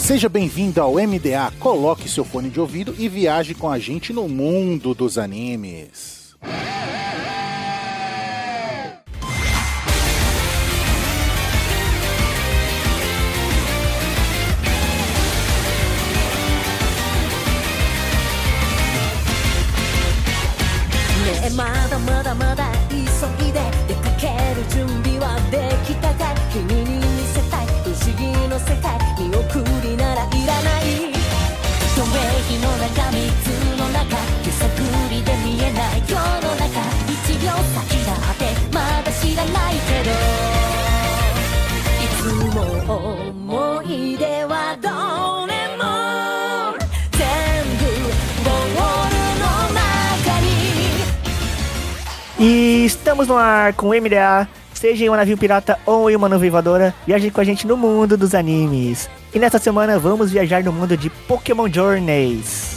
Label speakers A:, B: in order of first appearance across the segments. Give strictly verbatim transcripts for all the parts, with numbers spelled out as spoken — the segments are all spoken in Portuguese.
A: Seja bem-vindo ao M D A, coloque seu fone de ouvido e viaje com a gente no mundo dos animes.
B: E estamos no ar com o M D A, seja em um navio pirata ou em uma nuvem voadora, viaje com a gente no mundo dos animes. E nesta semana vamos viajar no mundo de Pokémon Journeys.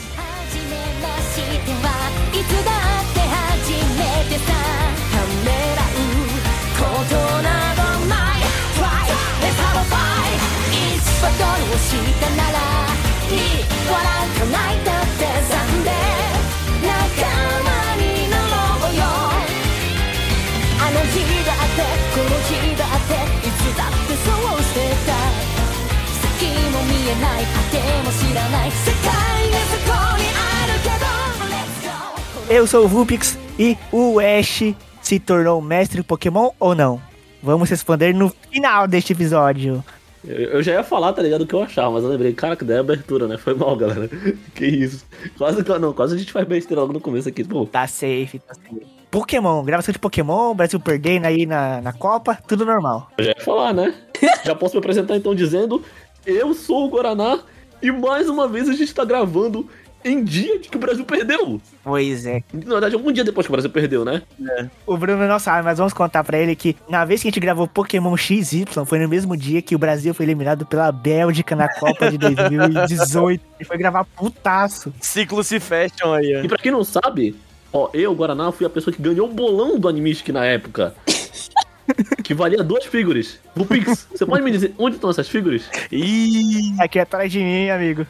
B: Eu sou o Vulpix e o Ash se tornou mestre Pokémon ou não? Vamos responder no final deste episódio.
C: Eu, eu já ia falar, tá ligado, o que eu achava, mas eu lembrei, cara, que daí é abertura, né? Foi mal, galera. Que isso. Quase, não, quase a gente faz besteira logo no começo aqui, pô.
B: Tá safe, tá safe. Pokémon, gravação de Pokémon, Brasil perdendo aí na, na Copa, tudo normal.
C: Eu já ia falar, né? Já posso me apresentar então dizendo, eu sou o Guaraná e mais uma vez a gente tá gravando em dia de que o Brasil perdeu.
B: Pois é.
C: Na verdade, um dia depois que o Brasil perdeu, né?
B: É. O Bruno não sabe, mas vamos contar pra ele que na vez que a gente gravou Pokémon X Y, foi no mesmo dia que o Brasil foi eliminado pela Bélgica na Copa de dois mil e dezoito. Ele foi gravar putaço.
D: Ciclo se fecham aí, ó.
C: E pra quem não sabe, ó, eu, Guaraná, fui a pessoa que ganhou o bolão do Animistic na época. Que valia duas figuras. Vulpix, você pode me dizer onde estão essas figuras?
B: Ih, aqui atrás de mim, amigo.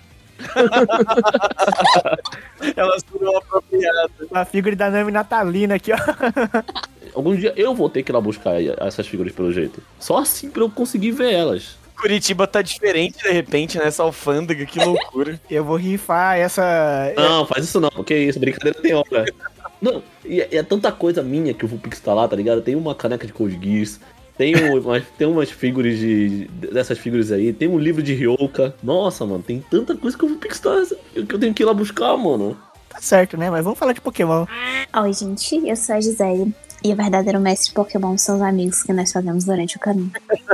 D: Elas foram apropriadas.
B: Uma figura da Nami Natalina aqui, ó.
C: Algum dia eu vou ter que ir lá buscar essas figuras pelo jeito. Só assim pra eu conseguir ver elas.
D: Curitiba tá diferente de repente nessa alfândega, que loucura.
B: Eu vou rifar essa...
C: Não, faz isso não, porque isso, brincadeira tem hora. Não, e é, é tanta coisa minha que o Vulpix tá lá, tá ligado? Tem uma caneca de Code Geass, tem, umas, tem umas figuras de, dessas figuras aí, tem um livro de Ryoka. Nossa, mano, tem tanta coisa que o Vulpix tá, que eu tenho que ir lá buscar, mano.
B: Tá certo, né? Mas vamos falar de Pokémon.
E: Oi, gente, eu sou a Gisele. E o verdadeiro mestre Pokémon são os amigos que nós fazemos durante o caminho.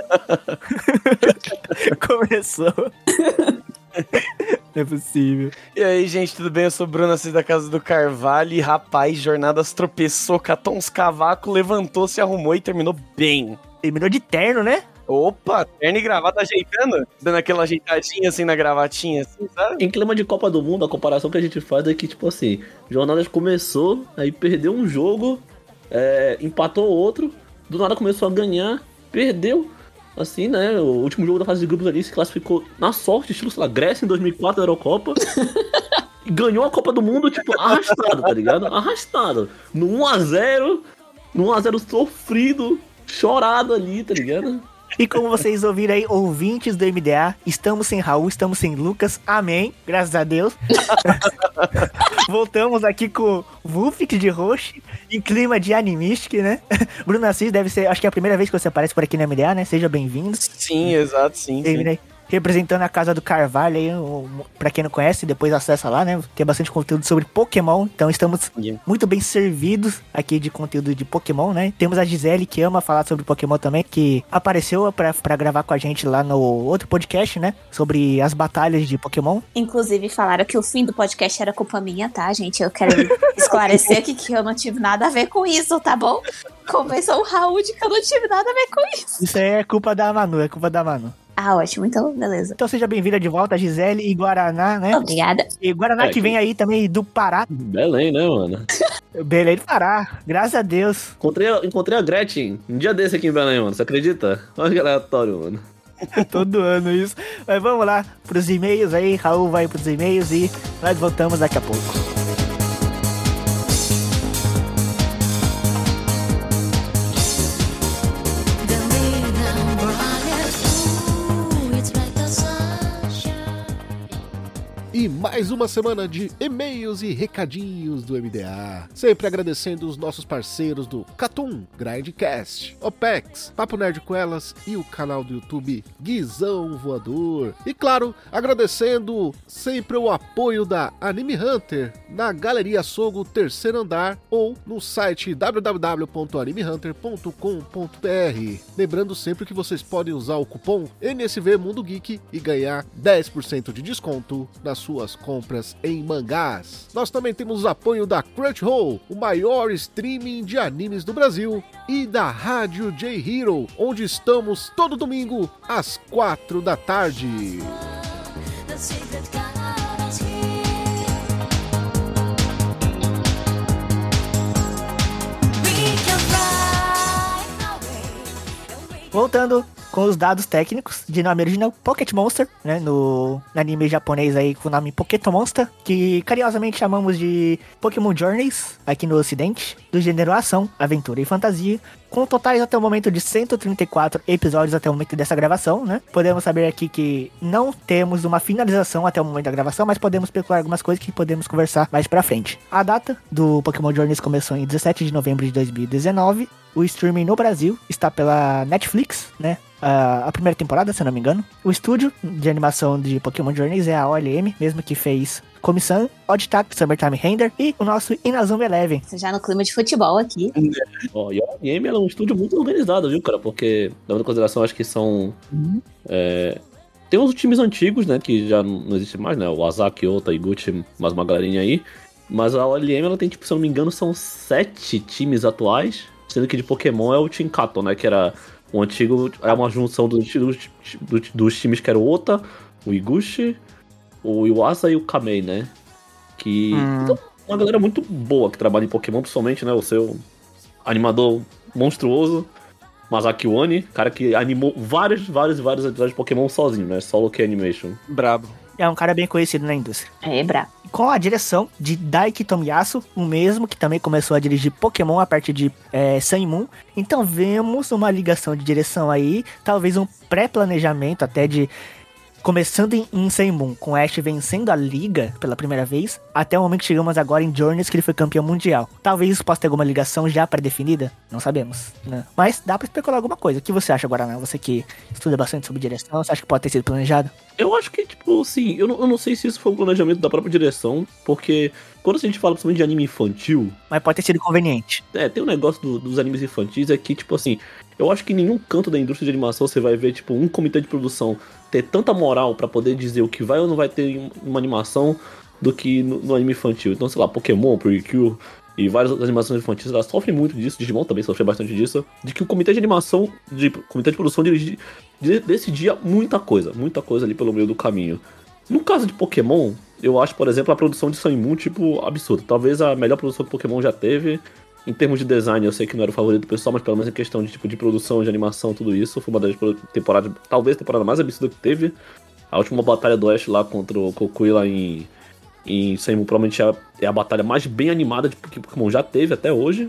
B: Começou. Não é possível.
D: E aí, gente, tudo bem? Eu sou o Bruno, assis da Casa do Carvalho. E rapaz, jornadas tropeçou, catou uns cavacos, levantou, se arrumou e terminou bem.
B: Terminou de terno, né?
D: Opa, terno e gravata ajeitando, dando aquela ajeitadinha assim na gravatinha, assim, sabe?
C: Em clima de Copa do Mundo, a comparação que a gente faz é que, tipo assim, Jornadas começou, aí perdeu um jogo, é, empatou outro, do nada começou a ganhar, perdeu, assim, né, o último jogo da fase de grupos ali se classificou na sorte, estilo, sei lá, Grécia em dois mil e quatro da Eurocopa, e ganhou a Copa do Mundo, tipo, arrastado, tá ligado? Arrastado, no um a zero, no um a zero sofrido, chorado ali, tá ligado?
B: E como vocês ouviram aí, ouvintes do M D A, estamos sem Raul, estamos sem Lucas, amém, graças a Deus. Voltamos aqui com o Vulpix de Roche, em clima de Animistic, né? Bruno Assis, deve ser, acho que é a primeira vez que você aparece por aqui no M D A, né? Seja bem-vindo.
D: Sim, exato, sim, sim.
B: Aí, representando a Casa do Carvalho aí, pra quem não conhece, depois acessa lá, né? Tem bastante conteúdo sobre Pokémon, então estamos yeah. muito bem servidos aqui de conteúdo de Pokémon, né? Temos a Gisele, que ama falar sobre Pokémon também, que apareceu pra, pra gravar com a gente lá no outro podcast, né? Sobre as batalhas de Pokémon.
E: Inclusive, falaram que o fim do podcast era culpa minha, tá, gente? Eu quero esclarecer aqui que eu não tive nada a ver com isso, tá bom? Convenção o Raul de que eu não tive nada a ver com isso.
B: Isso aí é culpa da Manu, é culpa da Manu.
E: Ah, ótimo. Então, beleza.
B: Então seja bem-vinda de volta, Gisele e Guaraná, né?
E: Obrigada.
B: E Guaraná é, que vem aí também do Pará.
C: Belém, né, mano?
B: Belém do Pará, graças a Deus.
C: Encontrei, encontrei a Gretchen um dia desse aqui em Belém, mano. Você acredita? Olha que aleatório, mano.
B: Todo ano isso. Mas vamos lá pros e-mails aí. Raul vai pros e-mails e nós voltamos daqui a pouco.
F: E mais uma semana de e-mails e recadinhos do M D A. Sempre agradecendo os nossos parceiros do Catum, Grindcast, Opex, Papo Nerd com Elas e o canal do YouTube Guizão Voador. E claro, agradecendo sempre o apoio da Anime Hunter na Galeria Sogo Terceiro Andar ou no site w w w ponto anime hunter ponto com ponto b r. Lembrando sempre que vocês podem usar o cupom N S V Mundo Geek e ganhar dez por cento de desconto nas suas compras em mangás. Nós também temos o apoio da Crunchyroll, o maior streaming de animes do Brasil, e da Rádio J-Hero, onde estamos todo domingo às quatro da tarde.
B: Voltando com os dados técnicos de nome original Pocket Monster, né, no, no anime japonês aí com o nome Pocket Monster, que carinhosamente chamamos de Pokémon Journeys aqui no ocidente, do gênero ação, aventura e fantasia, com totais até o momento de cento e trinta e quatro episódios até o momento dessa gravação, né? Podemos saber aqui que não temos uma finalização até o momento da gravação, mas podemos especular algumas coisas que podemos conversar mais pra frente. A data do Pokémon Journeys começou em dezessete de novembro de dois mil e dezenove. O streaming no Brasil está pela Netflix, né? Uh, a primeira temporada, se eu não me engano. O estúdio de animação de Pokémon Journeys é a O L M, mesmo que fez Comissão, Odd Tac, Summertime Render e o nosso Inazuma Eleven.
E: Você já no clima de futebol aqui.
C: Ó, e a O L M ela é um estúdio muito organizado, viu, cara? Porque, levando em consideração, acho que são... Uhum. É... Tem uns times antigos, né, que já não existe mais, né? O Azaki, Ota, Iguchi, mais uma galerinha aí. Mas a O L M, ela tem, tipo, se eu não me engano, são sete times atuais. Sendo que de Pokémon é o Team Kato, né? Que era o antigo... É uma junção dos, dos, dos, dos times que era o Ota, o Iguchi, o Iwasa e o Kamei, né? Que... Hum. Então, uma galera muito boa que trabalha em Pokémon, principalmente, né? O seu animador monstruoso, Masaki Wani, cara que animou vários, vários, vários episódios de Pokémon sozinho, né? Solo Key Animation.
D: Brabo.
B: É um cara bem conhecido na indústria.
E: É, brabo.
B: Com a direção de Daiki Tomiyasu, o mesmo que também começou a dirigir Pokémon a partir de é, Sun e Moon. Então vemos uma ligação de direção aí, talvez um pré-planejamento até de... Começando em, em Sun e Moon, com Ash vencendo a liga pela primeira vez, até o momento que chegamos agora em Journeys, que ele foi campeão mundial. Talvez isso possa ter alguma ligação já pré-definida? Não sabemos, né? Mas dá pra especular alguma coisa. O que você acha, Guaraná? Você que estuda bastante sobre direção, você acha que pode ter sido planejado?
C: Eu acho que, tipo, assim, eu não, eu não sei se isso foi um planejamento da própria direção, porque quando a gente fala principalmente de anime infantil...
B: Mas pode ter sido conveniente.
C: É, tem um negócio do, dos animes infantis é que, tipo assim, eu acho que em nenhum canto da indústria de animação você vai ver, tipo, um comitê de produção ter tanta moral pra poder dizer o que vai ou não vai ter em uma animação do que no, no anime infantil. Então, sei lá, Pokémon, Precure e várias animações infantis, elas sofrem muito disso, Digimon também sofre bastante disso, de que o comitê de animação, de comitê de produção dirige, de, decidia muita coisa, muita coisa ali pelo meio do caminho. No caso de Pokémon, eu acho, por exemplo, a produção de Sun e Moon, tipo, absurda. Talvez a melhor produção que Pokémon já teve. Em termos de design, eu sei que não era o favorito do pessoal, mas pelo menos em questão de tipo de produção, de animação, tudo isso, foi uma das temporadas, talvez a temporada mais absurda que teve. A última batalha do Ash lá contra o Kokui lá em, em Sun e Moon provavelmente é a, é a batalha mais bem animada de que Pokémon já teve até hoje.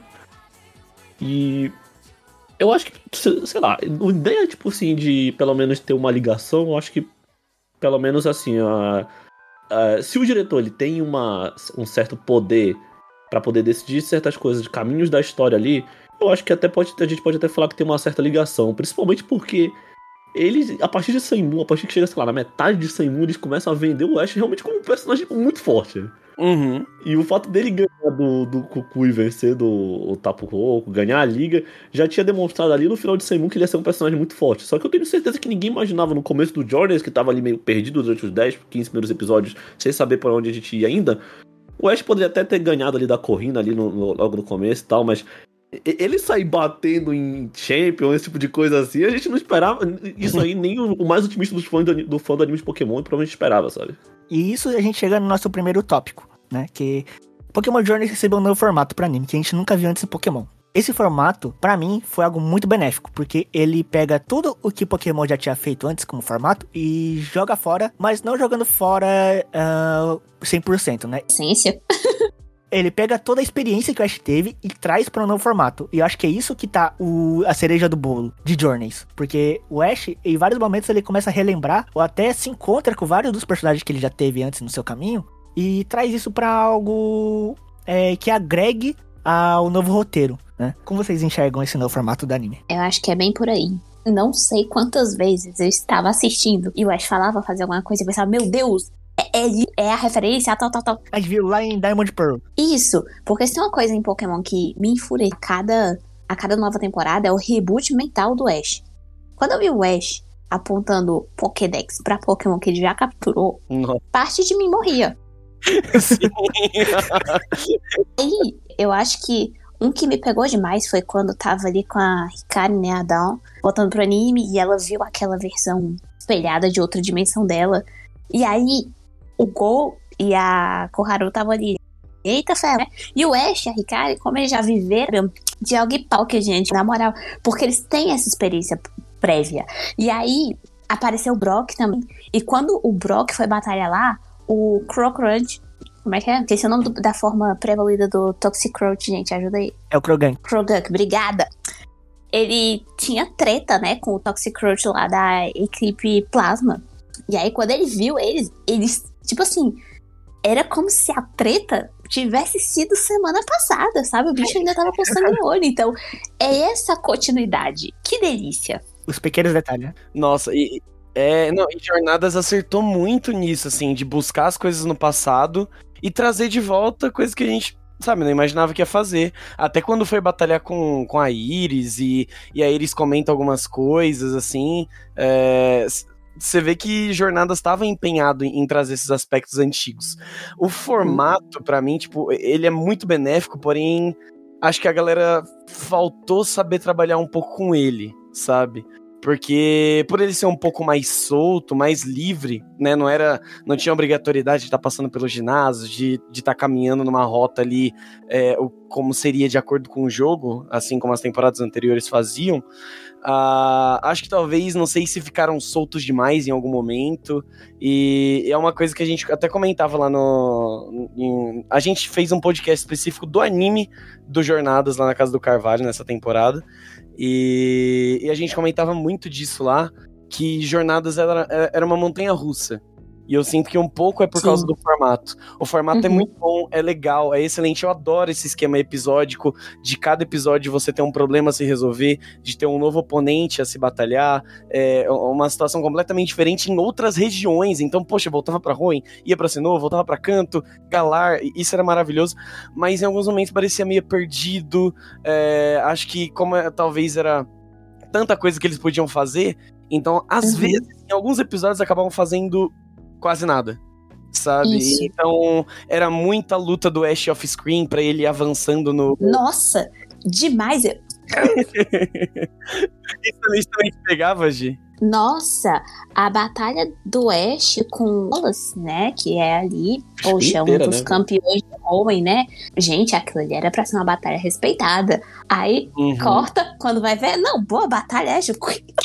C: E eu acho que, sei lá, a ideia, tipo assim, de pelo menos ter uma ligação, eu acho que pelo menos assim, a, a, se o diretor ele tem uma, um certo poder pra poder decidir certas coisas, de caminhos da história ali, eu acho que até pode, a gente pode até falar que tem uma certa ligação, principalmente porque eles, a partir de Sun e Moon, a partir que chega, sei lá, na metade de Sun e Moon, eles começam a vender o Ash realmente como um personagem muito forte.
D: Uhum.
C: E o fato dele ganhar do, do Kukui e vencer do o Tapu Koko, ganhar a liga, já tinha demonstrado ali no final de Sun e Moon que ele ia ser um personagem muito forte. Só que eu tenho certeza que ninguém imaginava no começo do Journeys, que tava ali meio perdido durante os dez, quinze primeiros episódios, sem saber pra onde a gente ia ainda. O Ash poderia até ter ganhado ali da corrida ali no, no, logo no começo e tal, mas ele sair batendo em Champion, esse tipo de coisa assim, a gente não esperava isso aí, nem o, o mais otimista dos fãs do, do fã do anime de Pokémon provavelmente esperava, sabe?
B: E isso a gente chega no nosso primeiro tópico, né? Que Pokémon Journeys recebeu um novo formato pra anime, que a gente nunca viu antes em Pokémon. Esse formato, pra mim, foi algo muito benéfico, porque ele pega tudo o que Pokémon já tinha feito antes como formato e joga fora, mas não jogando fora uh, cem por cento, né?
E: Essência.
B: Ele pega toda a experiência que o Ash teve e traz para um novo formato. E eu acho que é isso que tá o, a cereja do bolo de Journeys. Porque o Ash, em vários momentos, ele começa a relembrar ou até se encontra com vários dos personagens que ele já teve antes no seu caminho e traz isso para algo é, que agregue ao novo roteiro, né? Como vocês enxergam esse novo formato do anime?
E: Eu acho que é bem por aí. Não sei quantas vezes eu estava assistindo e o Ash falava fazer alguma coisa e eu pensava, meu Deus, é, é, é a referência, tal, tal, tal.
B: A gente viu lá em Diamond Pearl.
E: Isso, porque se tem uma coisa em Pokémon que me enfurece a cada, a cada nova temporada é o reboot mental do Ash. Quando eu vi o Ash apontando Pokédex pra Pokémon que ele já capturou,
D: Nossa.
E: parte de mim morria.
D: Sim.
E: Aí, eu acho que um que me pegou demais foi quando tava ali com a Hikari, né, a Dawn, voltando pro anime, e ela viu aquela versão espelhada de outra dimensão dela. E aí, o Go e a Koharu estavam ali. Eita, fé, né? E o Ash e a Hikari, como eles já viveram de algo e pau que, gente, na moral, porque eles têm essa experiência prévia. E aí, apareceu o Brock também. E quando o Brock foi batalhar lá, o Crocrunch, como é que é? Esse é o nome do, da forma pré-evoluída do Toxicroak, gente, ajuda aí.
B: É o Krogan.
E: Krogunk, obrigada. Ele tinha treta, né, com o Toxicroak lá da equipe Plasma. E aí, quando ele viu eles, eles, tipo assim, era como se a treta tivesse sido semana passada, sabe? O bicho ainda tava com sangue no olho. Então, é essa continuidade. Que delícia.
B: Os pequenos detalhes, né?
D: Nossa, e... É, não, e Jornadas acertou muito nisso, assim, de buscar as coisas no passado e trazer de volta coisas que a gente, sabe, não imaginava que ia fazer. Até quando foi batalhar com, com a Iris e, e a Iris comenta algumas coisas, assim, é, você vê que Jornadas estava empenhado em, em trazer esses aspectos antigos. O formato, pra mim, tipo, ele é muito benéfico, porém, acho que a galera faltou saber trabalhar um pouco com ele, sabe? Porque por ele ser um pouco mais solto, mais livre, né, não era, não tinha obrigatoriedade de estar passando pelo ginásio, de estar caminhando numa rota ali, é, como seria de acordo com o jogo, assim como as temporadas anteriores faziam. Uh, acho que talvez, não sei se ficaram soltos demais em algum momento, e é uma coisa que a gente até comentava lá no... Em, a gente fez um podcast específico do anime do Jornadas lá na Casa do Carvalho nessa temporada, e, e a gente comentava muito disso lá, que Jornadas era, era uma montanha-russa. E eu sinto que um pouco é por Sim. causa do formato. O formato uhum. é muito bom, é legal, é excelente. Eu adoro esse esquema episódico, de cada episódio você ter um problema a se resolver, de ter um novo oponente a se batalhar, é uma situação completamente diferente em outras regiões. Então, poxa, voltava pra Hoenn, ia pra Sinnoh, voltava pra Kanto, Galar, isso era maravilhoso. Mas em alguns momentos parecia meio perdido. É, acho que como é, talvez era tanta coisa que eles podiam fazer, então às uhum. vezes, em alguns episódios acabavam fazendo quase nada, sabe? Isso. Então, era muita luta do Ash off-screen pra ele ir avançando no...
E: Nossa, demais!
D: Isso também te pegava, Gi?
E: Nossa, a batalha do Ash com o Wallace, né? Que é ali, poxa, inteira, um dos né? campeões de Hoenn, né? Gente, aquilo ali era pra ser uma batalha respeitada. Aí, uhum. corta, quando vai ver, não, boa batalha, Ash...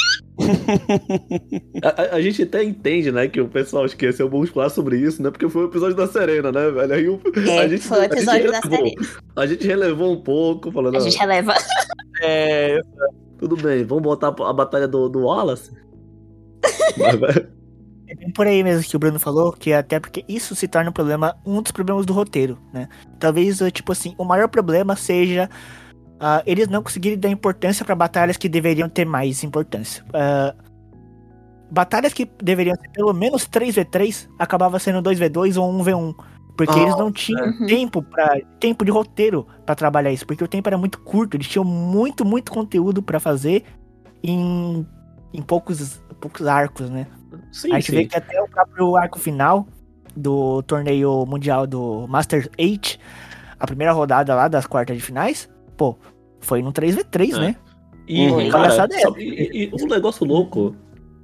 C: a, a gente até entende, né, que o pessoal esqueceu, vamos falar sobre isso, né, porque foi o episódio da Serena, né, velho, aí o,
E: é,
C: a gente,
E: foi o episódio da
C: relevou,
E: Serena.
C: A gente relevou um pouco, falando...
E: A gente releva.
D: É...
C: Tudo bem, vamos botar a batalha do, do Wallace? Mas,
B: é bem por aí mesmo que o Bruno falou, que até porque isso se torna um problema, um dos problemas do roteiro, né, talvez, tipo assim, o maior problema seja... Uh, eles não conseguiram dar importância para batalhas que deveriam ter mais importância. Uh, batalhas que deveriam ser pelo menos três contra três acabava sendo dois contra dois ou um contra um. Porque oh, eles não tinham uhum. tempo, pra, tempo de roteiro para trabalhar isso. Porque o tempo era muito curto. Eles tinham muito, muito conteúdo para fazer em, em poucos, poucos arcos, né? Sim, a gente sim. vê que até o próprio arco final do torneio mundial do Master oito, a primeira rodada lá das quartas de finais, pô, foi no três contra três, é. né?
C: E, uhum. cara, sabe, e, e um negócio louco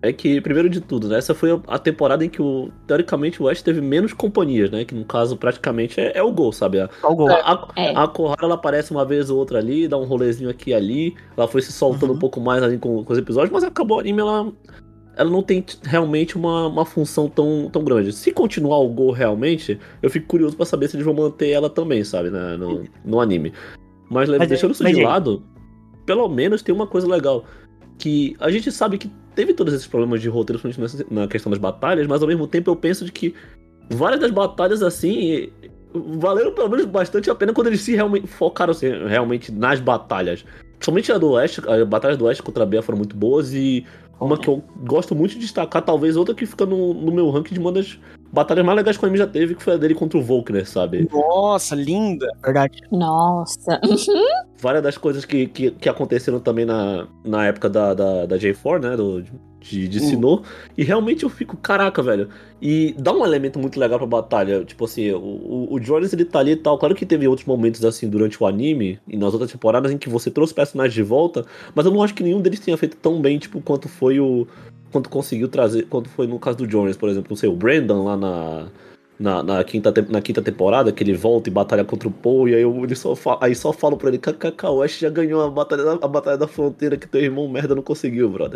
C: é que, primeiro de tudo, né, essa foi a temporada em que, o, teoricamente, o Ash teve menos companhias, né? Que no caso, praticamente, é, é o Gol, sabe? A,
B: Só o Gol.
C: a, a,
E: É.
C: a Kohara, ela aparece uma vez ou outra ali, dá um rolezinho aqui e ali. Ela foi se soltando
B: Uhum.
C: um pouco mais ali com, com os episódios, mas acabou o anime, ela, ela não tem t- realmente uma, uma função tão, tão grande. Se continuar o Gol realmente, eu fico curioso pra saber se eles vão manter ela também, sabe? Né, no, no anime. Mas,
B: Mas,
C: deixando isso
B: mas,
C: de
B: gente,
C: lado, pelo menos tem uma coisa legal. Que a gente sabe que teve todos esses problemas de roteiro, principalmente na questão das batalhas, mas ao mesmo tempo eu penso de que várias das batalhas, assim, valeram pelo menos bastante a pena quando eles se realmente focaram assim, realmente nas batalhas. Principalmente a do Oeste, as batalhas do Oeste contra a Bea foram muito boas e uma que eu gosto muito de destacar, talvez outra que fica no, no meu ranking de uma das batalhas mais legais que o anime já teve, que foi a dele contra o Volkner, sabe?
D: Nossa, linda.
B: Verdade.
E: Nossa.
C: Várias das coisas que, que, que aconteceram também na, na época da, da, da J quatro, né, do, de, de Sinnoh, e realmente eu fico, caraca, velho, e dá um elemento muito legal pra batalha, tipo assim, o, o, o Jones, ele tá ali e tal, claro que teve outros momentos assim durante o anime, e nas outras temporadas em que você trouxe personagens de volta, mas eu não acho que nenhum deles tenha feito tão bem, tipo, quanto foi o, quanto conseguiu trazer, quanto foi no caso do Jones, por exemplo, não sei, o Brandon lá na... Na, na, quinta, na quinta temporada, que ele volta e batalha contra o Paul, e aí eu ele só, fa- aí só falo pra ele, kkk, o Ash já ganhou a batalha, da, a batalha da fronteira que teu irmão merda não conseguiu, brother.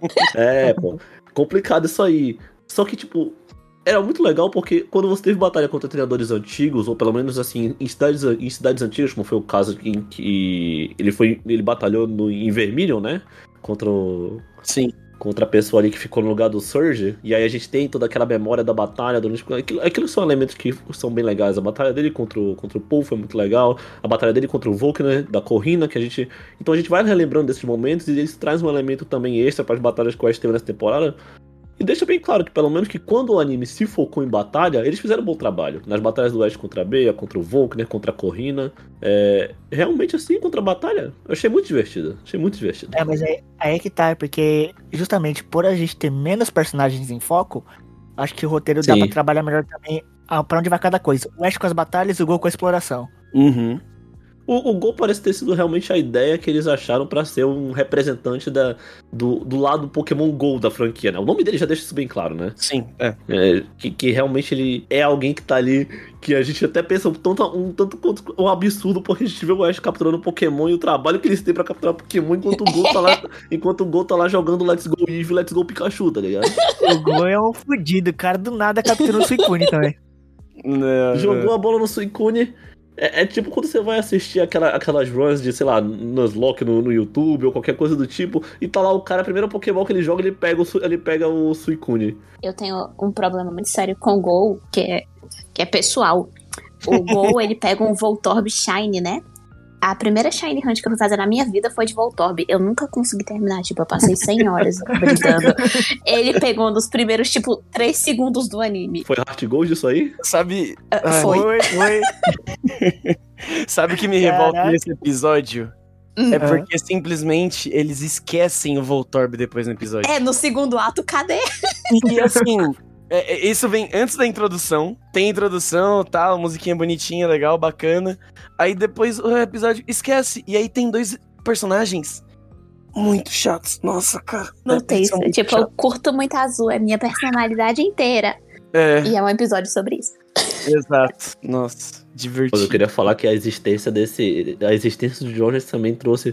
C: É, pô, complicado isso aí. Só que, tipo, era muito legal porque quando você teve batalha contra treinadores antigos, ou pelo menos assim, em cidades, em cidades antigas, como foi o caso em que ele foi. Ele batalhou no, em Vermilion, né? Contra o.
D: Sim.
C: Contra a pessoa ali que ficou no lugar do Surge, e aí a gente tem toda aquela memória da batalha, durante... aquilo, aquilo são elementos que são bem legais. A batalha dele contra o, contra o Paul foi muito legal, a batalha dele contra o Volkner, da Corrina, que a gente... Então a gente vai relembrando desses momentos, e eles trazem um elemento também extra para as batalhas que o Ash teve nessa temporada, e deixa bem claro que, pelo menos, que quando o anime se focou em batalha, eles fizeram um bom trabalho. Nas batalhas do Ash contra a Bea, contra o Volkner, contra a Corrina. É... Realmente, assim, contra a batalha, eu achei muito divertido. Achei muito divertido.
B: É, mas aí, aí é que tá, porque justamente por a gente ter menos personagens em foco, acho que o roteiro dá
C: Sim.
B: pra trabalhar melhor também ah, pra onde vai cada coisa. O Ash com as batalhas e o Gol com a exploração.
D: Uhum.
C: O, o Gol parece ter sido realmente a ideia que eles acharam pra ser um representante da, do, do lado Pokémon Go da franquia, né? O nome dele já deixa isso bem claro, né?
D: Sim, é.
C: É, que, que realmente ele é alguém que tá ali, que a gente até pensa um tanto, um tanto quanto um absurdo, porque a gente vê o Ash capturando Pokémon e o trabalho que eles têm pra capturar Pokémon enquanto o Gol tá lá, enquanto o Gol tá lá jogando Let's Go Eevee, Let's Go Pikachu, tá ligado?
B: O Gol é um fudido, o cara do nada capturou o Suicune também.
D: Não,
C: Jogou a bola no Suicune. É, é tipo quando você vai assistir aquela, aquelas runs de, sei lá, Nuzlocke no, no YouTube ou qualquer coisa do tipo, e tá lá o cara, a primeira Pokémon que ele joga, ele pega o, Su- ele pega o Suicune.
E: Eu tenho um problema muito sério com o Gol, que é, que é pessoal. O Gol, ele pega um Voltorb Shine, né? A primeira Shine Hunt que eu fui fazer na minha vida foi de Voltorb. Eu nunca consegui terminar, tipo, eu passei cem horas brigando. Ele pegou um dos primeiros, tipo, três segundos do anime.
C: Foi Heart Gold isso aí?
D: Sabe,
E: Ah,
D: Ai,
E: foi.
B: Foi, foi.
D: sabe o que me revolta
B: Caraca.
D: nesse episódio?
E: Hum.
D: É porque simplesmente eles esquecem o Voltorb depois no episódio.
E: É, no segundo ato, cadê?
D: E assim, é, é, isso vem antes da introdução. Tem introdução, tal, musiquinha bonitinha, legal, bacana. Aí depois o episódio esquece. E aí tem dois personagens muito chatos. Nossa, cara.
E: Não tem isso.
D: São muito
E: Tipo, eu
D: chatos.
E: curto muito azul, é minha personalidade inteira.
D: É,
E: E é um episódio sobre isso.
D: exato. Nossa,
C: Mas
D: divertido.
C: eu queria falar que a existência desse. A existência do George também trouxe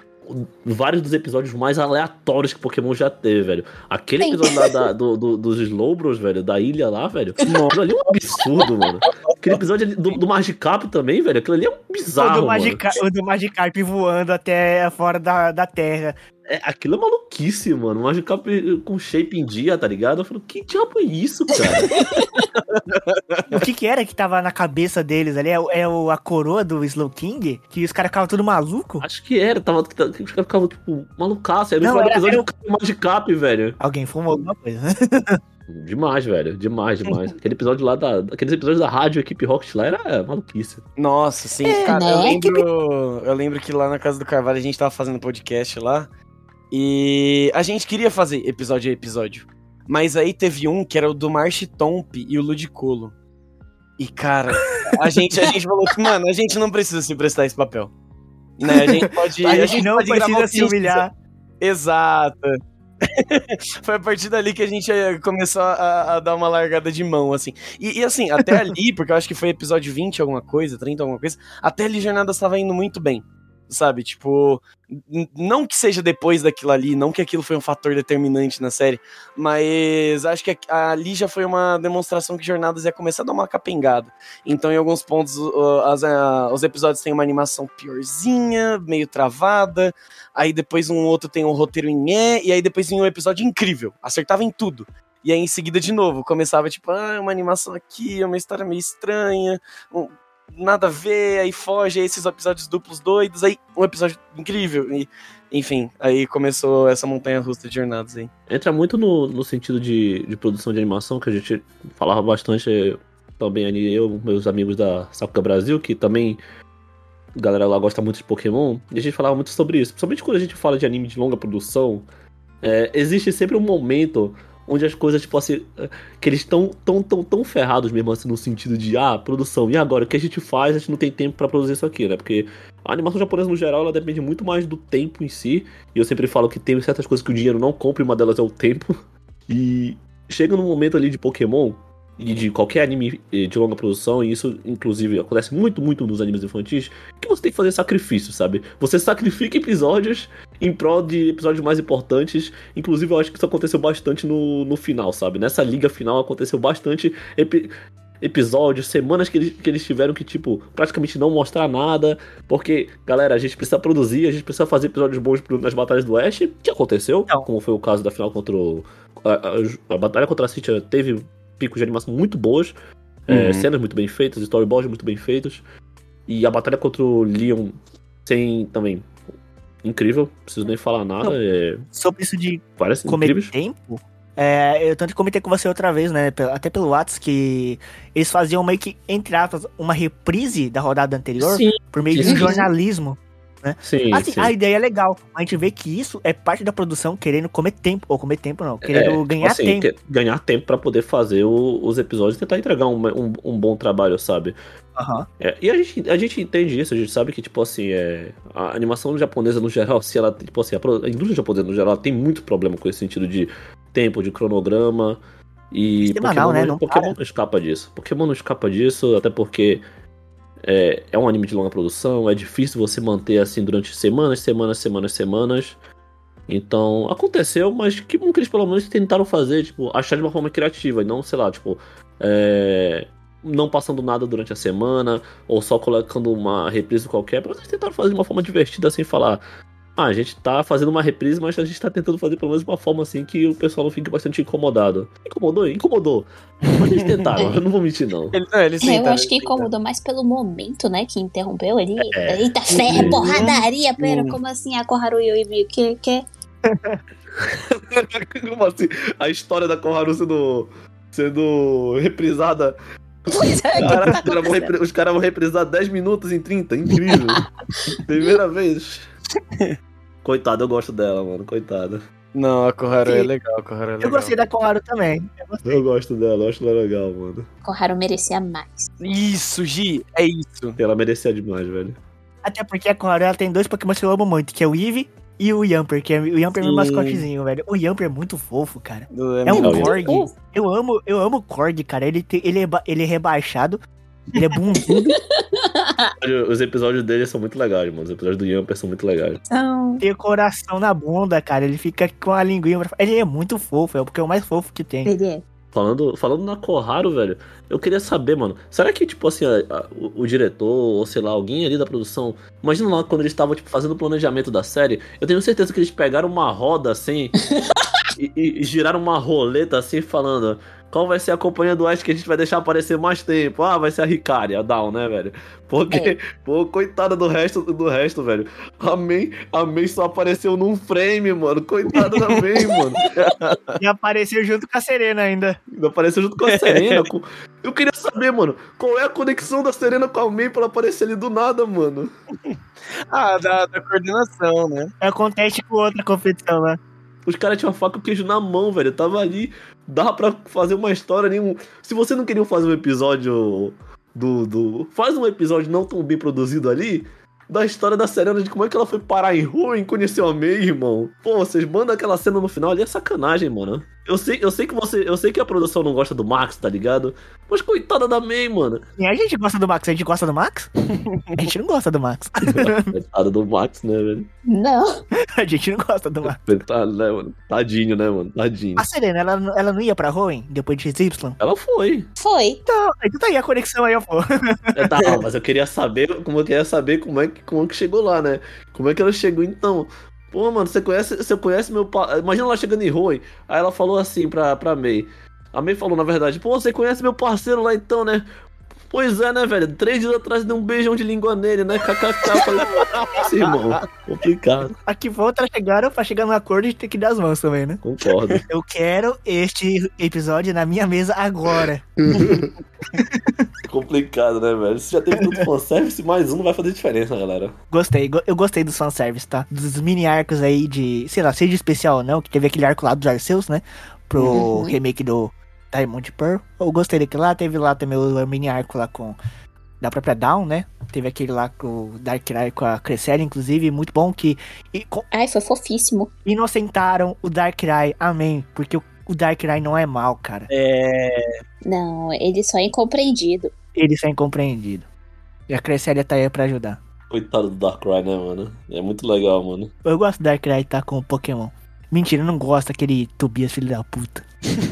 C: vários dos episódios mais aleatórios que Pokémon já teve, velho. Aquele
E: Sim.
C: episódio lá da- do, do- dos Slowbros, velho, da ilha lá, velho. Aquilo ali é um absurdo, mano. Aquele episódio ali do, do Magikarp também, velho. Aquilo ali é um
B: O
C: bizarro,
B: do,
C: mano.
B: Magica- o do Magikarp voando até fora da, da Terra.
C: É, aquilo é maluquice, mano. O Magikarp com shape em dia, tá ligado? Eu falo, que diabo é isso, cara?
B: O que que era que tava na cabeça deles ali? É, o- é o, a coroa do Slowking? Que os caras ficavam tudo maluco?
C: Acho que era. Tava, os caras ficavam, tipo, malucaço. Aí no
B: Não,
C: final do
B: era-
C: episódio
B: era
C: o cara do Magikarp, velho.
B: Alguém fumou alguma coisa.
C: Demais, velho. Demais, demais. Aquele episódio lá da. Aqueles episódios da rádio Equipe Rocket lá era maluquice.
D: Nossa, sim.
E: É,
D: cara,
E: né?
D: eu lembro. Eu lembro que lá na casa do Carvalho a gente tava fazendo podcast lá. E a gente queria fazer episódio a episódio. Mas aí teve um que era o do Marchitomp e o Ludicolo. E, cara, a gente, a gente falou que, mano, a gente não precisa se prestar esse papel. Né? A gente pode.
B: A gente não
D: pode gravar
B: precisa
D: o que
B: se humilhar.
D: Exato. Foi a partir dali que a gente começou a, a dar uma largada de mão, assim. E, e assim, até ali, porque eu acho que foi episódio vinte alguma coisa, trinta alguma coisa, até ali Jornadas estava indo muito bem, sabe? Tipo, não que seja depois daquilo ali, não que aquilo foi um fator determinante na série, mas acho que ali já foi uma demonstração que Jornadas ia começar a dar uma capengada. Então, em alguns pontos, as, os episódios têm uma animação piorzinha, meio travada, aí depois um outro tem um roteiro em é, e aí depois vinha um episódio incrível, acertava em tudo. E aí em seguida, de novo, começava tipo, ah, uma animação aqui, uma história meio estranha, um, nada a ver, aí foge, aí esses episódios duplos doidos, aí um episódio incrível, e enfim, aí começou essa montanha-russa de Jornadas aí.
C: Entra muito no, no sentido de, de produção de animação, que a gente falava bastante também ali, eu, meus amigos da Sakuga Brasil, que também a galera lá gosta muito de Pokémon, e a gente falava muito sobre isso, principalmente quando a gente fala de anime de longa produção, é, existe sempre um momento onde as coisas, tipo assim, que eles estão tão, tão, tão ferrados mesmo, assim, no sentido de, ah, produção, e agora, o que a gente faz? A gente não tem tempo pra produzir isso aqui, né? Porque a animação japonesa, no geral, ela depende muito mais do tempo em si, e eu sempre falo que tem certas coisas que o dinheiro não compra, e uma delas é o tempo, e chega num momento ali de Pokémon, e de qualquer anime de longa produção, e isso, inclusive, acontece muito, muito nos animes infantis, que você tem que fazer sacrifício, sabe? Você sacrifica episódios em prol de episódios mais importantes. Inclusive, eu acho que isso aconteceu bastante no, no final, sabe? Nessa liga final aconteceu bastante epi- episódios, semanas que eles, que eles tiveram que, tipo, praticamente não mostrar nada, porque, galera, a gente precisa produzir, a gente precisa fazer episódios bons nas batalhas do Oeste, que aconteceu, não. Como foi o caso da final contra o... A, a, a batalha contra a Cynthia teve picos de animação muito boas, uhum. é, cenas muito bem feitas, storyboards muito bem feitos, e a batalha contra o Leon tem também incrível, não preciso nem falar nada. Não, é...
B: Sobre isso de
C: Parece
B: comer
C: incríveis.
B: tempo, é, eu tanto que comentei com você outra vez, né, até pelo WhatsApp, que eles faziam meio que, entre aspas, uma reprise da rodada anterior, sim, por meio sim, de um jornalismo. Né?
C: Sim,
B: assim,
C: sim.
B: A ideia é legal, mas a gente vê que isso é parte da produção querendo comer tempo, ou comer tempo não, querendo
C: é,
B: ganhar
C: assim,
B: tempo.
C: Ganhar tempo pra poder fazer o, os episódios e tentar entregar um, um, um bom trabalho, sabe?
B: Uhum.
C: É, e a gente, a gente entende isso, a gente sabe que, tipo assim, é, a animação japonesa no geral, se ela, tipo assim, a, a indústria japonesa no geral tem muito problema com esse sentido de tempo, de cronograma. E
B: semanal,
C: Pokémon,
B: né?
C: não,
B: não
C: Pokémon não escapa disso. Pokémon não escapa disso, até porque é, é um anime de longa produção, é difícil você manter assim durante semanas, semanas, semanas, semanas. Então, aconteceu, mas que bom que eles pelo menos tentaram fazer, tipo, achar de uma forma criativa, e não, sei lá, tipo, é, não passando nada durante a semana, ou só colocando uma reprise qualquer, mas eles tentaram fazer de uma forma divertida, assim, falar, ah, a gente tá fazendo uma reprise, mas a gente tá tentando fazer pelo menos de uma forma assim que o pessoal não fique bastante incomodado. Incomodou? Incomodou. Mas eles tentaram, eu não vou mentir, não.
D: Ele, não eles tentaram,
E: eu acho que
D: eles
E: incomodou mais pelo momento, né, que interrompeu ali.
C: É.
E: Eita, ferro, porradaria, pera, como assim? A Koharu e o Ivy, que, que?
C: Como assim? A história da Koharu sendo, sendo reprisada.
E: Pois é,
C: Cara,
E: tá
C: os caras vão, repri- os caras vão reprisar dez minutos em trinta, incrível. Primeira vez. Coitada, eu gosto dela, mano, coitada.
D: Não, a Koharu é legal, a Koharu é legal.
B: Eu gostei da Koharu também. Eu, gostei.
C: Eu gosto dela, eu acho ela legal, mano.
E: Koharu merecia mais.
D: Isso, Gi, é isso.
C: Ela merecia demais, velho.
B: Até porque a Koharu ela tem dois Pokémon que eu amo muito, que é o Eevee e o Yamper, que é, o Yamper é meu mascotezinho, velho. O Yamper é muito fofo, cara.
D: É,
B: é um
C: muito
B: Korg.
E: fofo.
B: Eu amo, eu amo o Korg, cara. Ele, te, ele, é, ba- ele é rebaixado, ele é bundudo.
C: Os episódios dele são muito legais, mano. Os episódios do Yamper são muito legais.
E: Então,
B: Tem o coração na bunda, cara. Ele fica com a linguinha pra... Ele é muito fofo, é o Pokémon mais fofo que tem.
E: ele é.
C: Falando, falando na Koharu, velho, eu queria saber, mano, será que, tipo assim, a- a- o, o diretor, ou sei lá, alguém ali da produção, imagina lá quando eles estavam, tipo, fazendo o planejamento da série, eu tenho certeza que eles pegaram uma roda, assim, e, e- e giraram uma roleta, assim, falando, qual vai ser a companhia do Ash que a gente vai deixar aparecer mais tempo? Ah, vai ser a Hikari, a Dawn, né, velho? Porque,
E: É.
C: pô, coitada do resto, do resto, velho, a Mei, a Mei só apareceu num frame, mano, coitada da Mei, mano.
B: E apareceu junto com a Serena ainda.
C: Ainda apareceu junto com a Serena. com- Eu queria saber, mano, qual é a conexão da Serena com a Mei pra ela aparecer ali do nada, mano.
D: Ah, da, da coordenação, né?
B: Acontece com outra competição lá.
C: Os caras tinham a faca e o queijo na mão, velho. Tava ali, dava pra fazer uma história. Nenhum... Se você não queria fazer um episódio do, do... Faz um episódio não tão bem produzido ali, da história da Serena, de como é que ela foi parar em Hoenn, conheceu a Mei, irmão. Pô, vocês mandam aquela cena no final ali, é sacanagem, mano. Eu sei, eu sei que você, eu sei que a produção não gosta do Max, tá ligado? Mas coitada da Mei, mano.
B: E a gente gosta do Max, a gente gosta do Max? A gente não gosta do Max.
C: Coitada do Max, né, velho?
E: Não.
B: A gente não gosta do Max.
C: Coitado, né, mano? Tadinho, né, mano? Tadinho.
B: A Serena, ela, ela não ia pra Hoenn depois de X Y?
C: Ela foi.
E: Foi.
B: Então, então tá aí a conexão aí, ó, pô.
C: É, tá, mas eu queria saber, como eu queria saber como é que, como é que chegou lá, né? Como é que ela chegou, então... Pô, mano, você conhece, você conhece meu pai... Imagina ela chegando em Hoenn, aí ela falou assim pra, pra Mei. A Mei falou, na verdade, pô, você conhece meu parceiro lá então, né? Pois é, né, velho? Três dias atrás deu um beijão de língua nele, né? Kkk. Eu falei, nossa, irmão, complicado.
B: Aqui volta chegaram pra chegar no acordo de ter que dar as mãos também, né?
C: Concordo.
B: Eu quero este episódio na minha mesa agora.
C: Complicado, né, velho? Se já teve tudo fanservice, mais um não vai fazer diferença, galera.
B: Gostei, go- eu gostei dos fanservice, tá? Dos mini arcos aí de, sei lá, seja especial ou não, que teve aquele arco lá dos Arceus, né? Pro
E: Uhum.
B: remake do Diamond Pearl. Eu gostei daquele lá, teve lá também o mini arco lá com da própria Dawn, né? Teve aquele lá com o Darkrai com a Cresselia, inclusive, muito bom que e, co-
E: Ai, foi fofíssimo.
B: inocentaram o Darkrai, amém, porque o, o Darkrai não é mal, cara.
D: É.
E: Não, ele só é incompreendido.
B: Ele só é incompreendido. E a Cresselia tá aí pra ajudar.
C: Coitado do Darkrai, né, mano? É muito legal, mano.
B: Eu gosto do Darkrai tá com o Pokémon. Mentira, eu não gosto daquele Tobias, filho da puta.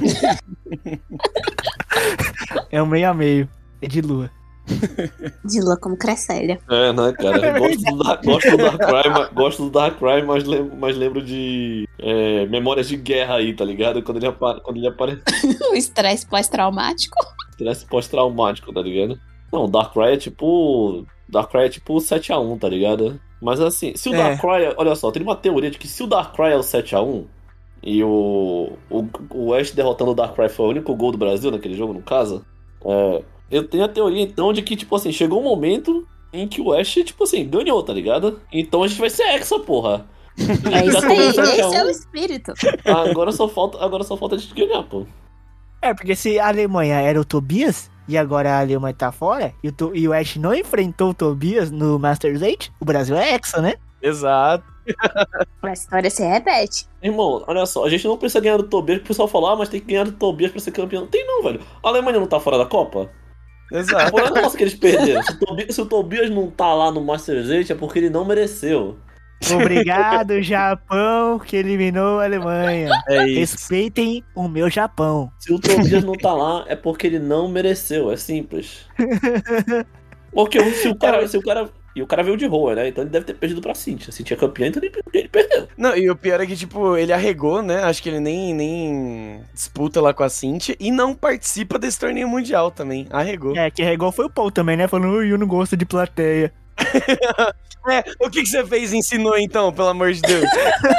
B: É um meio a meio. É de lua.
E: De lua como Cresselia.
C: É, né, cara? Eu gosto do, Dark, gosto do Darkrai, mas, gosto do Darkrai, mas lembro, mas lembro de é, memórias de guerra aí, tá ligado? Quando ele, apa, quando ele aparece,
E: O estresse pós-traumático.
C: estresse pós-traumático, tá ligado? Não, o Darkrai é tipo... Darkrai é tipo sete a um, tá ligado? Mas assim, se o
B: É.
C: Darkrai... Olha só, tem uma teoria de que se o Darkrai é o sete a um e o, o, o Ash derrotando o Darkrai foi o único gol do Brasil naquele jogo, no caso, é, eu tenho a teoria, então, de que, tipo assim, chegou um momento em que o Ash, tipo assim, ganhou, tá ligado? Então a gente vai ser Hexa, porra.
E: É isso
C: Já
E: aí,
C: começou
E: esse
C: sete a um.
E: é o espírito.
C: Agora só falta, agora só falta a gente ganhar, pô.
B: É, porque se a Alemanha era o Tobias, e agora a Alemanha tá fora, e o, To- e o Ash não enfrentou o Tobias no Masters oito, o Brasil é Hexa, né?
D: Exato.
E: A história se repete.
C: Irmão, olha só, a gente não precisa ganhar do Tobias, porque o pessoal fala, ah, mas tem que ganhar do Tobias pra ser campeão. Tem não, velho. A Alemanha não tá fora da Copa?
D: Exato.
C: Por nossa que eles perderam. Se o, Tobias, se o Tobias não tá lá no Masters oito, é porque ele não mereceu.
B: Obrigado, Japão, que eliminou a Alemanha.
D: É isso.
B: Respeitem o meu Japão.
C: Se o Tobias não tá lá, é porque ele não mereceu, é simples. Porque se o cara... Se o cara e o cara veio de Hoenn, né? Então ele deve ter perdido pra Cintia. Cintia é campeã, então ele, ele perdeu.
D: Não, e o pior é que, tipo, ele arregou, né? Acho que ele nem, nem disputa lá com a Cintia e não participa desse torneio mundial também. Arregou.
B: É, que regou foi o Paul também, né? Falando, ui, eu não gosto de plateia.
D: É, o que, que você fez e ensinou então, pelo amor de Deus?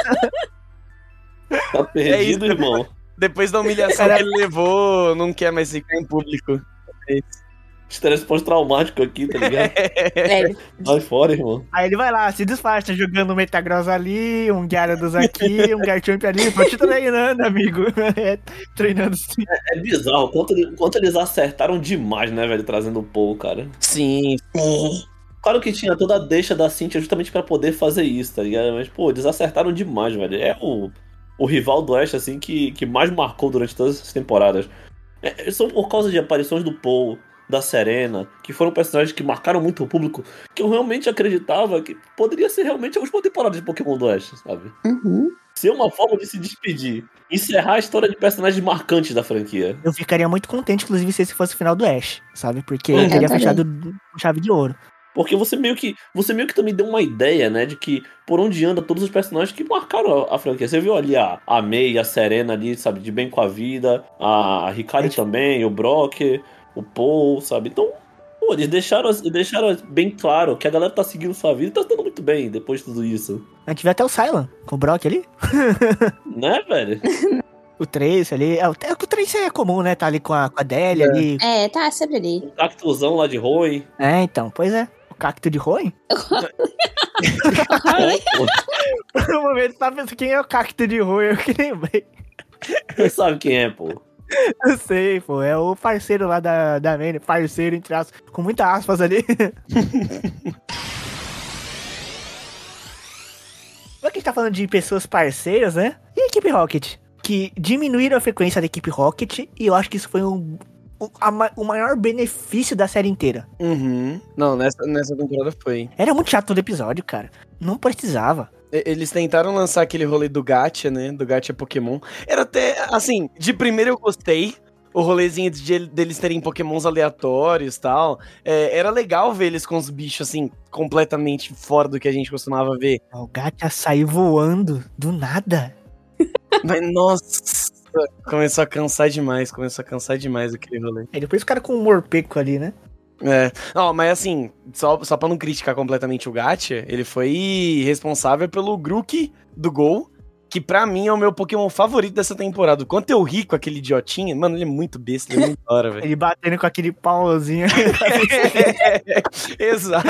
C: Tá perdido,
D: isso.
C: irmão.
D: Depois da humilhação que ele levou, não quer mais ficar em público.
C: Estresse pós-traumático aqui, tá ligado?
E: É,
C: Vai fora, irmão.
B: Aí ele vai lá, se disfarça, jogando um Metagross ali, um Gyarados aqui, um Garchomp ali. Vou te treinando, amigo. É, treinando sim.
C: É bizarro, o quanto, ele- quanto eles acertaram demais, né, velho, trazendo o Paul, cara.
D: Sim.
E: é.
C: Claro que tinha toda a deixa da Cintia justamente pra poder fazer isso, tá ligado? Mas, pô, eles acertaram demais, velho. É o, o rival do Ash, assim, que, que mais marcou durante todas essas temporadas. É, são por causa de aparições do Paul, da Serena, que foram personagens que marcaram muito o público, que eu realmente acreditava que poderia ser realmente a última temporada de Pokémon do Ash, sabe?
E: Uhum.
C: Ser uma forma de se despedir. Encerrar a história de personagens marcantes da franquia.
B: Eu ficaria muito contente, inclusive, se esse fosse o final do Ash, sabe? Porque
C: Eu
B: ele teria
E: também.
B: fechado com chave de ouro.
C: Porque você meio que você meio que também deu uma ideia, né, de que por onde anda todos os personagens que marcaram a, a franquia. Você viu ali a, a Mei, a Serena ali, sabe, de bem com a vida, a, a Hikari também, o Brock, o Paul, sabe? Então, pô, eles deixaram, eles deixaram bem claro que a galera tá seguindo sua vida e tá se dando muito bem depois de tudo isso.
B: A gente vê até o Cylon, com o Brock ali.
C: Né, velho?
B: O Trace ali. É, o, é, o Trace é comum, né? Tá ali com a, com a Delia ali.
E: É, tá sempre ali.
C: O cactuzão lá de Hoenn.
B: É, então, pois é. O cacto de Hoenn? No momento, tava pensando quem é o cacto de Hoenn, eu que lembrei.
C: Você sabe quem é, pô.
B: Eu sei, pô. É o parceiro lá da, da Manny. Parceiro, entre aspas, com muitas aspas ali. tá falando de pessoas parceiras, né? E a equipe Rocket? Que diminuíram a frequência da equipe Rocket e eu acho que isso foi um, um, a, o maior benefício da série inteira.
D: Uhum. Não, nessa, nessa temporada foi.
B: Era muito chato todo episódio, cara. Não precisava.
D: Eles tentaram lançar aquele rolê do Gacha, né? Do Gacha Pokémon. Era até, assim, de primeiro eu gostei. O rolezinho de, deles terem pokémons aleatórios e tal. É, era legal ver eles com os bichos, assim, completamente fora do que a gente costumava ver.
B: O Gacha saiu voando do nada.
D: Mas, nossa, começou a cansar demais. Começou a cansar demais aquele rolê.
B: É, depois o cara com um morpeco ali, né?
D: É, não, mas assim, só, só pra não criticar completamente o Gacha, ele foi responsável pelo Grookey do Gol, que pra mim é o meu Pokémon favorito dessa temporada. O quanto eu ri com aquele idiotinha, mano, ele é muito besta, ele é muito da hora, velho.
B: Ele batendo com aquele pauzinho.
D: é, exato.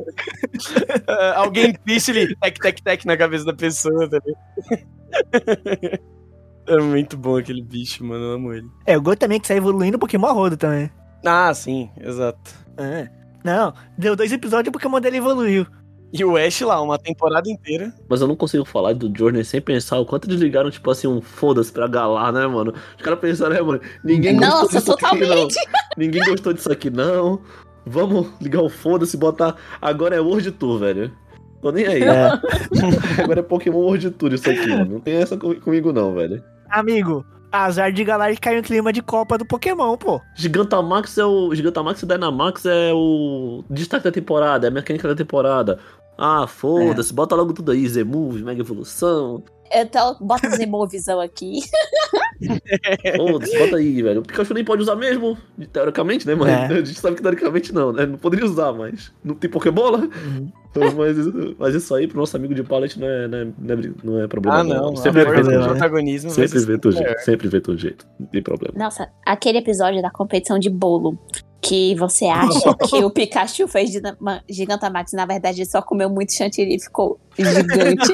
D: uh, alguém picha ele, tec, tec, tec na cabeça da pessoa, tá ligado? É muito bom aquele bicho, mano, eu amo ele.
B: É, o Gol também que sai evoluindo o Pokémon a rodo também.
D: Ah, sim, exato.
B: É. Não, deu dois episódios e o Pokémon dele evoluiu.
D: E o Ash lá, uma temporada inteira.
C: Mas eu não consigo falar do Journey sem pensar o quanto eles ligaram, tipo assim, um foda-se pra Galar, né, mano? Os caras pensaram, né, mano? Ninguém
E: Nossa,
C: gostou disso
E: totalmente.
C: aqui, não. Ninguém gostou disso aqui, não. Vamos ligar o foda-se e botar... Agora é World Tour, velho. Tô nem aí.
B: É.
C: Agora é Pokémon World Tour isso aqui, mano. Não tem essa com- comigo, não, velho.
B: Amigo, azar de Galar que caiu em clima de Copa do Pokémon, pô.
C: Gigantamax é o... Gigantamax e Dynamax é o destaque da temporada, é a mecânica da temporada. Ah, foda-se, bota logo tudo aí, Z-Move, Mega Evolução.
E: Então, bota os emovisão aqui.
C: Foda-se, bota aí, velho. O Pikachu nem pode usar mesmo, teoricamente, né? Mas
B: É.
C: a gente sabe que teoricamente não, né? Não poderia usar, mas não tem Pokébola.
B: Uhum.
C: Mas, mas isso aí pro nosso amigo de pallet não é, não é, não é, não é problema.
D: Ah, não,
C: Sempre
D: a
C: vê
D: força
C: teu
D: do
C: jeito.
D: protagonismo vai
C: Sempre
D: ser
C: vê teu
D: sempre
C: jeito. Sempre vê teu jeito. Não tem problema.
E: Nossa, aquele episódio da competição de bolo. Que você acha que o Pikachu fez de Gigantamax, na verdade ele só comeu muito chantilly e ficou gigante.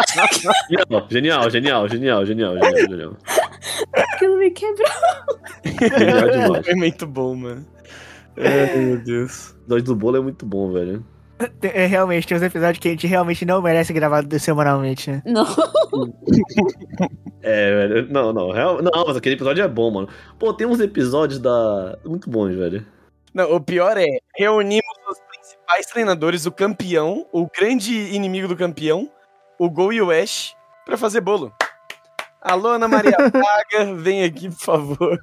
C: Genial, genial, genial, genial, genial, genial.
E: Aquilo me quebrou.
C: Genial demais.
D: É muito bom, mano. Ai, meu Deus.
C: O episódio do bolo é muito bom, velho.
B: É, realmente, tem uns episódios que a gente realmente não merece gravar semanalmente, né?
E: Não.
C: É, velho. Não, não. Real... Não, mas aquele episódio é bom, mano. Pô, tem uns episódios da. Muito bons, velho.
D: Não, o pior é, reunimos os principais treinadores, o campeão, o grande inimigo do campeão, o Gol e o Ash, pra fazer bolo. Alô, Ana Maria Braga, vem aqui, por favor.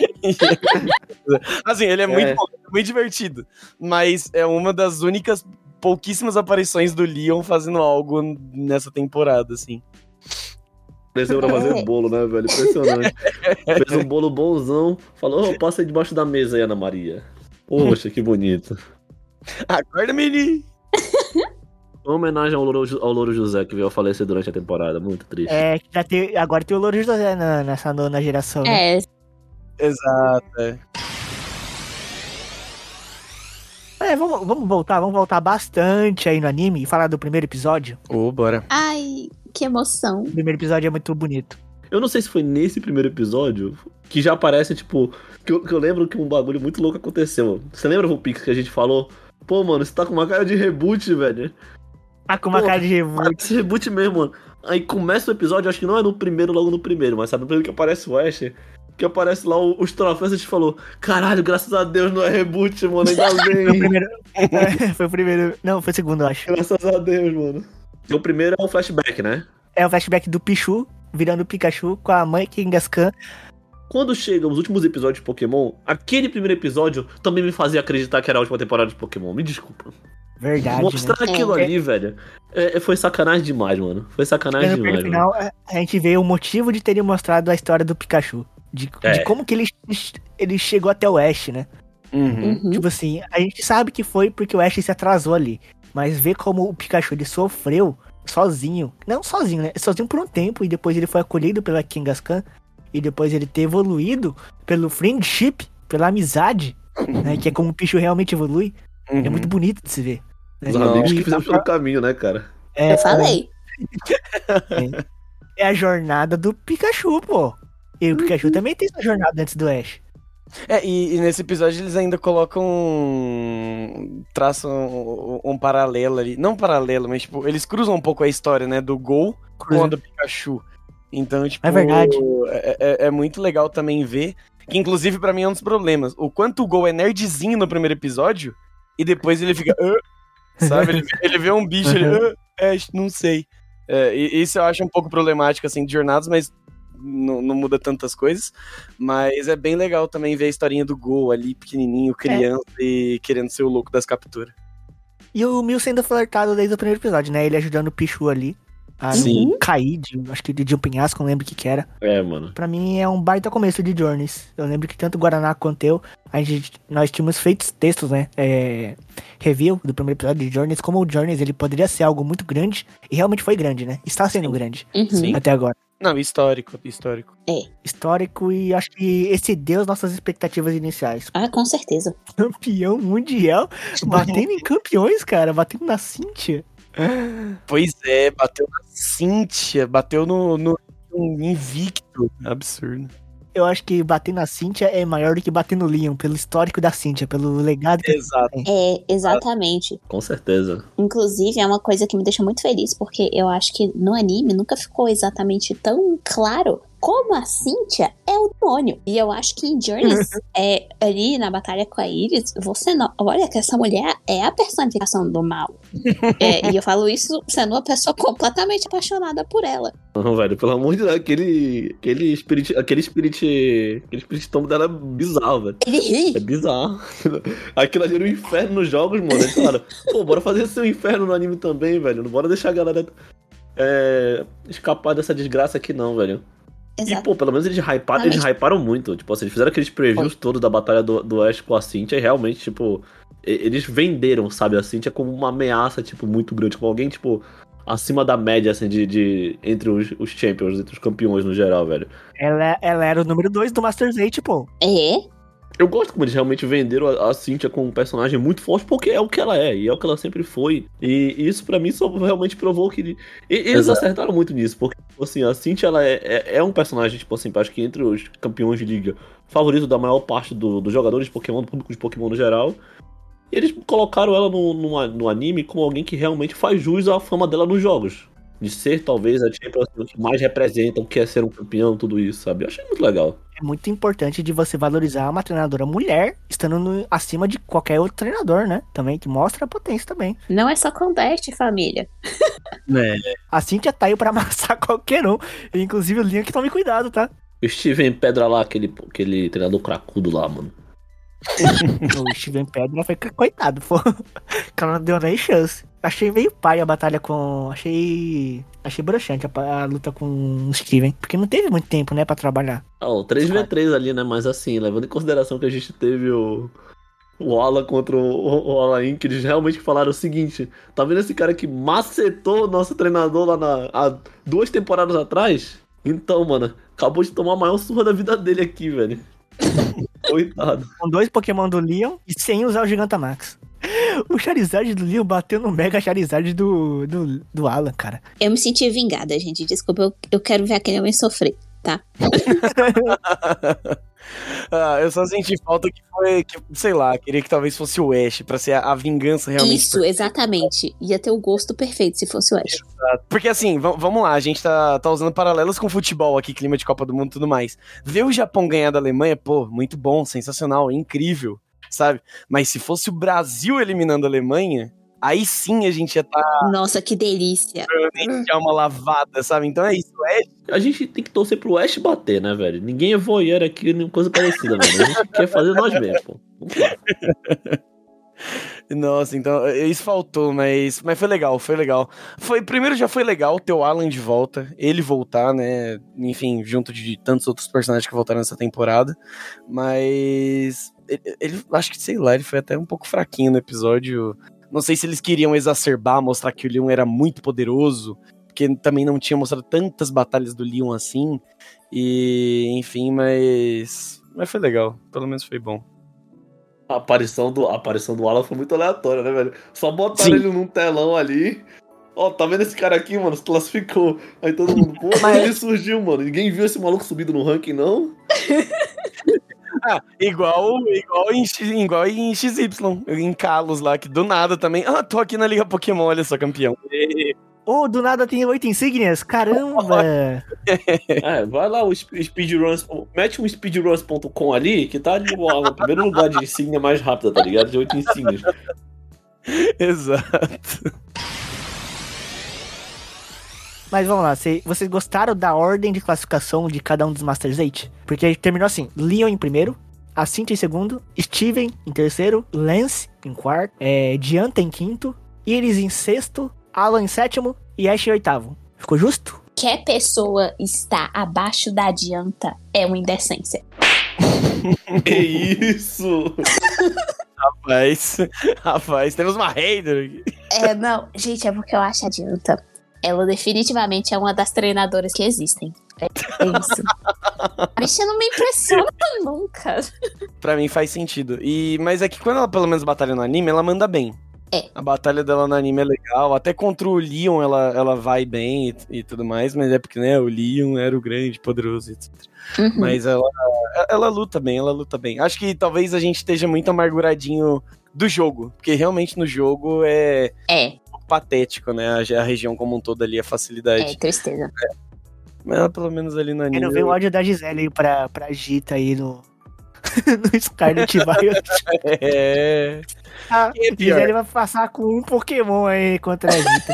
D: Assim, ele é,
C: É.
D: Muito, bom, muito divertido, mas é uma das únicas pouquíssimas aparições do Leon fazendo algo nessa temporada, assim.
C: Desceu pra fazer bolo, né, velho? Impressionante. Fez um bolo bonzão. Falou, oh, passa aí debaixo da mesa aí, Ana Maria. Poxa, que bonito.
D: Acorda, menino!
C: Uma homenagem ao Louro, ao Louro José, que veio a falecer durante a temporada. Muito triste.
B: É, que já tem, agora tem o Louro José na, nessa nona geração, né?
E: É,
D: Exato, é.
B: É, vamos, vamos voltar, vamos voltar bastante aí no anime e falar do primeiro episódio.
D: Ô, bora.
E: ai, que emoção.
B: O primeiro episódio é muito bonito.
C: Eu não sei se foi nesse primeiro episódio que já aparece, tipo... Que eu, que eu lembro que um bagulho muito louco aconteceu. Você lembra, Vulpix, que a gente falou? Pô, mano, você tá com uma cara de reboot, velho.
B: Ah, com uma
C: Pô,
B: cara de reboot.
C: Esse reboot mesmo, mano. Aí começa o episódio, acho que não é no primeiro, logo no primeiro, mas sabe no primeiro que aparece o Ash, que aparece lá o- os troféus, a gente falou, caralho, graças a Deus não é reboot, mano, ainda
B: Foi o
C: bem.
B: primeiro. É, foi o primeiro. Não, foi o segundo, eu acho.
C: Graças a Deus, mano. O primeiro é o flashback, né?
B: É o flashback do Pichu virando o Pikachu com a mãe Kangaskhan.
C: Quando chegam os últimos episódios de Pokémon, aquele primeiro episódio também me fazia acreditar que era a última temporada de Pokémon. Me desculpa.
B: Verdade,
C: Mostrar
B: né?
C: aquilo
E: É.
C: ali, velho, é- é- foi sacanagem demais, mano. Foi sacanagem
B: Mas no
C: demais,
B: primeiro
C: mano.
B: final, a gente vê o motivo de terem mostrado a história do Pikachu. De,
C: É.
B: de como que ele, ele chegou até o Ash, né?
D: Uhum.
E: Uhum.
B: Tipo assim, a gente sabe que foi porque o Ash se atrasou ali. Mas ver como o Pikachu ele sofreu sozinho. Não sozinho, né? Sozinho por um tempo. E depois ele foi acolhido pela Kangaskhan. E depois ele ter evoluído pelo friendship, pela amizade. Né? Que é como o Pichu realmente evolui.
D: Uhum.
B: É muito bonito de se ver. né?
C: Os
D: Não.
C: amigos
B: E
C: que fizemos
B: a-
C: pelo caminho, né, cara?
B: é,
E: Eu falei.
B: É a jornada do Pikachu, pô. E o Pikachu também tem essa jornada antes do Ash.
D: É, e, e nesse episódio eles ainda colocam. Um, traçam um, um paralelo ali. Não um paralelo, mas tipo, eles cruzam um pouco a história, né? Do Gol com a do Pikachu. Então, tipo.
B: É verdade.
D: É, é, é muito legal também ver. Que inclusive pra mim é um dos problemas. O quanto o Gol é nerdzinho no primeiro episódio. E depois ele fica. Uh, sabe? Ele, ele vê um bicho, ele. Uh, é, não sei. É, e isso eu acho um pouco problemático, assim, de Jornadas, mas. Não, não muda tantas coisas, mas é bem legal também ver a historinha do Gol ali, pequenininho, criança é. e querendo ser o louco das capturas.
B: E o Mil sendo flertado desde o primeiro episódio, né? Ele ajudando o Pichu ali a
D: Sim.
B: não cair, de, acho que de, de um penhasco, não lembro o que que era.
C: É, mano.
B: Pra mim é um baita começo de Journeys. Eu lembro que tanto o Guaraná quanto eu, a gente, nós tínhamos feito textos, né? É, review do primeiro episódio de Journeys, como o Journeys ele poderia ser algo muito grande, e realmente foi grande, né? Está sendo
D: Sim.
B: grande
E: Uhum.
B: até agora.
D: Não, histórico, histórico.
E: É.
B: Histórico e acho que excedeu as nossas expectativas iniciais.
E: Ah, com certeza.
B: Campeão mundial, batendo em campeões, cara, batendo na Cynthia.
D: Pois é, bateu na Cynthia, bateu no, no invicto. Absurdo.
B: Eu acho que bater na Cynthia é maior do que bater no Leon, pelo histórico da Cynthia, pelo legado que
D: Exato.
B: tem.
E: É, exatamente.
C: Com certeza.
E: Inclusive, é uma coisa que me deixa muito feliz, porque eu acho que no anime nunca ficou exatamente tão claro como a Cynthia é o demônio. E eu acho que em Journeys, é, ali na batalha com a Iris, você não... Olha que essa mulher é a personificação do mal. É, e eu falo isso sendo uma pessoa completamente apaixonada por ela.
C: Não, velho, pelo amor de Deus, aquele, aquele spirit, aquele spirit, aquele spirit tombo dela é bizarro, velho.
E: Ele ri.
C: É bizarro. Aquilo ali era um inferno nos jogos, mano. Aí, cara, pô, bora fazer esse inferno no anime também, velho. Não bora deixar a galera é, escapar dessa desgraça aqui não, velho.
E: Exato.
C: E, pô, pelo menos eles hyparam, eles hyparam muito. Tipo assim, eles fizeram aqueles previews
E: Oi.
C: todos da batalha do, do Ash com a Cynthia e realmente, tipo, eles venderam, sabe, a Cynthia como uma ameaça, tipo, muito grande. Como alguém, tipo, acima da média, assim, de, de entre os, os champions, entre os campeões no geral, velho.
B: Ela, ela era o número dois do Masters oito, pô.
E: É.
C: Eu gosto como eles realmente venderam a, a Cynthia como um personagem muito forte, porque é o que ela é, e é o que ela sempre foi. E isso pra mim só realmente provou que... E, eles Exato. acertaram muito nisso, porque, assim, a Cynthia, ela é, é, é um personagem, tipo assim, acho que entre os campeões de liga, favorito da maior parte do, dos jogadores de Pokémon, do público de Pokémon no geral. E eles colocaram ela no, no, no anime como alguém que realmente faz jus à fama dela nos jogos. De ser, talvez, a Champions que mais representa o que é ser um campeão, tudo isso, sabe? Eu achei muito legal.
B: É muito importante de você valorizar uma treinadora mulher, estando no, acima de qualquer outro treinador, né? Também, que mostra a potência também.
E: Não é só conteste, família.
D: É.
B: A Cynthia tá aí pra amassar qualquer um. Inclusive o Leon que tome cuidado, tá?
C: O Steven Pedra lá, aquele, aquele treinador cracudo lá, mano.
B: O Steven Pedra foi coitado, pô. O cara não deu nem chance. Achei meio pai a batalha com... Achei... Achei broxante a, a luta com o Steven. Porque não teve muito tempo, né, pra trabalhar.
C: Ah, o três contra três ali, né? Mas assim, levando em consideração que a gente teve o... O Alan contra o, o Alain, que eles realmente falaram o seguinte: tá vendo esse cara que macetou o nosso treinador lá na, há duas temporadas atrás? Então, mano, acabou de tomar a maior surra da vida dele aqui, velho. Coitado.
B: Com dois Pokémon do Leon e sem usar o Gigantamax. O Charizard do Leon bateu no Mega Charizard do, do, do Alan, cara.
E: Eu me senti vingada, gente. Desculpa, eu, eu quero ver aquele homem sofrer, tá?
D: Ah, eu só senti falta que foi, que, sei lá, queria que talvez fosse o Ash, pra ser a, a vingança realmente.
E: Isso, exatamente. Ia ter o gosto perfeito se fosse o Ash.
D: Exato. Porque assim, v- vamos lá, a gente tá, tá usando paralelos com futebol aqui, clima de Copa do Mundo e tudo mais. Ver o Japão ganhar da Alemanha, pô, muito bom, sensacional, incrível, sabe? Mas se fosse o Brasil eliminando a Alemanha, aí sim a gente ia tá
E: Nossa, que delícia.
D: provavelmente já uma lavada, sabe? Então é isso, o Ash.
C: A gente tem que torcer pro Ash bater, né, velho? Ninguém é voyeur aqui, nem coisa parecida, velho. A gente quer fazer nós mesmos, pô. Vamos lá.
D: Nossa, então, isso faltou, mas, mas foi legal, foi legal. Foi, primeiro já foi legal ter o Alan de volta, ele voltar, né, enfim, junto de tantos outros personagens que voltaram nessa temporada, mas ele, ele acho que, sei lá, ele foi até um pouco fraquinho no episódio. Não sei se eles queriam exacerbar, mostrar que o Leon era muito poderoso, porque também não tinha mostrado tantas batalhas do Leon assim, e enfim, mas, mas foi legal, pelo menos foi bom.
C: A aparição do, a aparição do Alan foi muito aleatória, né, velho? Só botaram Sim. ele num telão ali. Ó, tá vendo esse cara aqui, mano? Se classificou. Aí todo mundo, pô, mas ele surgiu, mano. Ninguém viu esse maluco subido no ranking, não?
D: Ah, igual, igual, em, X- igual em X Y, em Kalos lá, que do nada também. Ah, tô aqui na Liga Pokémon, olha só, campeão.
B: Ô, do nada tem oito insígnias? Caramba!
C: É, vai lá o Sp- speedruns, mete um speedruns ponto com ali, que tá ali no primeiro lugar de insígnia mais rápida, tá ligado? De oito insígnias.
D: Exato.
B: Mas vamos lá, cê- vocês gostaram da ordem de classificação de cada um dos Masters oito? Porque terminou assim, Leon em primeiro, a Cynthia em segundo, Steven em terceiro, Lance em quarto, é, Dianta em quinto, Iris em sexto, Alan em sétimo e Ash em oitavo. Ficou justo?
E: Que a pessoa está abaixo da adianta é uma indecência.
C: Que isso?
D: Rapaz, rapaz, temos uma hater aqui.
E: É, não, gente, é porque eu acho a adianta. Ela definitivamente é uma das treinadoras que existem. É, é isso. A bicha não me impressiona nunca.
D: Pra mim faz sentido. E, mas é que quando ela pelo menos batalha no anime, ela manda bem.
E: É.
D: A batalha dela no anime é legal. Até contra o Leon ela, ela vai bem e, e tudo mais. Mas é porque, né, o Leon era o grande, poderoso, etcétera.
E: Uhum.
D: Mas ela, ela luta bem, ela luta bem. Acho que talvez a gente esteja muito amarguradinho do jogo. Porque realmente no jogo é...
E: É,
D: patético, né? A, a região como um todo ali, a facilidade.
E: é tristeza.
D: Mas ela, pelo menos ali no anime...
B: Quero ver o áudio da Gisele aí pra, pra Gita aí no, no Scarlet Violet.
D: É...
B: A
D: Quem é pior?
B: Gisele vai passar com um Pokémon aí contra a Gita.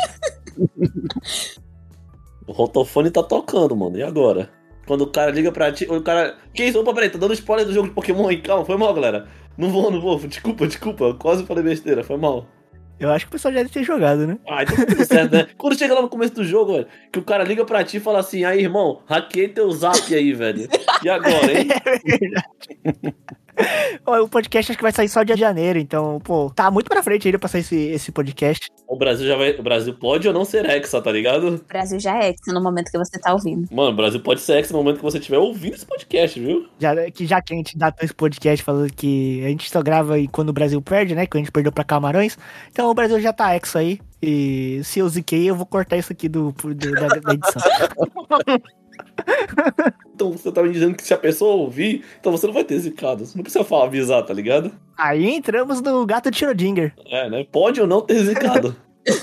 C: O rotofone tá tocando, mano. E agora? Quando o cara liga pra ti, o cara... Que isso? Opa, peraí, tá dando spoiler do jogo de Pokémon aí. Calma, foi mal, galera. Não vou, não vou. Desculpa, desculpa. Eu quase falei besteira, foi mal.
B: Eu acho que o pessoal já deve ter jogado, né?
C: Ah, então tá tudo certo, né? Quando chega lá no começo do jogo, velho, que o cara liga pra ti e fala assim, aí, irmão, hackei teu zap aí, velho. E agora, hein?
B: Ó, o podcast acho que vai sair só dia de janeiro, então, pô, tá muito pra frente ainda pra sair esse, esse podcast.
C: O Brasil já vai... O Brasil pode ou não ser hexa, tá ligado?
E: O Brasil já é hexa no momento que você tá ouvindo.
C: Mano, o Brasil pode ser hexa no momento que você estiver ouvindo esse podcast, viu?
B: Já, que já que a gente dá esse podcast falando que a gente só grava aí quando o Brasil perde, né? Quando a gente perdeu pra Camarões. Então o Brasil já tá exo aí. E se eu ziquei, eu vou cortar isso aqui do, do da, da edição.
C: Então você tá me dizendo que se a pessoa ouvir, então você não vai ter zicado. Você não precisa falar, avisar, tá ligado?
B: Aí entramos no gato de Schrödinger.
C: É, né? Pode ou não ter zicado.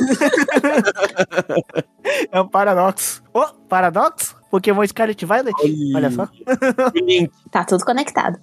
B: É um paradoxo. Ô, paradoxo? Pokémon Scarlet Violet?
D: Oi.
B: Olha só.
D: O Link.
E: Tá tudo conectado.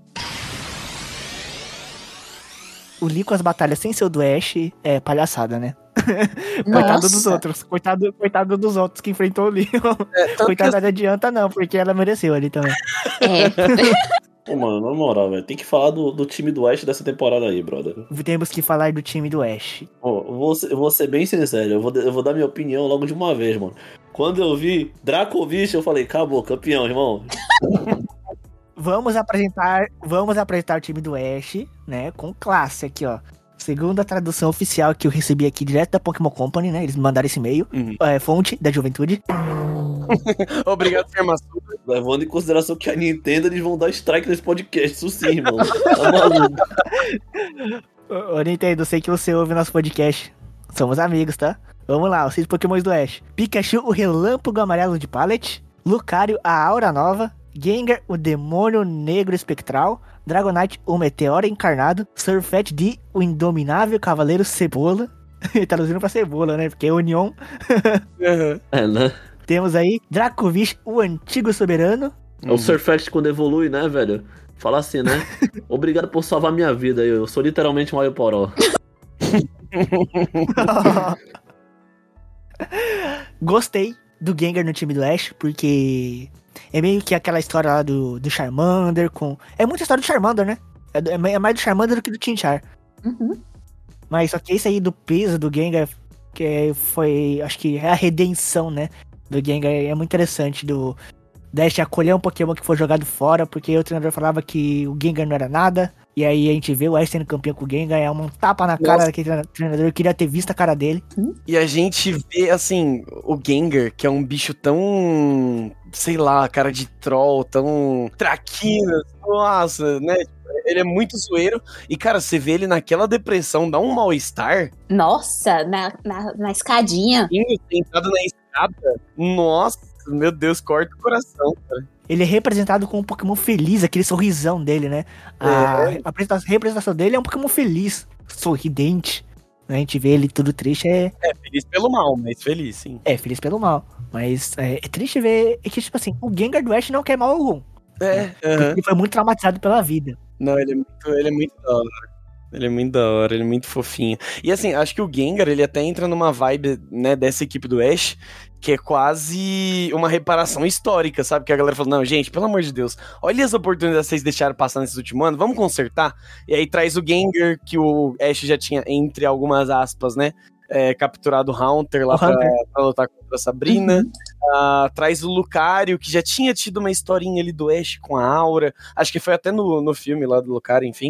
B: O Lee com as batalhas sem ser o do Ash é palhaçada, né? Coitado dos
E: Nossa.
B: outros. Coitado, coitado dos outros que enfrentou o Leon.
D: É, tanto que
B: Coitada não adianta não, porque ela mereceu ali também.
E: É.
C: Pô, mano, na moral, velho, tem que falar do, do time do Ash dessa temporada aí, brother.
B: Temos que falar do time do Ash.
C: Pô, eu vou, ser, eu vou ser bem sincero, eu vou, eu vou dar minha opinião logo de uma vez, mano. Quando eu vi Dracovic, eu falei, acabou, campeão, irmão.
B: Vamos apresentar, vamos apresentar o time do Ash, né, com classe aqui, ó. Segundo a tradução oficial que eu recebi aqui direto da Pokémon Company, né, eles me mandaram esse e-mail,
D: Uhum.
B: é, fonte da juventude.
D: Obrigado, Fermaçu.
C: Levando em consideração que a Nintendo, eles vão dar strike nesse podcast, isso sim, irmão. Tá maluco.
B: Ô, ô, Nintendo, eu sei que você ouve nosso podcast. Somos amigos, tá? Vamos lá, os seis Pokémons do Ash. Pikachu, o relâmpago amarelo de Pallet. Lucario, a aura nova. Gengar, o demônio negro espectral. Dragonite, o meteoro encarnado. Surfet D, o indominável cavaleiro cebola. Traduzindo pra cebola, né? Porque é Union.
D: Uhum.
C: É, né?
B: Temos aí Dracovic, o antigo soberano.
C: É o Surfect quando evolui, né, velho? Fala assim, né? Obrigado por salvar minha vida, eu sou literalmente um Aioporó.
B: Gostei do Gengar no time do Ash, porque é meio que aquela história lá do, do Charmander com... É muita história do Charmander, né? É, do- é mais do Charmander do que do Chinchar.
E: Uhum.
B: Mas só que esse aí do peso do Gengar, que é- foi, acho que é a redenção, né? Do Gengar, é muito interessante do Dash acolher um Pokémon que foi jogado fora, porque o treinador falava que o Gengar não era nada. E aí a gente vê o Ash sendo campeão com o Gengar, é um tapa na cara
D: Nossa.
B: daquele treina- treinador, eu queria ter visto a cara dele.
D: E a gente vê, assim, o Gengar, que é um bicho tão, sei lá, cara de troll, tão traquinas, nossa, né? Ele é muito zoeiro. E, cara, você vê ele naquela depressão, dá um mal-estar,
E: Nossa, na, na, na escadinha.
D: sentado na escada, nossa, meu Deus, corta o coração, cara.
B: Ele é representado com um Pokémon feliz, aquele sorrisão dele, né? A,
D: É.
B: a apresentação- a representação dele é um Pokémon feliz, sorridente. A gente vê ele tudo triste, é,
D: É, feliz pelo mal, mas feliz, sim.
B: é feliz pelo mal. Mas é, é triste ver que, tipo assim, o Gengar do Ash não quer mal algum.
D: É,
B: Porque
D: aham.
B: ele foi muito traumatizado pela vida.
D: Não, ele é muito, ele é muito da hora. Ele é muito da hora, ele é muito fofinho. E assim, acho que o Gengar, ele até entra numa vibe, né, dessa equipe do Ash, que é quase uma reparação histórica, sabe? Que a galera fala, não, gente, pelo amor de Deus, olha as oportunidades que vocês deixaram passar nesses últimos anos, vamos consertar? E aí traz o Gengar, que o Ash já tinha, entre algumas aspas, né, é, capturado o Haunter lá
B: O
D: pra,
B: Haunter.
D: pra lutar contra a Sabrina. Ah, traz o Lucario, que já tinha tido uma historinha ali do Ash com a Aura. Acho que foi até no, no filme lá do Lucario, enfim.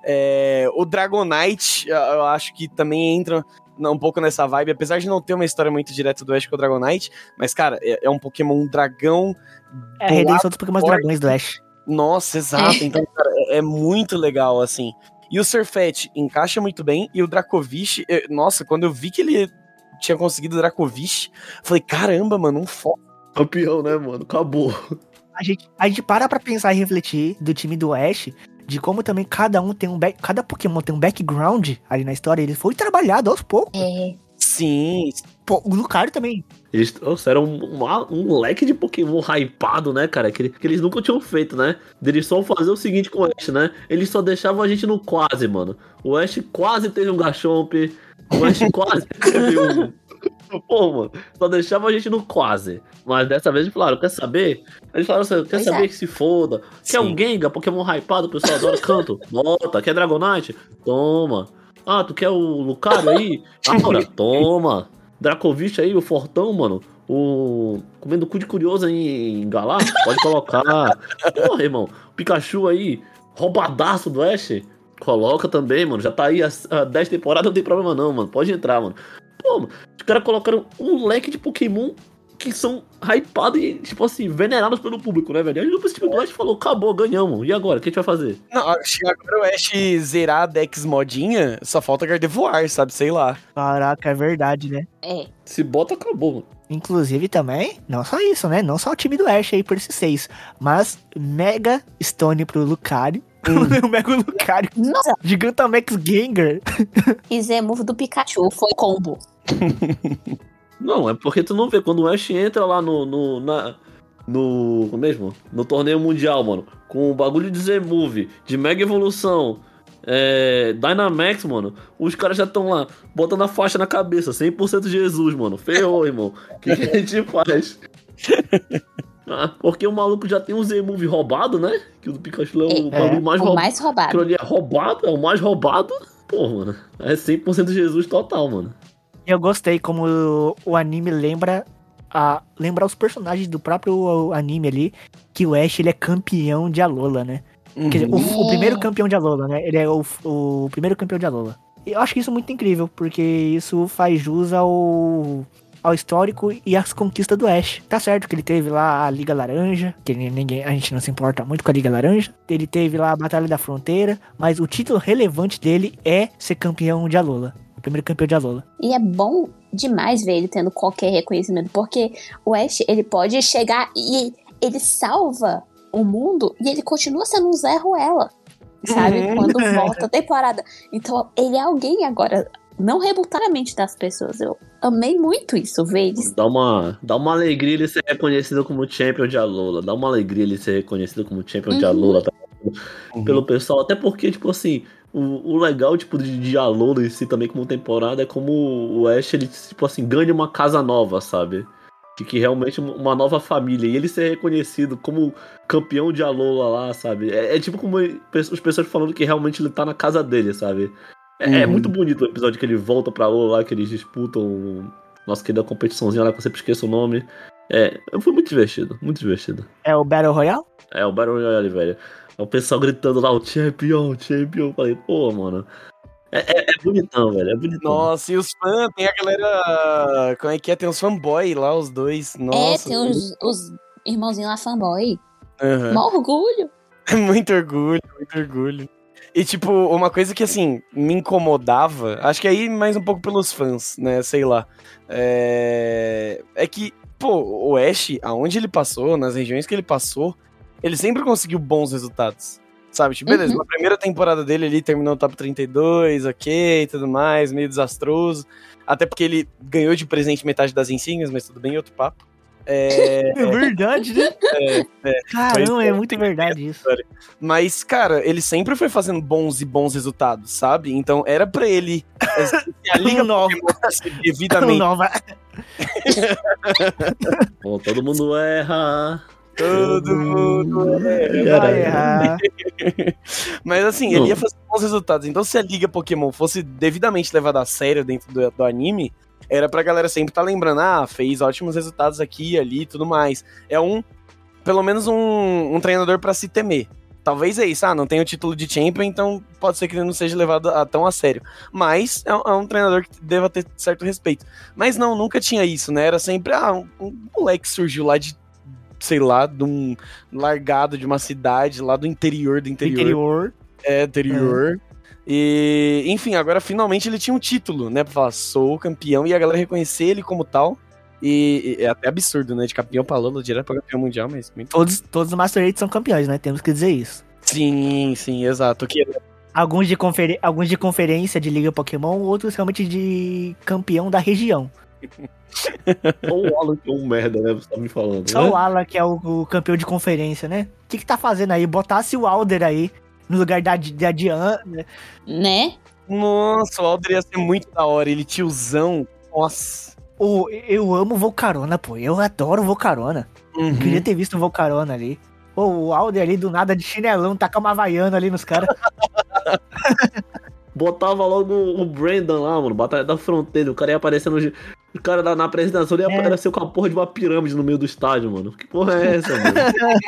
D: É, o Dragonite, eu acho que também entra um pouco nessa vibe, apesar de não ter uma história muito direta do Ash com o Dragonite. Mas, cara, é, é um Pokémon dragão.
B: É a redenção dos Pokémon
D: forte.
B: dragões do Ash.
D: Nossa, exato. Então, cara, é, é muito legal, assim. E o Surfet encaixa muito bem. E o Dracovish, eu- nossa, quando eu vi que ele tinha conseguido o Dracovish, falei, caramba, mano, um foco.
C: Campeão, né, mano? Acabou.
B: A gente, a gente para pra pensar e refletir do time do Ash, de como também cada um tem um back, cada Pokémon tem um background ali na história. Ele foi trabalhado aos poucos.
E: É,
D: Sim,
B: Pô, o Lucario também.
C: Eles trouxeram um, uma- um leque de Pokémon hypado, né, cara? Que, ele- que eles nunca tinham feito, né? Deles só fazer o seguinte com o Ash, né? Eles só deixavam a gente no quase, mano. O Ash quase teve um Garchomp. O Ash quase teve um. Pô, mano, só deixava a gente no quase. Mas dessa vez eles falaram, quer saber? Eles falaram assim, quer
E: Pois
C: saber
E: é.
C: que se foda. Quer
D: Sim.
C: um Gengar, Pokémon hypado, o pessoal adora canto? Bota. Quer Dragonite? Toma. Ah, tu quer o Lucario aí? Agora, toma. Dracovish aí, o fortão, mano. O. Comendo cu de curioso em, em Galar? Pode colocar. Porra, irmão. Pikachu aí, roubadaço do Ash. Coloca também, mano. Já tá aí há há dez temporadas, não tem problema não, mano. Pode entrar, mano. Pô, mano, os caras colocaram um leque de Pokémon que são hypados e, tipo assim, venerados pelo público, né, velho? Aí depois, tipo, o Ash falou, acabou, ganhamos. E agora? O que a gente vai fazer?
D: não, acho que agora o Ash zerar a Dex modinha, só falta Gardevoir, sabe? Sei lá.
B: Caraca, é verdade, né?
E: é.
C: Se bota, acabou, mano.
B: Inclusive também, não só isso, né? Não só o time do Ash aí por esses seis, mas Mega Stone pro Lucario. o Mega Lucario.
E: Nossa,
B: Gigantamax Gengar.
E: e Z-Move do Pikachu foi combo.
C: Não, é porque tu não vê. Quando o Ash entra lá no. no na, no. Como mesmo? No torneio mundial, mano. Com o bagulho de Z-Move, de Mega Evolução, é, Dynamax, mano. Os caras já estão lá, botando a faixa na cabeça. cem por cento Jesus, mano. Ferrou, irmão. O que, que a gente faz? Ah, porque o maluco já tem um Z-Move roubado, né? Que o do Pikachu é o
E: É,
C: bagulho mais
E: o
C: roubado.
E: mais roubado.
C: Aquilo ali é roubado, é o mais roubado. Pô, mano. É cem por cento Jesus total, mano.
B: Eu gostei como o, o anime lembra a lembra os personagens do próprio anime ali, que o Ash ele é campeão de Alola, né? Quer dizer, o, o primeiro campeão de Alola, né? Ele é o, o primeiro campeão de Alola. E eu acho isso muito incrível, porque isso faz jus ao, ao histórico e às conquistas do Ash. Tá certo que ele teve lá a Liga Laranja, que ninguém, a gente não se importa muito com a Liga Laranja. Ele teve lá a Batalha da Fronteira, mas o título relevante dele é ser campeão de Alola. O primeiro campeão de Alola.
E: E é bom demais ver ele tendo qualquer reconhecimento, porque o Ash, ele pode chegar e ele salva o mundo e ele continua sendo um Zé Ruela, sabe?
B: Uhum.
E: Quando volta a temporada. Então, ele é alguém agora, não rebutar a mente das pessoas. Eu amei muito isso, ver eles.
C: Dá uma, dá uma alegria ele ser reconhecido como champion de Alola. Dá uma alegria ele ser reconhecido como champion de
E: Uhum.
C: Alola tá? Pelo pessoal. Até porque, tipo assim, o, o legal tipo, de, de Alola em si também como temporada é como o Ash, ele, tipo assim, ganha uma casa nova, sabe? De que realmente uma nova família. E ele ser reconhecido como campeão de Alola lá, sabe? É, é tipo como as pessoas falando que realmente ele tá na casa dele, sabe? É, é
D: Uhum.
C: muito bonito o episódio que ele volta pra Alola lá, que eles disputam nossa querida competiçãozinha lá, que eu sempre esqueço o nome. É, foi muito divertido, muito divertido.
B: É o Battle Royale?
C: É, o Battle Royale, velho. É o pessoal gritando lá, o champion, champion. Eu falei, pô, mano. É, é, é bonitão, velho, é bonitão.
D: Nossa, e os fãs, tem a galera. Como é que é? Tem os fanboy lá, os dois. Nossa.
E: é, tem os, os irmãozinhos lá fanboy.
D: Aham.
E: Mó orgulho.
D: Muito orgulho, muito orgulho. E, tipo, uma coisa que, assim, me incomodava, acho que aí mais um pouco pelos fãs, né, sei lá, é, é que pô, o Ash, aonde ele passou, nas regiões que ele passou, ele sempre conseguiu bons resultados. Sabe, tipo, beleza,
E: Uhum.
D: na primeira temporada dele ele terminou no top trinta e dois, ok, e tudo mais, meio desastroso. Até porque ele ganhou de presente metade das insígnias, mas tudo bem, outro papo. É,
B: É verdade, né?
D: é, é.
B: Caramba,
D: Mas,
B: é muito verdade isso.
D: Mas, cara, ele sempre foi fazendo bons e bons resultados, sabe? Então era pra ele. Se a Liga
B: Nova.
D: Pokémon fosse devidamente.
B: Nova.
C: Bom, todo mundo erra.
D: Todo mundo.
B: Vai errar.
D: Mas assim,
C: Não.
D: ele ia fazer bons resultados. Então, se a Liga Pokémon fosse devidamente levada a sério dentro do, do anime, era pra galera sempre estar lembrando, ah, fez ótimos resultados aqui, ali e tudo mais. É um, pelo menos um, um treinador pra se temer. Talvez é isso, ah, não tem o título de Champion, então pode ser que ele não seja levado a, tão a sério. Mas é um, é um treinador que deva ter certo respeito. Mas não, nunca tinha isso, né? Era sempre, ah, um, um moleque que surgiu lá de, sei lá, de um largado de uma cidade, lá do interior do interior.
B: Interior.
D: É, interior. E, enfim, agora finalmente ele tinha um título, né? Pra falar, sou campeão, e a galera reconhecer ele como tal. E, e é até absurdo, né? De campeão pra Lola, direto pra campeão mundial, mas... muito-
B: Todos, todos os Master eight são campeões, né? Temos que dizer isso.
D: Sim, sim, exato. Que
B: Alguns de, conferi- Alguns de conferência de Liga Pokémon, outros realmente de campeão da região.
C: Só o Alan que é um merda, né? Você tá me falando.
B: Só
C: né?
B: o Alan, que é o, o campeão de conferência, né? O que que tá fazendo aí? Botasse o Alder aí no lugar da, da Diana, né?
E: Né?
D: Nossa, o Alder ia ser muito da hora. Ele tiozão. Nossa.
B: O, eu amo o Volcarona, pô. Eu adoro o Volcarona.
D: Uhum.
B: Queria ter visto o Volcarona ali. Pô, o Alder ali do nada de chinelão, tacar uma havaiana ali nos caras.
C: Botava logo o Brandon lá, mano. Batalha da Fronteira. O cara ia aparecendo. O cara da- na apresentação ele ia
B: É.
C: aparecer com a porra de uma pirâmide no meio do estádio, mano. Que porra é essa, mano?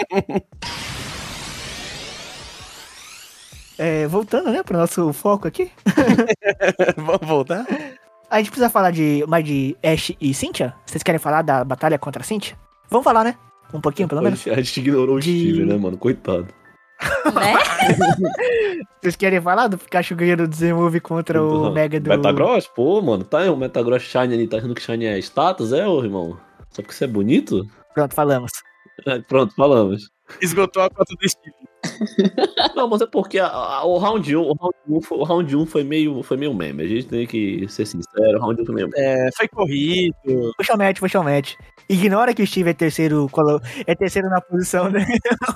B: É, voltando, né, pro nosso foco aqui.
D: Vamos voltar?
B: A gente precisa falar de mais de Ash e Cynthia? Vocês querem falar da batalha contra a Cynthia? Vamos falar, né? Um pouquinho, pelo menos.
C: A gente ignorou o
B: De-
C: Steve, né, mano? Coitado.
E: Né?
B: Vocês querem falar do Pikachu ganhando do Z-Move contra o Mega do...
C: Metagross? Pô, mano, tá aí o Metagross Shine ali, tá achando que Shine é status, é, ô irmão? Só porque você é bonito?
B: Pronto, falamos.
C: É, pronto, falamos.
D: Esgotou a cota do Steve.
C: Não, mas é porque a- a- o round um, o round um, foi, o round um foi, meio, foi meio meme. A gente tem que ser sincero, o round um foi meio meme.
D: É, foi corrido.
B: Puxa o match, puxa o match. Ignora que o Steve é terceiro, colo- é terceiro na posição, né?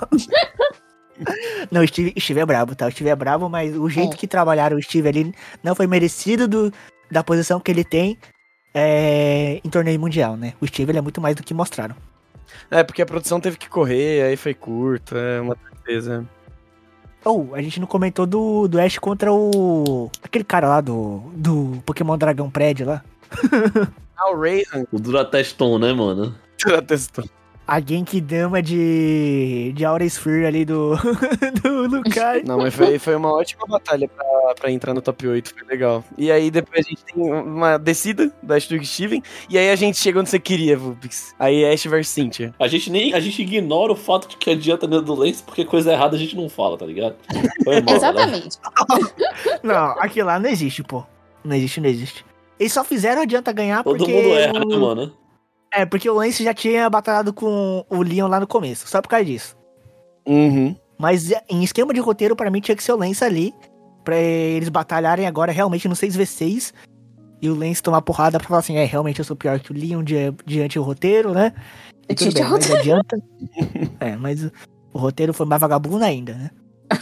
B: Não, o Steve, Steve é brabo, tá? O Steve é brabo, mas o jeito
E: É.
B: que trabalharam o Steve ali não foi merecido do, da posição que ele tem é, em torneio mundial, né? O Steve ele é muito mais do que mostraram.
D: É, porque a produção teve que correr, aí foi curto, é uma tristeza.
B: Ou, a gente não comentou do, do Ash contra o... aquele cara lá do, do Pokémon Dragão Prédio lá.
D: Ah, o Raihan
C: O Durateston, né, mano?
D: testou.
B: A Genkidama de, de Aura Sphere ali do, do Lucario.
D: Não, mas foi, foi uma ótima batalha pra, pra entrar no top oito, foi legal. E aí depois a gente tem uma descida da Ash do Steven, e aí a gente chega onde você queria, Vulpix. Aí Ash versus Cynthia.
C: A gente nem. A gente ignora o fato de que adianta dentro do Lance, porque coisa errada a gente não fala, tá ligado? Foi mal, né?
E: Exatamente.
B: Não, aquilo lá não existe, pô. Não existe, não existe. Eles só fizeram adianta ganhar
C: Todo
B: porque...
C: mundo erra,
B: o-
C: né, mano?
B: É, porque o Lance já tinha batalhado com o Leon lá no começo, só por causa disso.
D: Uhum.
B: Mas é, em esquema de roteiro, pra mim, tinha que ser o Lance ali, pra eles batalharem agora realmente no seis contra seis, e o Lance tomar porrada pra falar assim, é, realmente eu sou pior que o Leon di- diante do roteiro, né? E tudo
E: Diante
B: bem,
E: do
B: mas adianta. É, mas o, o roteiro foi mais vagabundo ainda, né?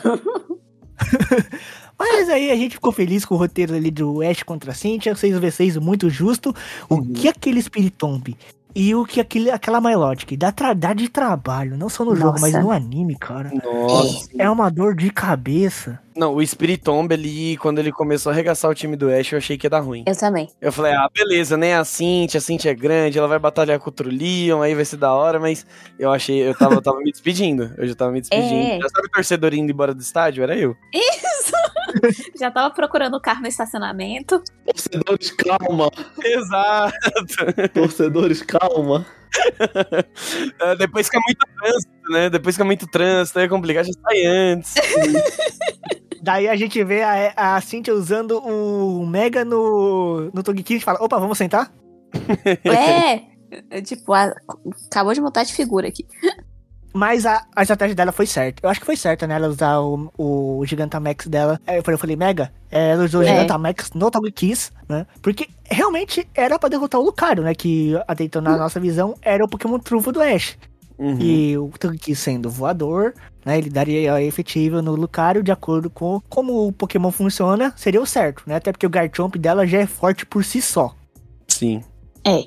B: Mas aí a gente ficou feliz com o roteiro ali do Ash contra a Cynthia, seis contra seis muito justo. O que aquele Spiritomb e o que aquele, aquela Milotic dá, tra- dá de trabalho, não só no jogo,
E: Nossa.
B: mas no anime, cara.
D: Nossa.
B: É uma dor de cabeça.
D: Não, o Spiritomb ali, quando ele começou a arregaçar o time do Ash, eu achei que ia dar ruim.
E: Eu também.
D: Eu falei, ah, beleza, né? A Cynthia, a Cynthia é grande, ela vai batalhar contra o Leon, aí vai ser da hora, mas eu achei, eu tava, eu tava me despedindo. Eu já tava me despedindo.
E: É.
D: Já sabe o torcedor indo embora do estádio? Era eu.
E: Isso! Já tava procurando o carro no estacionamento.
C: Torcedores, calma.
D: Exato.
C: Torcedores, calma.
D: É, depois fica muito trânsito, né? Depois fica muito trânsito, aí é complicado, já sai antes.
B: Daí a gente vê a, a Cynthia usando o Mega no, no Togekiss e fala, opa, vamos sentar?
E: É! É tipo, a... acabou de montar de figura aqui.
B: Mas a, a estratégia dela foi certa. Eu acho que foi certa, né? Ela usar o, o Gigantamax dela. Aí eu falei, eu falei, Mega, ela usou o
E: É.
B: Gigantamax no Togekiss, né? Porque realmente era pra derrotar o Lucario, né? Que até então, na nossa visão, era o Pokémon trunfo do Ash.
D: Uhum.
B: E o Togekiss sendo voador, né? Ele daria a efetiva no Lucario de acordo com como o Pokémon funciona, seria o certo, né? Até porque o Garchomp dela já é forte por si só.
D: Sim.
E: É.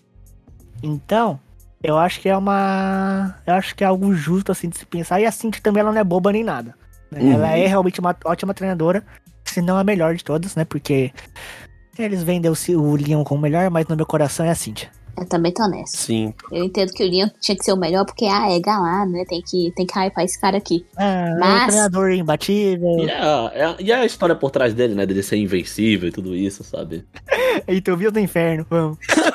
B: Então, eu acho que é uma... Eu acho que é algo justo, assim, de se pensar. E a Cintia também, ela não é boba nem nada. Né?
D: Uhum.
B: Ela é realmente uma ótima treinadora, se não a melhor de todas, né? Porque eles vendem o, o Leon como o melhor, mas no meu coração é a Cintia.
E: Eu também tô nessa.
D: Sim.
E: Eu entendo que o Leon tinha que ser o melhor, porque, ah, é galã, né? Tem que, tem que hypar esse cara aqui.
B: Ah, é um
E: Mas-
B: treinador imbatível.
C: E a, é a- e a história por trás dele, né? Dele ser invencível e tudo isso, sabe?
B: Então, viu do inferno, vamos.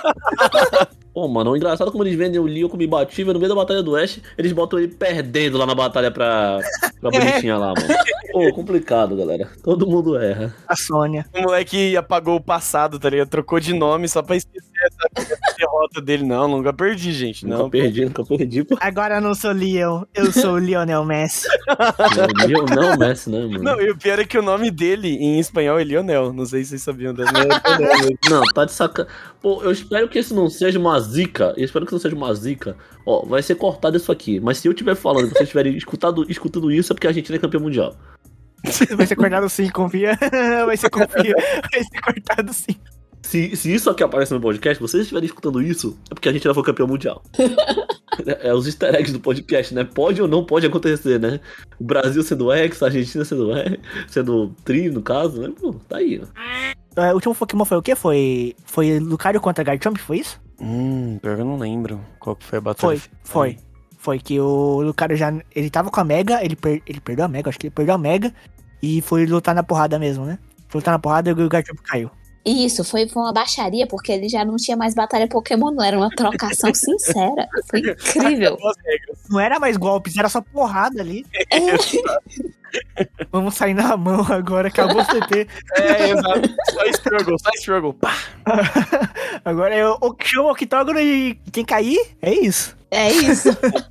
C: Pô, mano, o engraçado é como eles vendem o Leon como imbatível, no meio da batalha do Ash, eles botam ele perdendo lá na batalha pra, pra bonitinha lá, mano. Pô, complicado, galera. Todo mundo erra.
B: A Sônia.
D: O moleque apagou o passado, tá ligado? Trocou de nome só pra esquecer essa, essa derrota dele. Não, nunca perdi, gente.
C: Nunca
D: Não,
C: perdi, nunca perdi, pô.
B: Agora eu não sou Leon, eu sou o Lionel Messi.
C: O Leon não, o Messi, né, mano?
D: Não, e o pior é que o nome dele em espanhol é Lionel. Não sei se vocês sabiam dessa. Não, é Lionel mesmo.
C: Não, tá de saca. Pô, eu espero que isso não seja uma zica. Eu espero que isso não seja uma zica. Ó, vai ser cortado isso aqui. Mas se eu estiver falando e vocês estiverem escutado, escutando isso, é porque a gente não é campeão mundial.
B: Vai ser cortado sim, confia. Vai ser confia. Vai ser cortado sim.
C: Se, se isso aqui aparece no podcast, vocês estiverem escutando isso, é porque a gente já foi campeão mundial. É, é os easter eggs do podcast, né? Pode ou não pode acontecer, né? O Brasil sendo ex, a Argentina sendo ex, sendo tri, no caso, né? Pô, tá aí, ó.
B: É, o último Pokémon foi o quê? Foi, foi Lucario contra Garchomp, foi isso?
D: Hum, pior que eu não lembro qual que foi a batalha.
B: Foi, foi. Foi que o Lucario já... Ele tava com a Mega, ele, per, ele perdeu a Mega, acho que ele perdeu a Mega. E foi lutar na porrada mesmo, né? Foi lutar na porrada e o Garchomp caiu.
E: Isso, foi, foi uma baixaria, porque ele já não tinha mais batalha Pokémon, não. Era uma trocação sincera. Foi incrível.
B: Não era mais golpes, era só porrada ali. Vamos sair na mão agora, acabou o C T.
D: É, exato. Só struggle, só struggle. Pá.
B: Agora é o Chama o Octógono e quem cair, é isso.
E: É isso.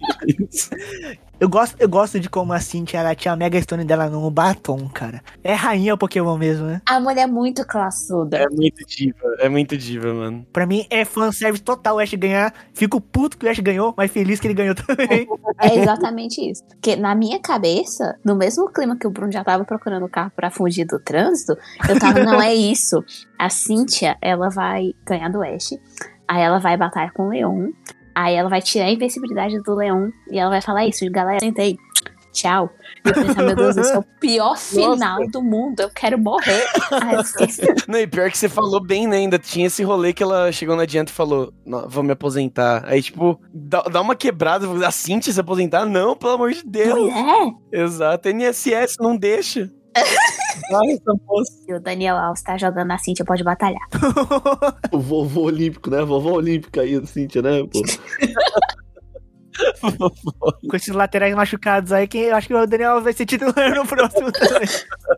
B: Eu gosto, eu gosto de como a Cintia, ela tinha a Mega Stone dela no batom, cara. É rainha Pokémon mesmo, né?
E: A mulher é muito classuda.
D: É muito diva, é muito diva, mano.
B: Pra mim é fanservice total o Ash ganhar. Fico puto que o Ash ganhou, mas feliz que ele ganhou também.
E: É exatamente isso. Porque na minha cabeça, no mesmo clima que o Bruno já tava procurando o carro pra fugir do trânsito, eu tava, não é isso. A Cynthia, ela vai ganhar do Ash, aí ela vai batalhar com o Leon, aí ela vai tirar a invencibilidade do Leon e ela vai falar isso, galera, sentei, tchau. E eu pensei, meu Deus, esse é o pior final do mundo, eu quero morrer. Aí eu esqueci.
D: Não, e pior que você falou bem, né? Ainda tinha esse rolê que ela chegou na diante e falou, "Não, vou me aposentar." Aí, tipo, dá, dá uma quebrada, a Cintia se aposentar? Não, pelo amor de Deus.
E: Mulher!
D: Exato, N S S não deixa. Ai, essa moça.
E: E o Daniel Alves tá jogando a Cynthia, pode batalhar.
C: O vovô olímpico, né? Vovó olímpica aí, Cíntia, né, pô?
B: Com esses laterais machucados aí, que eu acho que o Daniel vai ser titular no próximo também.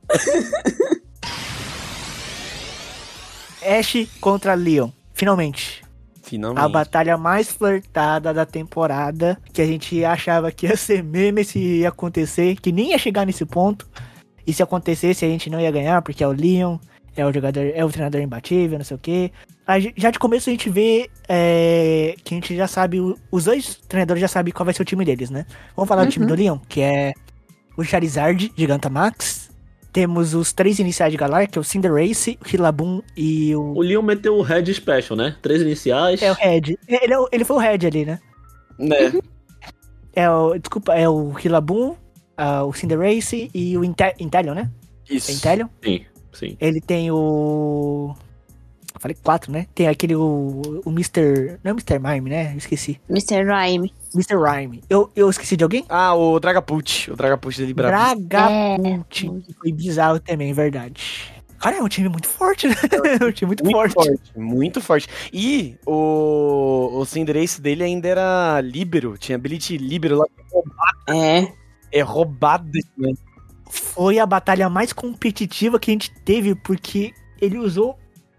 B: Ash contra Leon. Finalmente.
D: Finalmente.
B: A batalha mais flertada da temporada, que a gente achava que ia ser meme se ia acontecer, que nem ia chegar nesse ponto. E se acontecesse, a gente não ia ganhar, porque é o Leon, é o jogador, é o treinador imbatível, não sei o quê. Aí, já de começo a gente vê é, que a gente já sabe, os dois treinadores já sabem qual vai ser o time deles, né? Vamos falar
E: Uhum.
B: do time do Leon, que é o Charizard, Gigantamax. Temos os três iniciais de Galar, que é o Cinderace, o Rillaboom e o...
C: O Leon meteu o Red Special, né? Três iniciais.
B: É o Red. Ele, é o- ele foi o Red ali, né?
D: Né?
B: É o, desculpa, é o Rillaboom, uh, o Cinderace e o Inte- Inteleon, né?
D: Isso.
B: É Inteleon.
C: Sim, sim.
B: Ele tem o... Eu falei quatro, né? Tem aquele, o, o mister Não é mister Mime, né? Eu esqueci.
E: mister Rhyme.
B: mister Rhyme. Eu, eu esqueci de alguém?
D: Ah, o Dragapult. O Dragapult dele brabo.
B: Dragapult.
E: É.
B: Foi bizarro também, verdade. Cara, é um time muito forte, né? É um time muito,
D: Muito
B: forte.
D: forte. muito forte. E o, o Cinderace dele ainda era líbero, tinha ability líbero lá.
E: É.
D: É roubado, né?
B: Foi a batalha mais competitiva que a gente teve, porque ele usou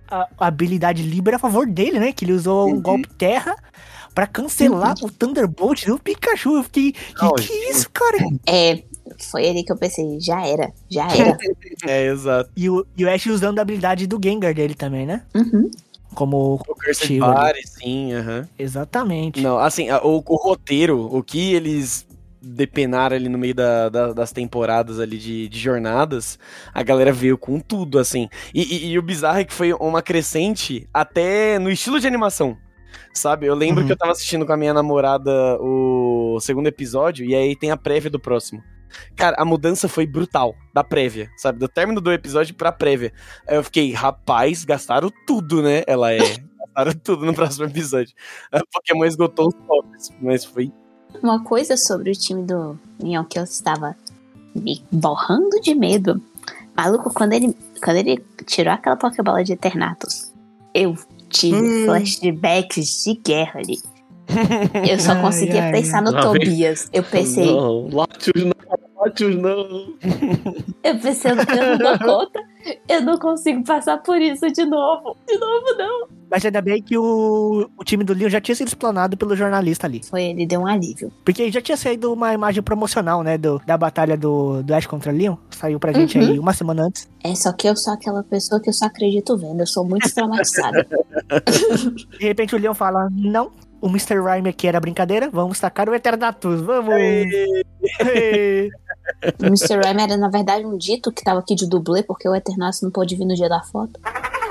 B: a, a habilidade Libra a favor dele, né? Que ele usou um
D: Uhum.
B: golpe terra pra cancelar o Thunderbolt do Pikachu. Eu fiquei, que
D: Não,
B: que é isso, cara?
E: É, foi ali que eu pensei, já era, já era.
D: É, exato.
B: E o, e o Ash usando a habilidade do Gengar dele também, né?
E: Uhum.
B: Como
D: O Cursed
B: Tio ali.
D: Party, sim, aham.
B: Exatamente.
D: Não, assim, a- o, o roteiro, o que eles depenaram ali no meio da- da- das temporadas ali de, de jornadas, a galera veio com tudo, assim. E, e- e o bizarro é que foi uma crescente até no estilo de animação, sabe? Eu lembro
B: Uhum.
D: que eu tava assistindo com a minha namorada o segundo episódio, e aí tem a prévia do próximo. Cara, a mudança foi brutal, da prévia, sabe? Do término do episódio pra prévia. Aí eu fiquei, rapaz, gastaram tudo, né? Ela é... gastaram tudo no próximo episódio. A Pokémon esgotou os toques, mas foi...
E: Uma coisa sobre o time do Leon que eu estava me borrando de medo. Maluco, quando ele, quando ele tirou aquela Pokébola de Eternatus, eu tive
B: Hum.
E: flashbacks de guerra ali. Eu só
B: Ai,
E: conseguia
B: ai.
E: pensar no
C: Lá vem.
E: Tobias. Eu pensei,
C: Não, Latios não, Latios não.
E: eu pensei, eu não dou conta. Eu não consigo passar por isso de novo. De novo, não.
B: Mas ainda bem que o, o time do Leon já tinha sido explanado pelo jornalista ali.
E: Foi, ele deu um alívio.
B: Porque já tinha saído uma imagem promocional, né? Do, da batalha do, do Ash contra Leon. Saiu pra gente
E: Uhum.
B: aí uma semana antes.
E: É só que eu sou aquela pessoa que eu só acredito vendo. Eu sou muito traumatizada.
B: De repente o Leon fala, não, o mister Rhyme aqui era brincadeira, vamos tacar o Eternatus, vamos! Ei.
E: O mister Rhyme era, na verdade, um dito que tava aqui de dublê, porque o Eternatus não pôde vir no dia da foto.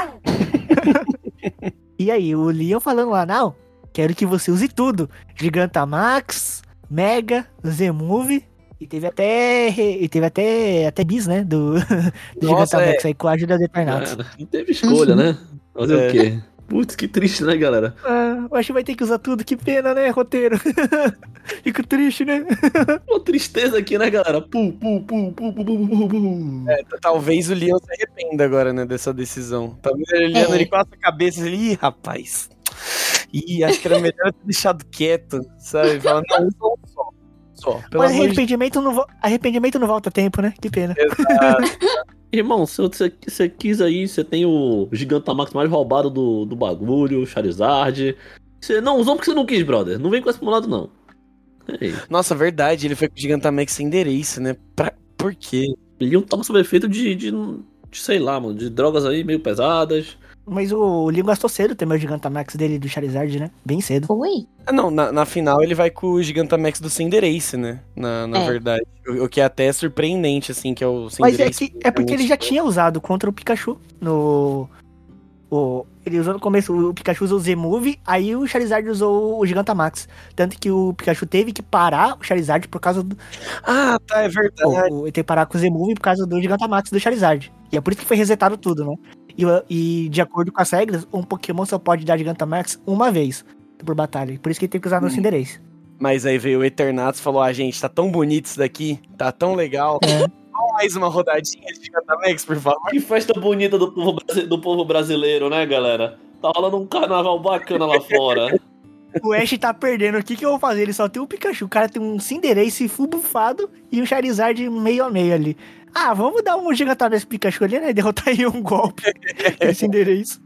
B: E aí, o Leon falando lá, não, quero que você use tudo. Gigantamax, Mega, Z-Move, e teve até, e teve até, até bis, né, do, do
D: Nossa,
B: Gigantamax aí com a ajuda do Eternatus.
C: Cara, não teve escolha,
E: Uhum.
C: né? Fazer
D: É.
C: o quê? Putz, que triste, né, galera?
B: Ah, eu acho que vai ter que usar tudo, que pena, né, roteiro? Fico triste, né?
C: Uma tristeza aqui, né, galera? Pu, pu, pu, pu, pu, pu, pu, pu.
D: É, talvez o Leon se arrependa agora, né, dessa decisão. Talvez ele olhando
E: É.
D: ele com a cabeça ali, ih, rapaz. Ih, acho que era melhor ter deixado quieto, sabe? Falando, não, só um só. Só, pelo
B: Mas
D: amor de
B: arrependimento não, vo- arrependimento não volta a tempo, né? Que pena.
D: Deus.
C: Irmão, se você, você quis aí, você tem o Gigantamax mais roubado do, do bagulho, o Charizard. Você não usou porque você não quis, brother. Não vem com esse pro lado, não. Ei,
D: Nossa, verdade, ele foi com o Gigantamax sem endereço, né? Pra... Por quê?
C: ele tava sob efeito de, de, de, sei lá, mano, de drogas aí meio pesadas.
B: Mas o Leon gastou cedo também o Gigantamax dele do Charizard, né? Bem cedo.
E: Foi?
D: Ah, não, na, na final ele vai com o Gigantamax do Cinderace, né? Na, na
E: É.
D: verdade. O, o que é até surpreendente, assim, que é o
B: Mas
D: Cinderace.
B: é, que, é porque ele já tinha usado contra o Pikachu no... O, ele usou no começo, o Pikachu usou o Z-Move, aí o Charizard usou o Gigantamax. Tanto que o Pikachu teve que parar o Charizard por causa do...
D: Ah, tá, é verdade.
B: O, o, ele teve que parar com o Z-Move por causa do Gigantamax do Charizard. E é por isso que foi resetado tudo, né? E, o- e de acordo com as regras, um Pokémon só pode dar Gigantamax uma vez por batalha. Por isso que ele teve que usar no Cinderace.
D: Mas aí veio o Eternatus e falou, ah, gente, tá tão bonito isso daqui, tá tão legal.
B: É.
D: Vamos mais uma rodadinha de Gigantamax, por favor.
C: Que festa bonita do povo, brasi- do povo brasileiro, né, galera? Tá rolando um carnaval bacana lá fora.
B: O Ash tá perdendo, o que que eu vou fazer? Ele só tem um Pikachu, o cara tem um Cinderace full buffado e um Charizard meio a meio ali. Ah, vamos dar um Gigantamax pro Pikachu ali, né? Derrotar aí um golpe. Aquele Cinderace.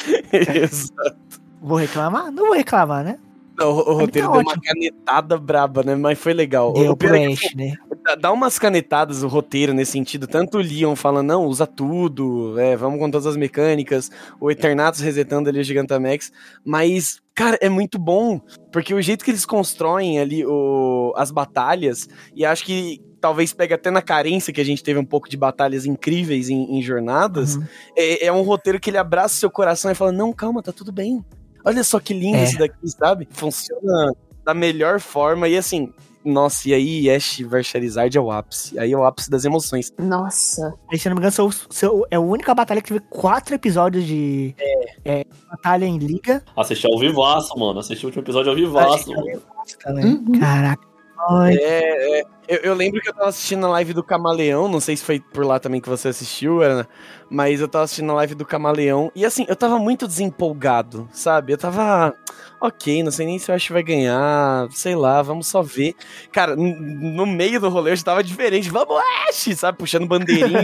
D: Exato.
B: Vou reclamar? Não vou reclamar, né?
D: Não, o, o roteiro
B: tá
D: deu uma
B: ótimo.
D: canetada braba, né? Mas foi legal.
B: Deu
D: o pior
B: pro
D: é que,
B: Ash, né?
D: dá- dá umas canetadas o roteiro nesse sentido. Tanto o Leon falando, não, usa tudo, é, vamos com todas as mecânicas. O Eternatus resetando ali o Gigantamax. Mas, cara, é muito bom. Porque o jeito que eles constroem ali o, as batalhas, e acho que talvez pegue até na carência que a gente teve um pouco de batalhas incríveis em, em jornadas,
B: Uhum.
D: é, é um roteiro que ele abraça o seu coração e fala, não, calma, tá tudo bem. Olha só que lindo
B: É.
D: isso daqui, sabe? Funciona da melhor forma e assim, nossa, e aí Ash versus Charizard é o ápice. Aí é o ápice das emoções.
E: Nossa.
B: Aí, se eu não me engano, sou, sou- é a única batalha que teve quatro episódios de é, batalha em liga.
C: Assisti ao vivaço, mano. Assisti o último episódio ao vivaço.
B: Também.
E: Uhum.
B: Caraca. Ai,
D: É, é, eu, eu lembro que eu tava assistindo a live do Camaleão, não sei se foi por lá também que você assistiu, Ana, mas eu tava assistindo a live do Camaleão, e assim, eu tava muito desempolgado, sabe? Eu tava, ok, não sei nem se eu acho que vai ganhar, sei lá, vamos só ver. Cara, n- no meio do rolê eu já tava diferente, vamos Ash, sabe? Puxando bandeirinha.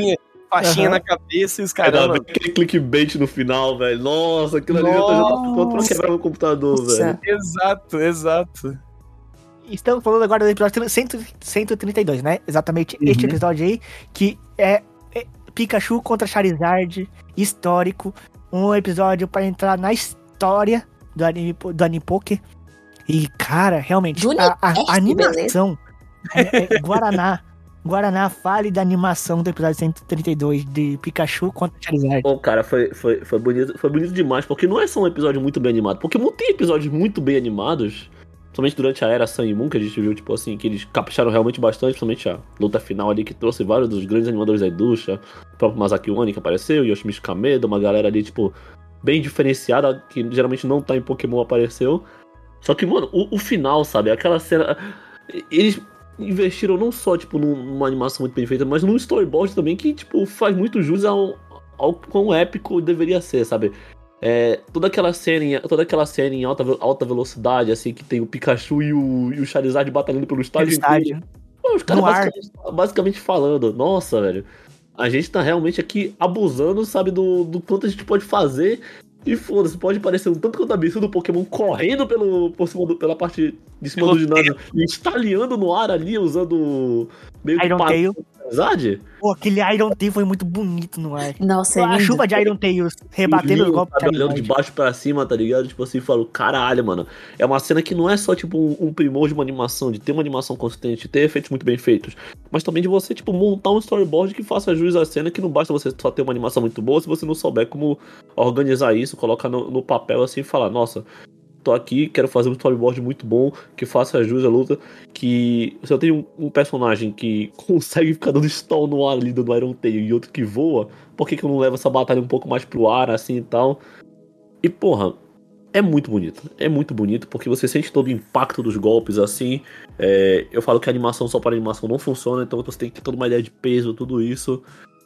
D: faixinha
B: Uhum.
D: na cabeça e os
C: Cara,
D: caramba.
C: aquele clickbait no final, velho. Nossa, aquilo ali já tá, já tá pronto pra quebrar meu computador,
E: Nossa.
C: velho.
D: Exato, exato.
B: Estamos falando agora do episódio cento e trinta e dois, né? Exatamente este
C: Uhum.
B: episódio aí, que é, é Pikachu contra Charizard, histórico. Um episódio para entrar na história do anime, do anime Poké. E, cara, realmente,
E: Do
B: a, a-
E: universo,
B: a animação, é, é, Guaraná, Guaraná, fale da animação do episódio cento e trinta e dois de Pikachu contra Charizard.
C: Pô, cara, foi, foi, foi, bonito, foi bonito demais, porque não é só um episódio muito bem animado. Pokémon tem episódios muito bem animados, principalmente durante a era Sun e Moon, que a gente viu, tipo assim, que eles capricharam realmente bastante, principalmente a luta final ali, que trouxe vários dos grandes animadores da indústria, o próprio Masaki Onni que apareceu, Yoshimitsu Kameda, uma galera ali, tipo, bem diferenciada, que geralmente não tá em Pokémon, apareceu. Só que, mano, o, o final, sabe, aquela cena... Eles investiram não só, tipo, num- numa animação muito bem feita, mas num storyboard também que, tipo, faz muito jus ao, ao quão épico deveria ser, sabe? É, toda aquela cena, em, toda aquela cena em alta, ve- alta velocidade, assim, que tem o Pikachu e o, e o Charizard batalhando pelo estádio
B: Estádio.
C: inteiro. Pô, os caras
B: No ar.
C: basicamente, basicamente falando, nossa, velho, a gente tá realmente aqui abusando, sabe, do, do quanto a gente pode fazer. E foda-se, pode parecer um tanto quanto absurdo o Pokémon correndo pelo, por cima do, pela parte de cima do ginásio e estaleando no ar ali, usando meio que
B: Iron
C: para-
B: Tail.
C: Charizard.
B: Pô, aquele Iron Tail foi muito bonito no ar.
E: Nossa, é
B: A
E: lindo.
B: chuva de Iron Tails rebatendo os
C: Lindo,
B: golpes
C: sabe,
B: de
C: olhando de
B: Charizard.
C: baixo pra cima, tá ligado? Tipo assim, falo, caralho, mano. É uma cena que não é só, tipo, um, um primor de uma animação, de ter uma animação consistente, de ter efeitos muito bem feitos, mas também de você, tipo, montar um storyboard que faça jus à cena, que não basta você só ter uma animação muito boa se você não souber como organizar isso, colocar no, no papel assim e falar, nossa, tô aqui, quero fazer um storyboard muito bom, que faça jus à luta, que se eu tenho um, um personagem que consegue ficar dando stall no ar ali, dando Iron Tail, e outro que voa, por que que eu não levo essa batalha um pouco mais pro ar, assim e tal? E, porra, é muito bonito. É muito bonito, porque você sente todo o impacto dos golpes, assim. É, eu falo que a animação só para animação não funciona, então você tem que ter toda uma ideia de peso, tudo isso.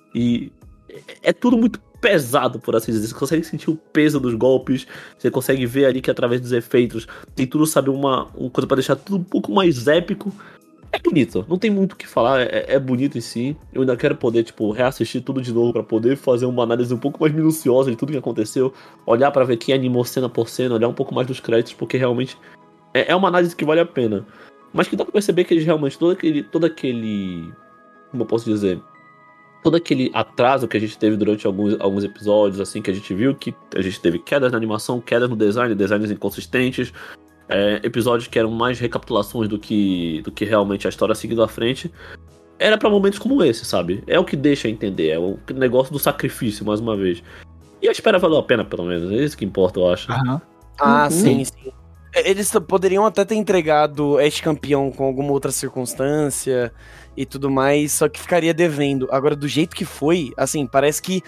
C: E é, é tudo muito pesado, por assim dizer. Você consegue sentir o peso dos golpes, você consegue ver ali que através dos efeitos tem tudo, sabe, uma, uma coisa pra deixar tudo um pouco mais épico. É bonito, não tem muito o que falar, é, é bonito em si. Eu ainda quero poder, tipo, reassistir tudo de novo pra poder fazer uma análise um pouco mais minuciosa de tudo que aconteceu, olhar pra ver quem animou cena por cena, olhar um pouco mais dos créditos, porque realmente é, é uma análise que vale a pena. Mas que dá pra perceber que eles realmente, todo aquele, todo aquele, como eu posso dizer, todo aquele atraso que a gente teve durante alguns, alguns episódios, assim, que a gente viu que a gente teve quedas na animação, quedas no design, designs inconsistentes, é, episódios que eram mais recapitulações do que, do que realmente a história seguindo à frente, era pra momentos como esse, sabe? É o que deixa entender, é o negócio do sacrifício, mais uma vez. E a espera valeu a pena, pelo menos, é isso que importa, eu acho.
B: Aham.
D: Ah,
E: Uhum.
D: sim, sim. Eles t- poderiam até ter entregado este campeão com alguma outra circunstância e tudo mais, só que ficaria devendo. Agora, do jeito que foi, assim, parece que,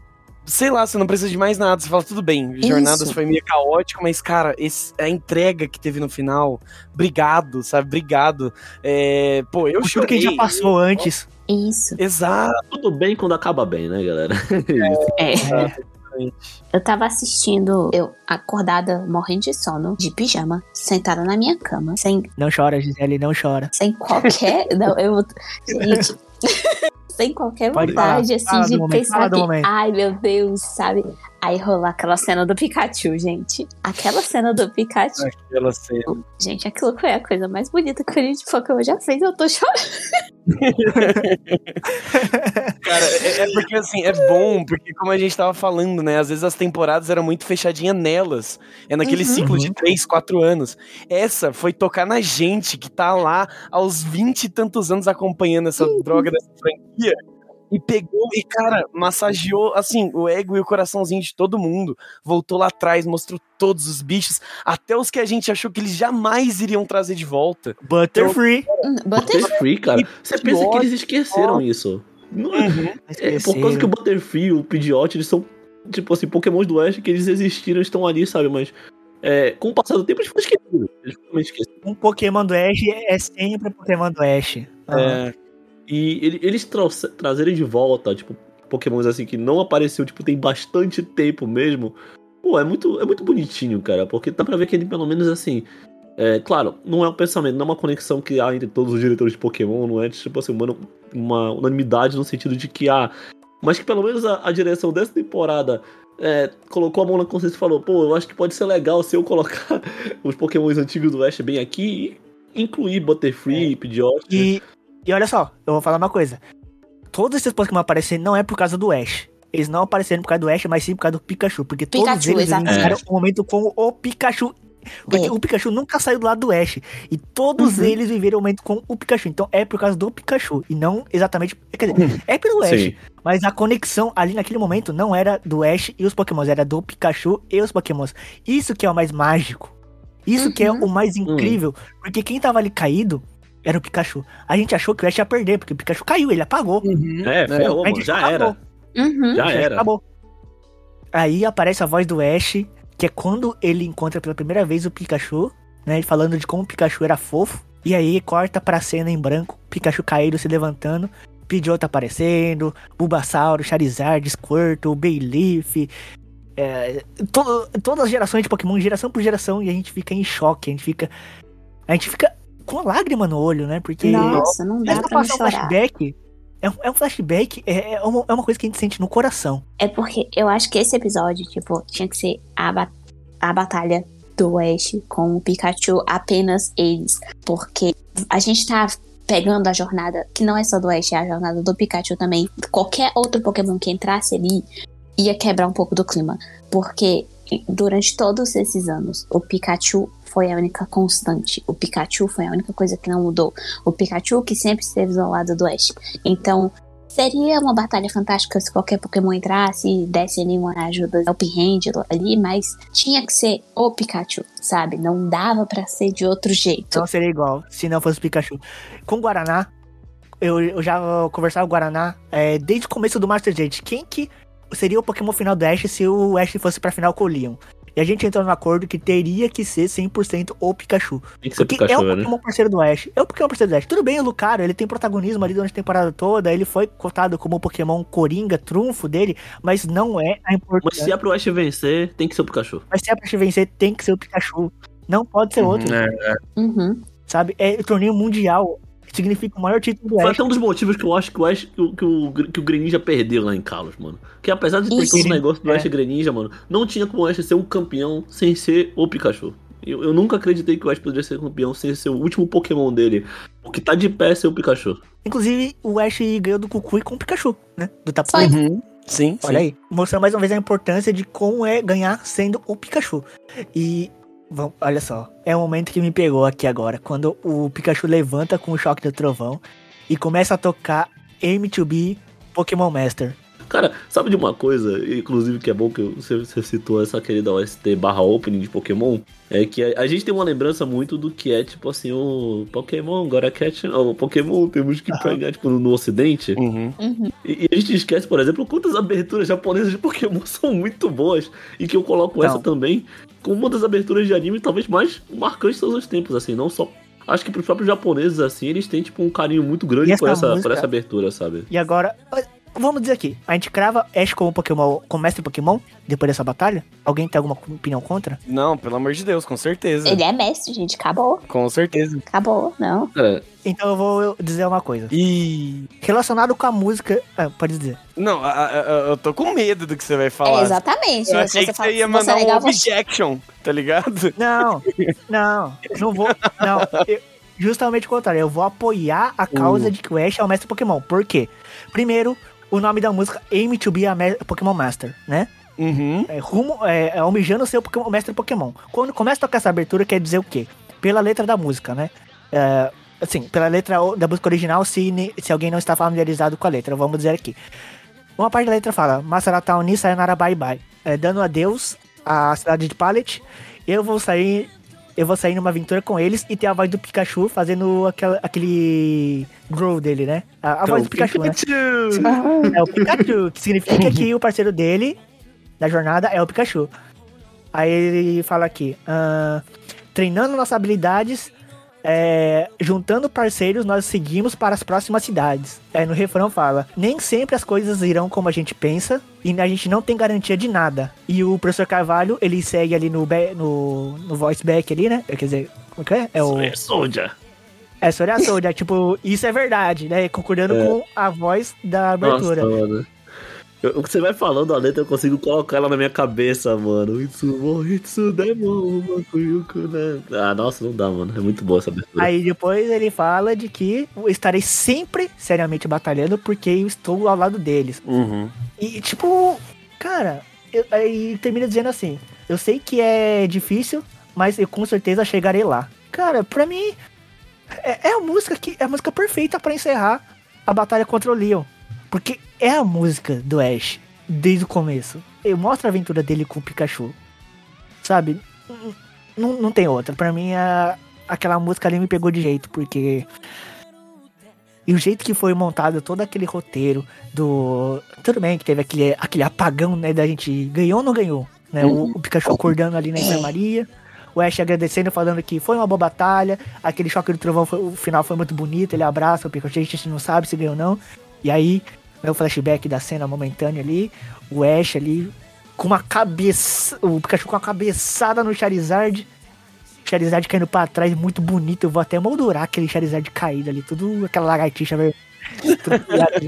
D: sei lá, você não precisa de mais nada. Você fala, tudo bem, Jornadas
E: Isso.
D: foi meio caótico, mas, cara, esse, a entrega que teve no final, obrigado, sabe? Obrigado. É, pô, eu
B: Por tudo que a gente já
D: chorei.
B: passou antes.
E: Isso.
D: Exato.
C: Tudo bem quando acaba bem, né, galera?
E: É.
B: É.
E: Eu tava assistindo, eu acordada, morrendo de sono, de pijama, sentada na minha cama, sem,
B: Não chora, Gisele, não chora.
E: sem qualquer. Não, eu. Gente. Sem qualquer
B: Pode
E: vontade,
B: falar.
E: assim,
B: Fala do
E: de
B: momento, fala
E: pensar
B: do
E: que.
B: momento.
E: Ai, meu Deus, sabe? Aí rolar aquela cena do Pikachu, gente. Aquela cena do Pikachu.
D: Aquela cena.
E: Gente, aquilo foi a coisa mais bonita que o anime de Pokémon já fez. Eu tô chorando.
D: Cara, é, é porque assim, é bom, porque como a gente tava falando, né? Às vezes as temporadas eram muito fechadinhas nelas. É naquele
E: Uhum.
D: ciclo de três, quatro anos. Essa foi tocar na gente, que tá lá aos vinte e tantos anos acompanhando essa droga dessa franquia. E pegou e, cara, massageou, assim, o ego e o coraçãozinho de todo mundo. Voltou lá atrás, mostrou todos os bichos, até os que a gente achou que eles jamais iriam trazer de volta.
B: Butterfree.
E: Hum, Butterfree.
C: Butterfree, cara. Você
D: Que
C: pensa que
D: ótimo.
C: eles esqueceram isso. Não é, é por causa que o Butterfree, o Pidgeot, eles são, tipo assim, Pokémons do Oeste que eles existiram, estão ali, sabe? Mas é, com o passar do tempo eles foram esquecidos. Eles foram esquecidos.
B: Um Pokémon do Ash é sempre Pokémon do Ash. Aham.
D: É,
C: E ele- eles trouxe- trazerem de volta, tipo, Pokémons assim que não apareceu, tipo, tem bastante tempo mesmo. Pô, é muito, é muito bonitinho, cara, porque dá pra ver que ele, pelo menos, assim. É, claro, não é um pensamento, não é uma conexão que há entre todos os diretores de Pokémon, não é tipo assim, uma, uma unanimidade no sentido de que, ah, mas que pelo menos a, a direção dessa temporada é, colocou a mão na consciência e falou, pô, eu acho que pode ser legal se eu colocar os Pokémons antigos do Ash bem aqui e incluir Butterfree, é. Pidgeot.
B: E, e olha só, eu vou falar uma coisa. Todos esses Pokémon aparecendo não é por causa do Ash. Eles não apareceram por causa do Ash, mas sim por causa do Pikachu. Porque
E: Pikachu,
B: todos eles iniciaram o é. um momento com o Pikachu. Porque é. o Pikachu nunca saiu do lado do Ash. E todos uhum. eles viveram o momento com o Pikachu. Então é por causa do Pikachu. E não exatamente... Quer dizer, é pelo Ash. Sim. Mas a conexão ali naquele momento não era do Ash e os Pokémons. Era do Pikachu e os Pokémons. Isso que é o mais mágico. Isso uhum. que é o mais incrível. Uhum. Porque quem tava ali caído era o Pikachu. A gente achou que o Ash ia perder. Porque o Pikachu caiu, ele apagou.
C: Uhum. É, ferrou, mano. Já apagou. era.
E: Uhum.
C: Já era.
B: Acabou. Aí aparece a voz do Ash... Que é quando ele encontra pela primeira vez o Pikachu, né? Falando de como o Pikachu era fofo. E aí corta pra cena em branco, Pikachu caído, se levantando, Pidgeot tá aparecendo, Bulbasaur, Charizard, Squirtle, Bayleaf, é, to, todas as gerações de Pokémon, geração por geração, e a gente fica em choque, a gente fica... A gente fica com a lágrima no olho, né? Porque...
E: Nossa, não dá pra não chorar.
B: Flashback, é, um, é um flashback, é, é, uma, é uma coisa que a gente sente no coração.
E: É porque eu acho que esse episódio, tipo, tinha que ser a, ba- a batalha do Ash com o Pikachu, apenas eles. Porque a gente tá pegando a jornada, que não é só do Ash, é a jornada do Pikachu também. Qualquer outro Pokémon que entrasse ali ia quebrar um pouco do clima. Porque durante todos esses anos, o Pikachu foi a única constante. O Pikachu foi a única coisa que não mudou. O Pikachu que sempre esteve ao lado do Ash. Então, seria uma batalha fantástica se qualquer Pokémon entrasse e desse ali uma ajuda Help-Hand ali, mas tinha que ser o Pikachu, sabe? Não dava pra ser de outro jeito.
B: Não seria igual, se não fosse o Pikachu. Com o Guaraná, eu, eu já conversava com o Guaraná é, desde o começo do Master Jet. Quem que seria o Pokémon final do Ash se o Ash fosse pra final com o Leon? E a gente entrou no acordo que teria que ser cem por cento o Pikachu.
C: Tem que ser
B: porque
C: Pikachu,
B: é o Pokémon
C: né?
B: parceiro do Ash. É o Pokémon parceiro do Ash. Tudo bem, o Lucario, ele tem protagonismo ali durante a temporada toda. Ele foi cotado como o Pokémon Coringa, trunfo dele. Mas não é a importância.
C: Mas se é pro Ash vencer, tem que ser o Pikachu.
B: Mas se é pra Ash vencer, tem que ser o Pikachu. Não pode ser
C: uhum,
B: outro.
C: É, é.
E: Uhum.
B: Sabe? É o torneio mundial. Significa o maior título do Ash.
C: Foi até um dos motivos que eu acho que o Ash, que o, que o, que o Greninja perdeu lá em Kalos, mano. Que apesar de ter todo o negócio do é. Ash e Greninja, mano, não tinha como o Ash ser um campeão sem ser o Pikachu. Eu, eu nunca acreditei que o Ash poderia ser campeão sem ser o último Pokémon dele. O que tá de pé é ser o Pikachu.
B: Inclusive, o Ash ganhou do Kukui com o Pikachu, né? Do Tapu.
D: Uhum. Sim,
B: Olha
D: sim.
B: aí. Mostrando mais uma vez a importância de como é ganhar sendo o Pikachu. E... Vamos, olha só, é o momento que me pegou aqui agora, quando o Pikachu levanta com o choque do trovão e começa a tocar M dois B Pokémon Master.
C: Cara, sabe de uma coisa, inclusive que é bom que você, você citou essa querida O S T barra opening de Pokémon, é que a, a gente tem uma lembrança muito do que é, tipo assim, o Pokémon, agora catch, o Pokémon temos que pegar, tipo, no, no ocidente.
D: Uhum.
E: Uhum.
C: E, e a gente esquece, por exemplo, quantas aberturas japonesas de Pokémon são muito boas, e que eu coloco
B: Não.
C: essa também como uma das aberturas de anime talvez mais marcantes de todos os tempos, assim, não só... Acho que pros próprios japoneses, assim, eles têm, tipo, um carinho muito grande
B: essa
C: por essa,
B: música...
C: por essa abertura, sabe?
B: E agora, vamos dizer aqui, a gente crava Ash como Pokémon, como mestre Pokémon, depois dessa batalha? Alguém tem alguma opinião contra?
D: Não, pelo amor de Deus, com certeza.
E: Ele é mestre, gente, acabou.
D: Com certeza.
E: Acabou, não.
C: É.
B: Então eu vou dizer uma coisa.
D: E...
B: Relacionado com a música... Ah, pode dizer.
D: Não, a, a, a, eu tô com medo do que você vai falar.
E: É, exatamente.
D: Eu achei
E: você
D: que
E: fala,
D: você ia
E: se
D: mandar
E: você é legal,
D: um
E: você-
D: objection, tá ligado?
B: Não, não, não vou... Não, eu, justamente o contrário. Eu vou apoiar a causa
D: Uh.
B: de que o Ash é o mestre Pokémon. Por quê? Primeiro, o nome da música Aim to be a Me- Pokémon Master, né?
D: Uhum.
B: É, rumo, é, é almejando ser o Pokémon, o mestre Pokémon. Quando começa a tocar essa abertura, quer dizer o quê? Pela letra da música, né? É, assim, pela letra o- da música original, se, ne- se alguém não está familiarizado com a letra, vamos dizer aqui. Uma parte da letra fala, Masaratao ni sayonara bye bye. É, dando adeus à cidade de Pallet. Eu vou sair... Eu vou sair numa aventura com eles e ter a voz do Pikachu fazendo aquela, aquele grow dele, né? A, a voz do Pikachu, né? É o Pikachu, que significa que o parceiro dele na jornada é o Pikachu. Aí ele fala aqui, ah, treinando nossas habilidades, é, juntando parceiros, nós seguimos para as próximas cidades. Aí no refrão fala, nem sempre as coisas irão como a gente pensa e a gente não tem garantia de nada. E o professor Carvalho, ele segue ali no, be- no, no voice back ali, né? Quer dizer, como que é? É o...
C: É Soldier.
B: É Soria Soldier, tipo, isso é verdade, né? Concordando
C: É.
B: com a voz da abertura.
C: Nossa, mano. Eu- Você vai falando a letra, eu consigo colocar ela na minha cabeça, mano. Itsumo, Itsudemo, Bakuyuku, né? Ah, nossa, não dá, mano. É muito boa essa abertura.
B: Aí depois ele fala de que eu estarei sempre seriamente batalhando porque eu estou ao lado deles.
D: Uhum.
B: E tipo, cara, eu- aí termina dizendo assim, eu sei que é difícil, mas eu com certeza chegarei lá. Cara, pra mim, é, é a música que é a música perfeita pra encerrar a batalha contra o Leon. Porque é a música do Ash, desde o começo. Eu mostro a aventura dele com o Pikachu. Sabe? N- Não, não tem outra. Pra mim, a, aquela música ali me pegou de jeito, porque... E o jeito que foi montado todo aquele roteiro do... Tudo bem que teve aquele, aquele apagão, né, da gente... Ganhou ou não ganhou? Né? O, o Pikachu acordando ali na enfermaria. O Ash agradecendo, falando que foi uma boa batalha. Aquele choque do trovão, foi, o final foi muito bonito. Ele abraça o Pikachu, a gente não sabe se ganhou ou não. E aí, né, o flashback da cena momentânea ali. O Ash ali com uma cabeça... O Pikachu com uma cabeçada no Charizard. Charizard caindo pra trás, muito bonito. Eu vou até moldurar aquele Charizard caído ali. Tudo aquela lagartixa, velho. Tudo piradinho.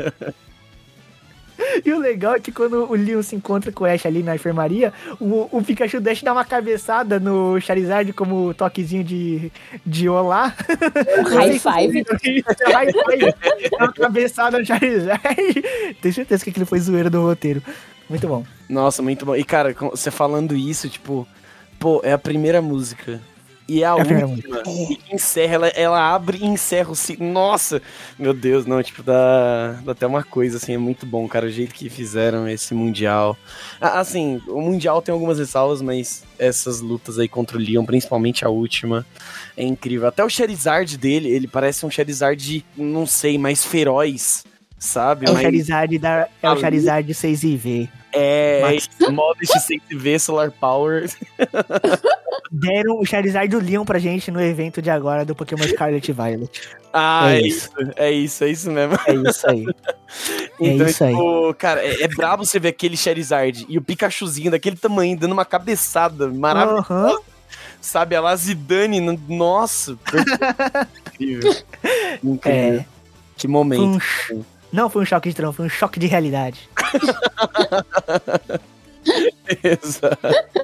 B: E o legal é que quando o Leon se encontra com o Ash ali na enfermaria, o, o Pikachu Dash dá uma cabeçada no Charizard como toquezinho de, de olá.
E: High five.
B: High five. Dá uma cabeçada no Charizard. Tenho certeza que aquilo foi zoeira do roteiro. Muito bom.
D: Nossa, muito bom. E, cara, com- você falando isso, tipo, pô, é a primeira música. E é a
B: É a primeira
D: última. E que encerra, ela, ela abre e encerra o ciclo. Nossa! Meu Deus, não, tipo, dá, dá até uma coisa, assim, é muito bom, cara, o jeito que fizeram esse Mundial. Ah, assim, o Mundial tem algumas ressalvas, mas essas lutas aí contra o Leon, principalmente a última, é incrível. Até o Charizard dele, ele parece um Charizard, não sei, mais feroz, sabe?
B: É o
D: Mas-
B: Charizard da, é o
D: Ali-
B: Charizard seis I V.
D: É,
B: Mas-
D: é Modest seis V, Solar Power.
B: Deram o Charizard do Leon pra gente no evento de agora do Pokémon Scarlet e Violet.
D: Ah,
B: É
D: é
B: isso.
D: isso, é isso, é isso mesmo.
B: É isso aí. É
D: Então,
B: isso aí.
D: tipo, cara, é, é brabo você ver aquele Charizard e o Pikachuzinho daquele tamanho dando uma cabeçada maravilhosa,
B: Aham.
D: sabe? A Lazidane, no- nossa, incrível. Incrível.
B: É.
D: Que
B: Foi
D: momento.
B: um ch- Não foi um choque de trão, foi um choque de realidade.
D: Exato.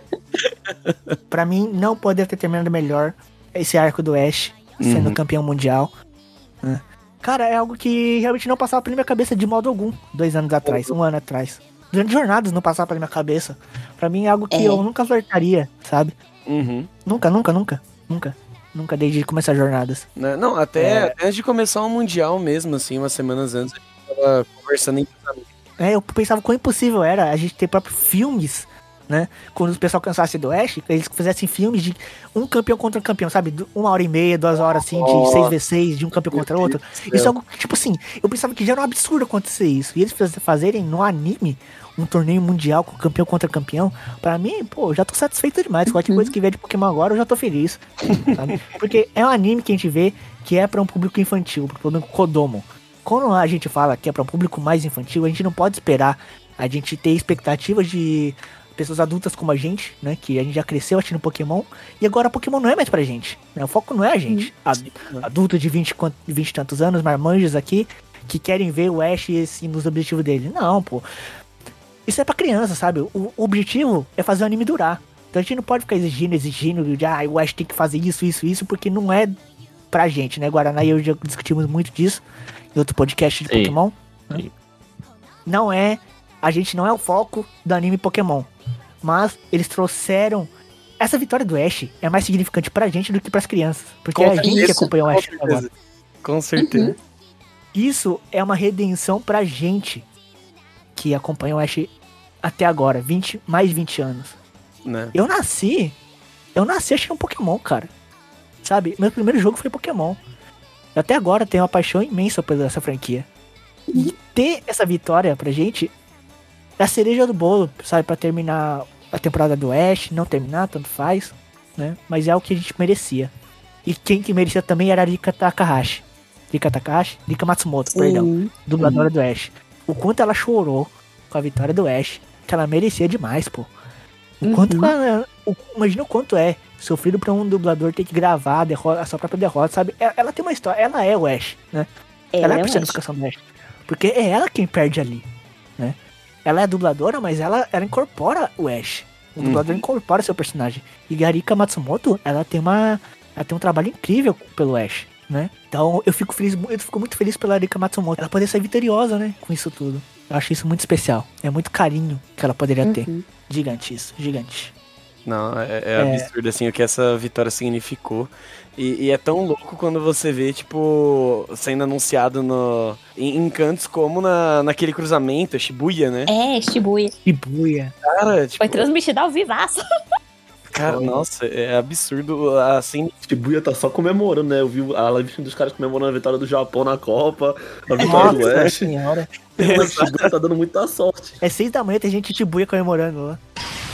B: Pra mim, não poderia ter terminado melhor esse arco do Ash sendo
D: Uhum.
B: campeão mundial. né? Cara, é algo que realmente não passava pela minha cabeça de modo algum, dois anos atrás, um ano atrás. Durante jornadas não passava pela minha cabeça. Pra mim é algo que
E: É.
B: eu nunca flertaria, sabe?
D: Uhum.
B: Nunca, nunca, nunca, nunca. Nunca desde começar jornadas.
D: Né? Não, até,
B: É.
D: até antes de começar o Mundial mesmo, assim, umas semanas antes, a gente tava conversando em
B: É, eu pensava quão impossível era a gente ter próprios filmes, né? Quando o pessoal cansasse do Ash, eles fizessem filmes de um campeão contra um campeão, sabe? Du- Uma hora e meia, duas horas, assim, de
D: Nossa.
B: seis vezes seis, de um campeão
D: Meu
B: contra outro.
D: Deus do
B: Isso é
D: céu.
B: algo que, tipo assim, eu pensava que já era um absurdo acontecer isso. E eles faz- fazerem no anime um torneio mundial com campeão contra campeão, pra mim, pô, eu já tô satisfeito demais. Qualquer coisa que vier de Pokémon agora, eu já tô feliz. Sabe? Porque é um anime que a gente vê que é pra um público infantil, pro público Kodomo. Quando a gente fala que é pra um público mais infantil, a gente não pode esperar a gente ter expectativas de pessoas adultas como a gente, né? Que a gente já cresceu assistindo Pokémon, e agora Pokémon não é mais pra gente, né? O foco não é a gente. Ad- adulto de vinte, quan- vinte e tantos anos, marmanjos aqui, que querem ver o Ash assim, nos objetivos dele. Não, pô. Isso é pra criança, sabe? O, o objetivo é fazer o anime durar. Então a gente não pode ficar exigindo, exigindo, de ah, o Ash tem que fazer isso, isso, isso, porque não é pra gente, né? Guaraná e eu já discutimos muito disso em outro podcast de
C: Sim.
B: Pokémon. né?
C: Sim.
B: Não é. A gente não é o foco do anime Pokémon. Mas eles trouxeram. Essa vitória do Ash é mais significante pra gente do que pras crianças. Porque é a gente que
D: certeza,
B: acompanha o
D: com
B: Ash agora.
D: certeza. Com certeza.
B: Isso é uma redenção pra gente que acompanha o Ash até agora, vinte, mais de vinte anos.
D: Né?
B: Eu nasci, eu nasci assistindo um Pokémon, cara. Sabe? Meu primeiro jogo foi Pokémon. Eu até agora tenho uma paixão imensa por essa franquia. E ter essa vitória pra gente é a cereja do bolo, sabe? Pra terminar a temporada do Ash, não terminar, tanto faz, né? Mas é o que a gente merecia. E quem que merecia também era a Rika Takahashi. Rika Takahashi? Rika Matsumoto, perdão.
E: Sim.
B: Dubladora do Ash. O quanto ela chorou com a vitória do Ash, que ela merecia demais, pô. O quanto
E: Uhum.
B: ela, o- imagina o quanto é sofrido pra um dublador ter que gravar a, derrota, a sua própria derrota, sabe? Ela, ela tem uma história, ela é o Ash, né? Ela,
E: Ela
B: é a
E: é o
B: personificação do Ash. Porque é ela quem perde ali, né? ela é dubladora, mas ela, ela incorpora o Ash. O dublador uhum. incorpora seu personagem. E a Rika Matsumoto, ela tem uma... Ela tem um trabalho incrível pelo Ash, né? Então eu fico feliz, eu fico muito feliz pela Rika Matsumoto. Ela poder ser vitoriosa, né? Com isso tudo. Eu acho isso muito especial. É muito carinho que ela poderia uhum. ter. Gigante isso, gigante.
D: Não, é, é absurdo, é... assim, o que essa vitória significou. E, e é tão louco quando você vê, tipo, sendo anunciado no, em, em cantos como na, naquele cruzamento, Shibuya, né?
E: É, Shibuya.
B: Shibuya.
D: Cara, tipo...
E: Foi transmitido ao vivaço.
D: Cara, nossa, é absurdo, assim...
C: Shibuya tá só comemorando, né? Eu vi a live dos caras comemorando a vitória do Japão na Copa, a vitória do Oeste.
B: Senhora.
C: O Shibuya tá dando muita sorte.
B: É seis da manhã, tem gente de Shibuya comemorando lá.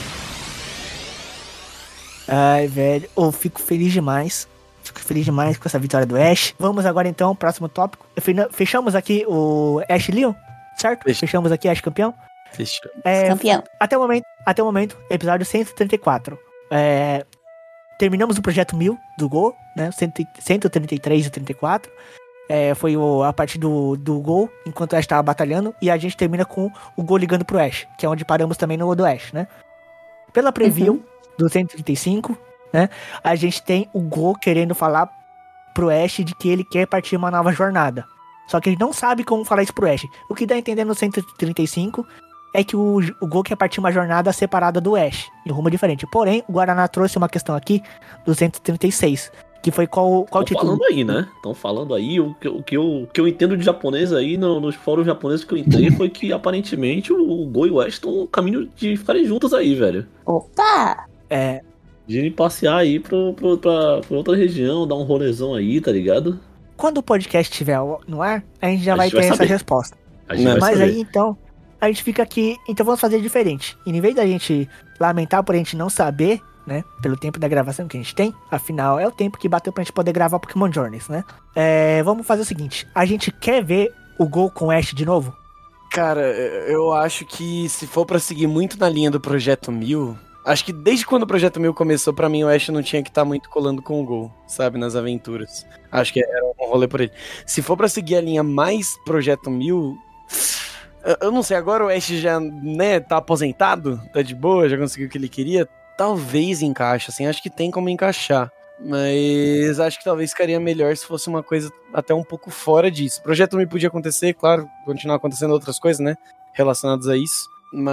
B: Ai, velho, eu fico feliz demais. Fico feliz demais com essa vitória do Ash. Vamos agora então ao próximo tópico. Fechamos aqui o Ash Leon, certo? Fech... Fechamos aqui Ash campeão.
D: Fechou.
E: É, campeão.
B: Até o momento, até o momento, episódio cento e trinta e quatro. É, terminamos o projeto mil do Gol, né? cento e trinta e três e trinta e quatro. É, foi o, a parte do, do Gol, enquanto o Ash tava batalhando. E a gente termina com o Gol ligando pro Ash, que é onde paramos também no do Ash, né? Pela preview uhum. do cento e trinta e cinco, né? A gente tem o Gol querendo falar pro Ash de que ele quer partir uma nova jornada. Só que ele não sabe como falar isso pro Ash. O que dá a entender no cento e trinta e cinco é que o, o Gol quer partir uma jornada separada do Ash, em rumo diferente. Porém, o Guaraná trouxe uma questão aqui do cento e trinta e seis, que foi qual, qual
C: Tão
B: título?
C: falando aí, né? Estão falando aí, o que, o, que eu, o que eu entendo de japonês aí, no, nos fóruns japoneses que eu entrei, foi que aparentemente o, o Gol e o Ash estão no caminho de ficarem juntos aí, velho.
E: Opa!
B: É...
C: De ir passear aí pro, pro, pra, pra outra região, dar um rolezão aí, tá ligado?
B: Quando o podcast estiver no ar, a gente já
C: a
B: vai
C: gente
B: ter
C: vai
B: essa
C: saber.
B: resposta.
C: A gente vai
B: Mas
C: saber.
B: aí, então, a gente fica aqui... Então vamos fazer diferente. E em vez da gente lamentar por a gente não saber, né? Pelo tempo da gravação que a gente tem. Afinal, é o tempo que bateu pra gente poder gravar Pokémon Journeys, né? É, vamos fazer o seguinte. A gente quer ver o Gol com o Ash de novo?
D: Cara, eu acho que se for pra seguir muito na linha do Projeto Mil... Acho que desde quando o Projeto Mil começou, pra mim o Ash não tinha que estar tá muito colando com o Gol, sabe, nas aventuras. Acho que era um rolê por ele. Se for pra seguir a linha mais Projeto Mil, eu não sei, agora o Ash já, né, tá aposentado, tá de boa, já conseguiu o que ele queria, talvez encaixe, assim, acho que tem como encaixar. Mas acho que talvez ficaria melhor se fosse uma coisa até um pouco fora disso. Projeto Mil podia acontecer, claro, continuar acontecendo outras coisas, né, relacionadas a isso.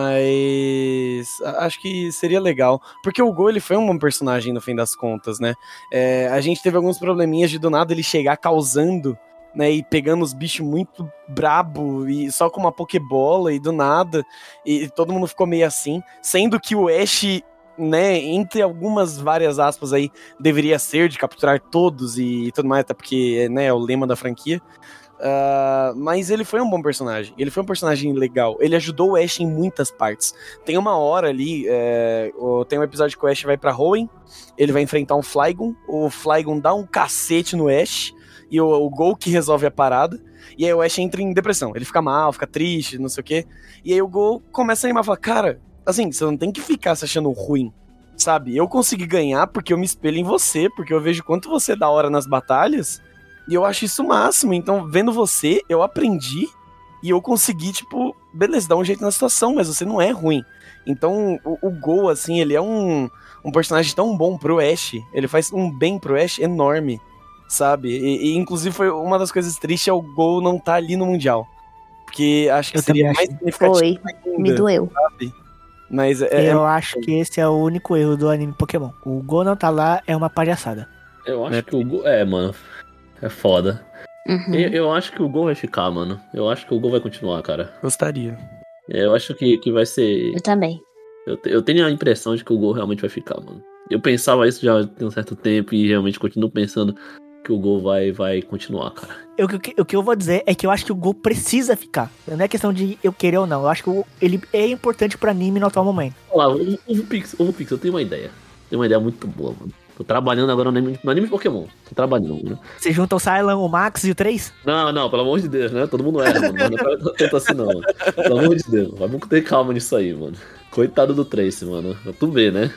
D: Mas acho que seria legal, porque o Gol ele foi um bom personagem no fim das contas, né? É, a gente teve alguns probleminhas de do nada ele chegar causando, né? E pegando os bichos muito brabo e só com uma pokebola e do nada, e, e todo mundo ficou meio assim, sendo que o Ash, né, entre algumas várias aspas aí, deveria ser de capturar todos e, e tudo mais, até porque, né, é o lema da franquia. Uh, mas ele foi um bom personagem. Ele foi um personagem legal. Ele ajudou o Ash em muitas partes. Tem uma hora ali, é, tem um episódio que o Ash vai pra Hoenn, ele vai enfrentar um Flygon, o Flygon dá um cacete no Ash e o, o Gol que resolve a parada. E aí o Ash entra em depressão, ele fica mal, fica triste, não sei o que. E aí o Gol começa a animar, fala, cara, assim, você não tem que ficar se achando ruim, sabe? Eu consegui ganhar porque eu me espelho em você, porque eu vejo quanto você dá hora nas batalhas. E eu acho isso o máximo, então vendo você, eu aprendi e eu consegui, tipo, beleza, dar um jeito na situação, mas você não é ruim. Então o, o Gol, assim, ele é um, um personagem tão bom pro Ash, ele faz um bem pro Ash enorme, sabe? E, e inclusive foi uma das coisas tristes é o Gol não tá ali no Mundial, porque acho que
B: eu
D: seria mais significativo
E: Foi, ainda, me doeu.
D: Sabe? Mas é,
B: eu
D: é...
B: acho que esse é o único erro do anime Pokémon. O Gol não tá lá, é uma palhaçada.
C: Eu acho é. que o Gol... É, mano... É foda.
E: Uhum.
C: Eu, eu acho que o Gol vai ficar, mano. Eu acho que o Gol vai continuar, cara.
D: Gostaria.
C: Eu acho que, que vai ser...
E: Eu também.
C: Eu, eu tenho a impressão de que o Gol realmente vai ficar, mano. Eu pensava isso já tem um certo tempo e realmente continuo pensando que o Gol vai, vai continuar, cara.
B: Eu, o, que, o que eu vou dizer é que eu acho que o Gol precisa ficar. Não é questão de eu querer ou não. Eu acho que o, ele é importante pro anime no atual momento.
C: Olha lá, o Pix, o Pix, eu tenho uma ideia. Tenho uma ideia muito boa, mano. Tô trabalhando agora no anime, no anime de Pokémon. Tô trabalhando, né?
B: Você junta o Cylon, o Max e o três?
C: Não, não, pelo amor de Deus, né? Todo mundo erra, mano. Não tenta assim, não, mano. Pelo amor de Deus. Vamos ter calma nisso aí, mano. Coitado do Trace, mano. Tu vê, né?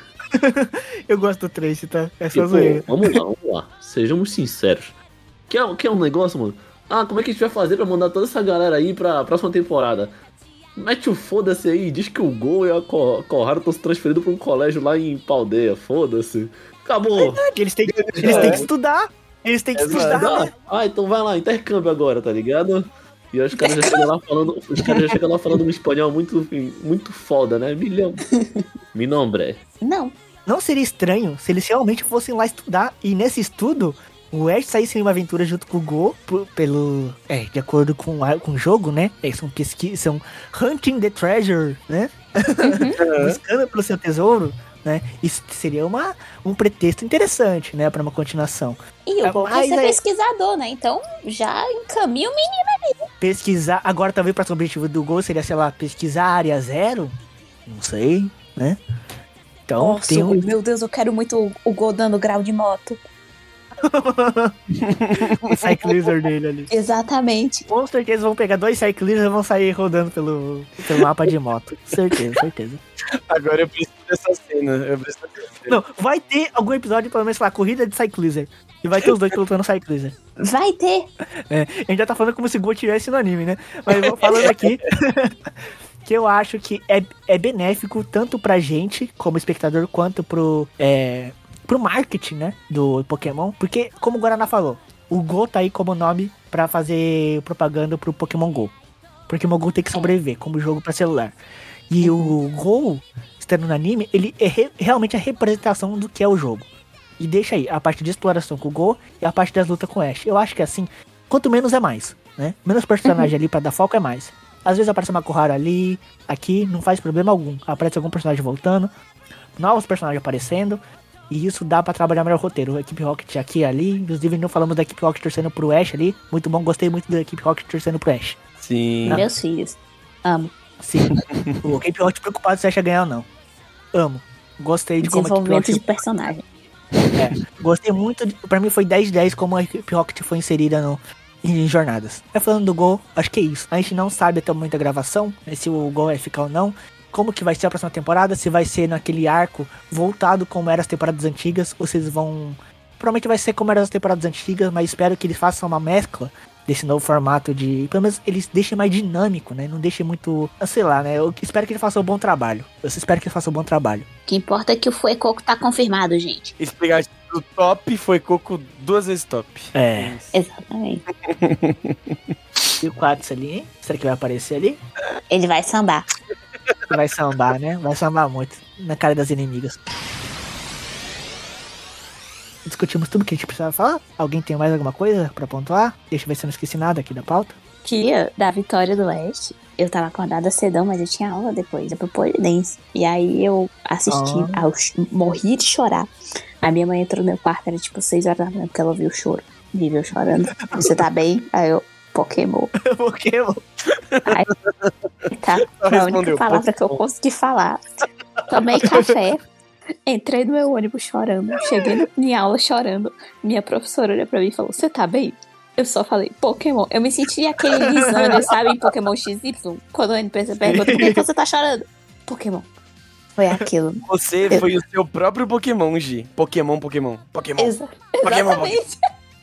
B: Eu gosto do Trace, tá? É só
C: tipo,
B: zoeira.
C: Vamos lá, vamos lá. Sejamos sinceros. Quer, quer um negócio, mano? Ah, como é que a gente vai fazer pra mandar toda essa galera aí pra próxima temporada? Mete o foda-se aí, diz que o Gol e a Koharu estão se transferindo pra um colégio lá em Paldeia, foda-se. Acabou.
B: Eles têm, eles têm que estudar. Eles têm que estudar. Né?
C: Ah, então vai lá, intercâmbio agora, tá ligado? E os caras já chegam lá falando, os caras já chegam lá falando um espanhol muito, muito foda, né? Milhão. Mi nombre.
E: Não.
B: Não seria estranho se eles realmente fossem lá estudar e nesse estudo o Ash saísse em uma aventura junto com o Go, por, pelo, é, de acordo com, a, com o jogo, né? É, são pesquisas, são hunting the treasure, né? Uhum. Buscando pelo seu tesouro, né? Isso seria uma, um pretexto interessante, né? Pra uma continuação.
E: E o Go quer ser
B: é...
E: pesquisador, né? Então já encaminha o menino ali.
B: Pesquisar, agora talvez para o objetivo do Go seria, sei lá, pesquisar a área zero? Não sei, né? Então,
E: Nossa,
B: tem um...
E: meu Deus, eu quero muito o Go dando grau de moto.
B: O cyclizer dele ali.
E: Exatamente.
B: Com certeza vão pegar dois cyclizers e vão sair rodando pelo, pelo mapa de moto. Certeza, certeza.
D: Agora eu preciso dessa cena. Eu preciso dessa cena.
B: Não, vai ter algum episódio, pelo menos, sei lá, corrida de cyclizer. E vai ter os dois pilotando cyclizer.
E: Vai ter.
B: É, a gente já tá falando como se Go tivesse no anime, né? Mas eu vou falando aqui que eu acho que é, é benéfico tanto pra gente, como espectador, quanto pro... É, pro marketing, né, do Pokémon, porque, como o Guaraná falou, o Go tá aí como nome pra fazer propaganda pro Pokémon Go. Pokémon Go tem que sobreviver como jogo pra celular. E o Go, estando no anime, ele é re- realmente a representação do que é o jogo. E deixa aí a parte de exploração com o Go e a parte das lutas com o Ash. Eu acho que assim, quanto menos é mais, né? Menos personagem ali pra dar foco é mais. Às vezes aparece uma Koharu ali, aqui, não faz problema algum. Aparece algum personagem voltando, novos personagens aparecendo. E isso dá pra trabalhar melhor o roteiro. A Equipe Rocket aqui e ali. Inclusive, não falamos da Equipe Rocket torcendo pro Ash ali. Muito bom, gostei muito da Equipe Rocket torcendo pro Ash.
D: Sim.
E: Ah. Meus filhos. Amo.
B: Sim. O Equipe Rocket preocupado se o Ash ia ganhar ou não. Amo. Gostei de como a Equipe
E: Desenvolvimento
B: Rocket...
E: de personagem.
B: É, gostei muito. De... Pra mim foi dez de dez como a Equipe Rocket foi inserida no... em jornadas. É falando do Go, acho que é isso. A gente não sabe até o momento da gravação, né, se o Go vai ficar ou não. Como que vai ser a próxima temporada, se vai ser naquele arco voltado como eram as temporadas antigas, ou se eles vão... Provavelmente vai ser como eram as temporadas antigas, mas espero que eles façam uma mescla desse novo formato de... Pelo menos eles deixem mais dinâmico, né? Não deixem muito... Sei lá, né? Eu espero que eles façam um bom trabalho. Eu espero que eles façam um bom trabalho.
E: O que importa é que o Fuecoco tá confirmado, gente.
D: Eles pegaram do top, foi Coco duas vezes top.
B: É.
E: Exatamente.
B: E o Quads ali, hein? Será que vai aparecer ali?
E: Ele vai sambar.
B: Vai sambar, né? Vai sambar muito na cara das inimigas. Discutimos tudo que a gente precisava falar. Alguém tem mais alguma coisa pra pontuar? Deixa eu ver se eu não esqueci nada aqui da pauta.
E: Dia da vitória do Oeste, eu tava acordada cedão, mas eu tinha aula depois, é pro polidense. E aí eu assisti,
B: Oh.
E: ah, eu ch- morri de chorar. A minha mãe entrou no meu quarto, era tipo seis horas da manhã, porque ela ouviu o choro. Me viu chorando. Você tá bem? Aí eu, Pokémon.
B: Pokémon.
E: Aí, tá,
D: Só
E: foi a
D: respondeu,
E: única palavra que eu
D: Pokémon.
E: consegui falar. Tomei café, entrei no meu ônibus chorando, cheguei na minha aula chorando. Minha professora olhou pra mim e falou, você tá bem? Eu só falei, Pokémon. Eu me senti aquele Lisandro, sabe, em Pokémon X Y? Quando o N P C pergunta, por que você tá chorando? Pokémon. Foi aquilo.
D: Você
E: Eu-
D: foi o seu próprio Pokémon, Gi. Pokémon, Pokémon. Pokémon.
E: Exa-
D: Pokémon,
E: exatamente.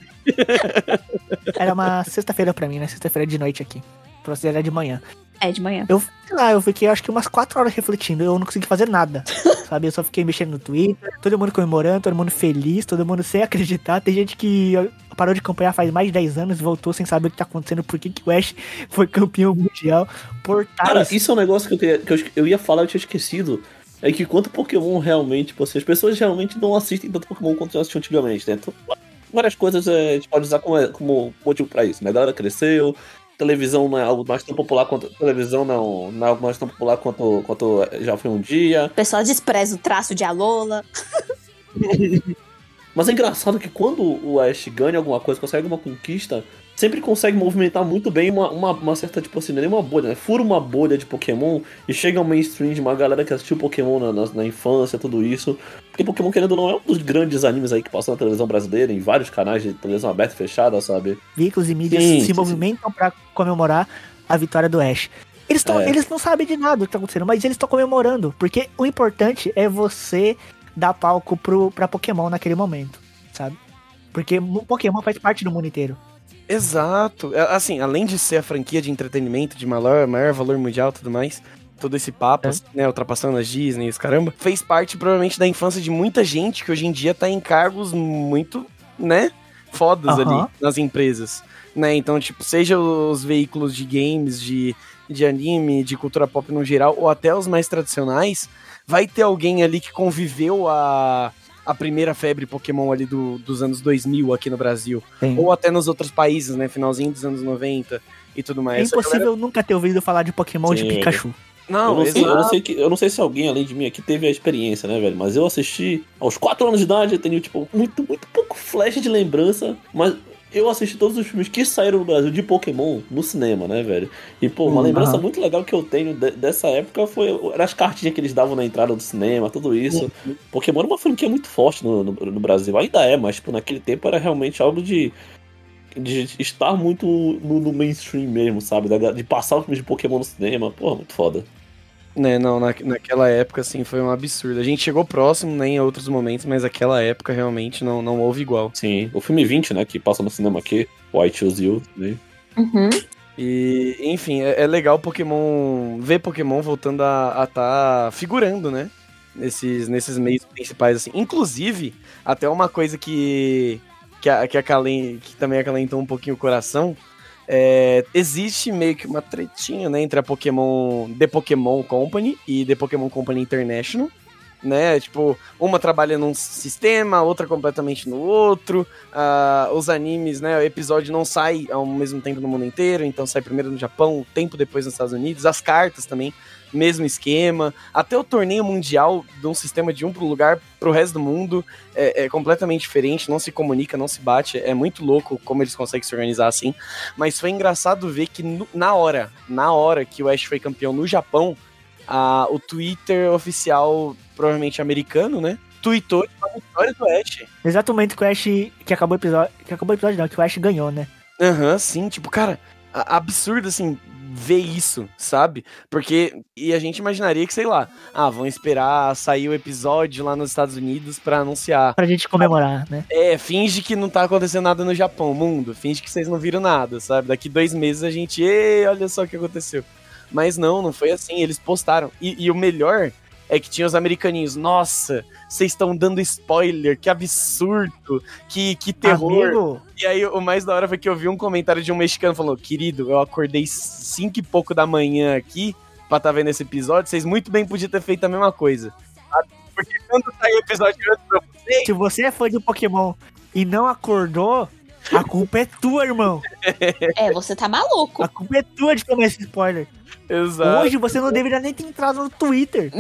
B: Era uma sexta-feira pra mim, né? Sexta-feira de noite aqui. Pra você era de manhã.
E: É, de manhã.
B: Eu, sei lá, eu fiquei acho que umas quatro horas refletindo. Eu não consegui fazer nada. Sabe? Eu só fiquei mexendo no Twitter. Todo mundo comemorando, todo mundo feliz, todo mundo sem acreditar. Tem gente que parou de acompanhar faz mais de dez anos e voltou sem saber o que tá acontecendo, por que que o Ash foi campeão mundial. Portais.
C: Cara, isso é um negócio que eu, queria, que eu, eu ia falar e eu tinha esquecido. É que quanto Pokémon realmente, tipo assim, as pessoas realmente não assistem tanto Pokémon quanto assistiam antigamente, né? Então, várias coisas é, a gente pode usar como, como motivo pra isso, né? A galera cresceu, televisão não é algo mais tão popular quanto... Televisão não, não é algo mais tão popular quanto, quanto já foi um dia.
E: O pessoal despreza o traço de Alola.
C: Mas é engraçado que quando o Ash ganha alguma coisa, consegue uma conquista, sempre consegue movimentar muito bem uma, uma, uma certa, tipo assim, não é nem uma bolha, né? Fura uma bolha de Pokémon e chega ao mainstream de uma galera que assistiu Pokémon na, na, na infância, tudo isso. Porque Pokémon, querendo ou não, é um dos grandes animes aí que passou na televisão brasileira, em vários canais de televisão aberta e fechada, sabe?
B: Veículos e mídias
C: Sim,
B: se
C: sim,
B: movimentam pra comemorar a vitória do Ash. Eles, tão,
C: É.
B: eles não sabem de nada do que tá acontecendo, mas eles estão comemorando. Porque o importante é você dar palco pro, pra Pokémon naquele momento, sabe? Porque o Pokémon faz parte do mundo inteiro.
D: Exato. Assim, além de ser a franquia de entretenimento de maior, maior valor mundial e tudo mais, todo esse papo, é. assim, né, ultrapassando as Disney e os caramba, fez parte provavelmente da infância de muita gente que hoje em dia tá em cargos muito, né, fodas uhum. ali nas empresas, né, então, tipo, seja os veículos de games, de, de anime, de cultura pop no geral, ou até os mais tradicionais, vai ter alguém ali que conviveu a... a primeira febre Pokémon ali do, dos anos dois mil aqui no Brasil. Sim. Ou até nos outros países, né? Finalzinho dos anos noventa e tudo mais.
B: É impossível galera... nunca ter ouvido falar de Pokémon Sim. de Pikachu.
C: Não, eu não, sei, eu, não sei que, eu não sei se alguém além de mim aqui teve a experiência, né, velho? Mas eu assisti aos quatro anos de idade, eu tenho, tipo, muito, muito pouco flash de lembrança, mas... eu assisti todos os filmes que saíram no Brasil de Pokémon no cinema, né, velho? E, pô, uma uhum. lembrança muito legal que eu tenho de, dessa época foi eram as cartinhas que eles davam na entrada do cinema, tudo isso. Uhum. Pokémon era uma franquia muito forte no, no, no Brasil. Ainda é, mas, tipo, naquele tempo era realmente algo de, de estar muito no, no mainstream mesmo, sabe? De, de passar os filmes de Pokémon no cinema. Pô, muito foda.
D: Né, não, na, naquela época, assim, foi um absurdo. A gente chegou próximo, né, em outros momentos, mas aquela época realmente não, não houve igual.
C: Sim, o filme vinte, né, que passa no cinema aqui, Why Choose You, né?
E: Uhum.
D: E, enfim, é, é legal Pokémon, ver Pokémon voltando a estar tá figurando, né, nesses, nesses meios principais, assim. Inclusive, até uma coisa que, que, a, que, acalen, que também acalentou um pouquinho o coração, É, existe meio que uma tretinha, né, entre a Pokémon, The Pokémon Company e The Pokémon Company International, né, tipo, uma trabalha num sistema, outra completamente no outro, uh, os animes, né, o episódio não sai ao mesmo tempo no mundo inteiro, então sai primeiro no Japão, tempo depois nos Estados Unidos, as cartas também, mesmo esquema, até o torneio mundial de um sistema de um pro lugar pro resto do mundo é, é completamente diferente, não se comunica, não se bate, é muito louco como eles conseguem se organizar assim, mas foi engraçado ver que no, na hora, na hora que o Ash foi campeão no Japão, a, o Twitter oficial, provavelmente americano, né, tweetou a vitória do Ash.
B: Exatamente, que o Ash, que acabou o episódio, que acabou o episódio não, que o Ash ganhou, né.
D: Aham, uhum, sim, tipo, cara, a, absurdo, assim, ver isso, sabe? Porque, e a gente imaginaria que, sei lá, ah, vão esperar sair o episódio lá nos Estados Unidos pra anunciar.
B: Pra gente comemorar, né?
D: É, finge que não tá acontecendo nada no Japão, mundo, finge que vocês não viram nada, sabe? Daqui dois meses a gente, ei, olha só o que aconteceu. Mas não, não foi assim, eles postaram. E, e o melhor é que tinha os americaninhos, nossa, vocês estão dando spoiler, que absurdo, que, que terror. Amigo. E aí o mais da hora foi que eu vi um comentário de um mexicano falando, querido, eu acordei cinco e pouco da manhã aqui pra tá vendo esse episódio, vocês muito bem podiam ter feito a mesma coisa. Porque quando sair o episódio antes pra vocês...
B: Se você é fã de Pokémon e não acordou, a culpa é tua, irmão.
E: É, você tá maluco.
B: A culpa é tua de tomar esse spoiler.
D: Exato.
B: Hoje você não deveria nem ter entrado no Twitter.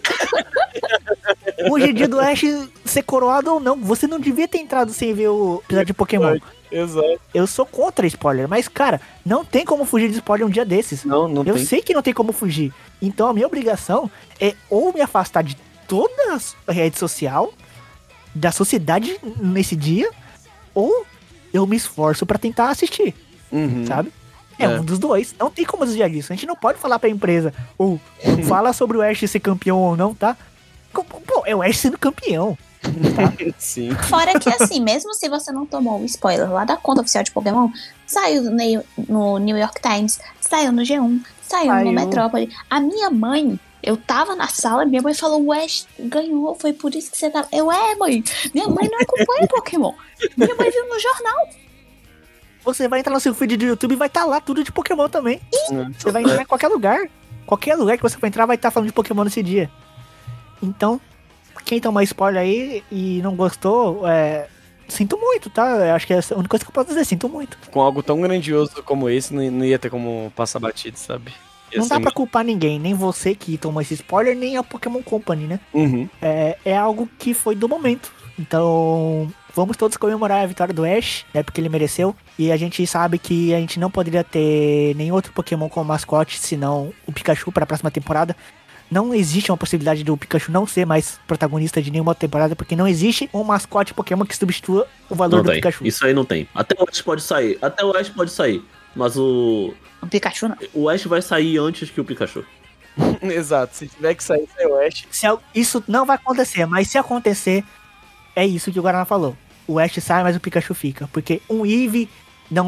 B: Hoje é dia do Ash ser coroado ou não. Você não devia ter entrado sem ver o episódio de Pokémon.
D: Exato.
B: Eu sou contra spoiler, mas, cara, não tem como fugir de spoiler um dia desses.
D: Não, não
B: Eu
D: tem.
B: sei que não tem como fugir. Então a minha obrigação é ou me afastar de toda a rede social, da sociedade nesse dia, ou eu me esforço pra tentar assistir.
D: Uhum.
B: Sabe? É, é um dos dois. Não tem como desviar disso. A gente não pode falar pra empresa, ou fala sobre o Ash ser campeão ou não, tá? Pô, é o Ash sendo campeão. Tá?
D: Sim.
E: Fora que assim, mesmo se você não tomou o spoiler lá da conta oficial de Pokémon, saiu no, no New York Times, saiu no G um, saiu, saiu no Metrópole. A minha mãe, eu tava na sala, minha mãe falou, o Ash ganhou, foi por isso que você tava... Eu, é mãe, minha mãe não acompanha Pokémon. Minha mãe viu no jornal.
B: Você vai entrar no seu feed do YouTube e vai estar tá lá tudo de Pokémon também. Sim. Você vai entrar em qualquer lugar. Qualquer lugar que você for entrar vai estar tá falando de Pokémon nesse dia. Então, quem tomou spoiler aí e não gostou, é... sinto muito, tá? Eu acho que é a única coisa que eu posso dizer, sinto muito.
D: Com algo tão grandioso como esse, não ia ter como passar batido, sabe? Ia
B: não dá pra
D: muito...
B: culpar ninguém, nem você que tomou esse spoiler, nem a Pokémon Company, né?
D: Uhum.
B: É, é algo que foi do momento. Então, vamos todos comemorar a vitória do Ash, né? Porque ele mereceu. E a gente sabe que a gente não poderia ter nenhum outro Pokémon como mascote, senão o Pikachu para a próxima temporada. Não existe uma possibilidade do Pikachu não ser mais protagonista de nenhuma temporada, porque não existe um mascote Pokémon que substitua o valor
C: não
B: do
C: tem.
B: Pikachu.
C: Isso aí não tem. Até o Ash pode sair. Até o Ash pode sair. Mas o...
E: O Pikachu não.
C: O Ash vai sair antes que o Pikachu.
D: Exato. Se tiver que sair, sai o Ash.
B: Se, isso não vai acontecer, mas se acontecer, é isso que o Guaraná falou. O Ash sai, mas o Pikachu fica. Porque um Eevee não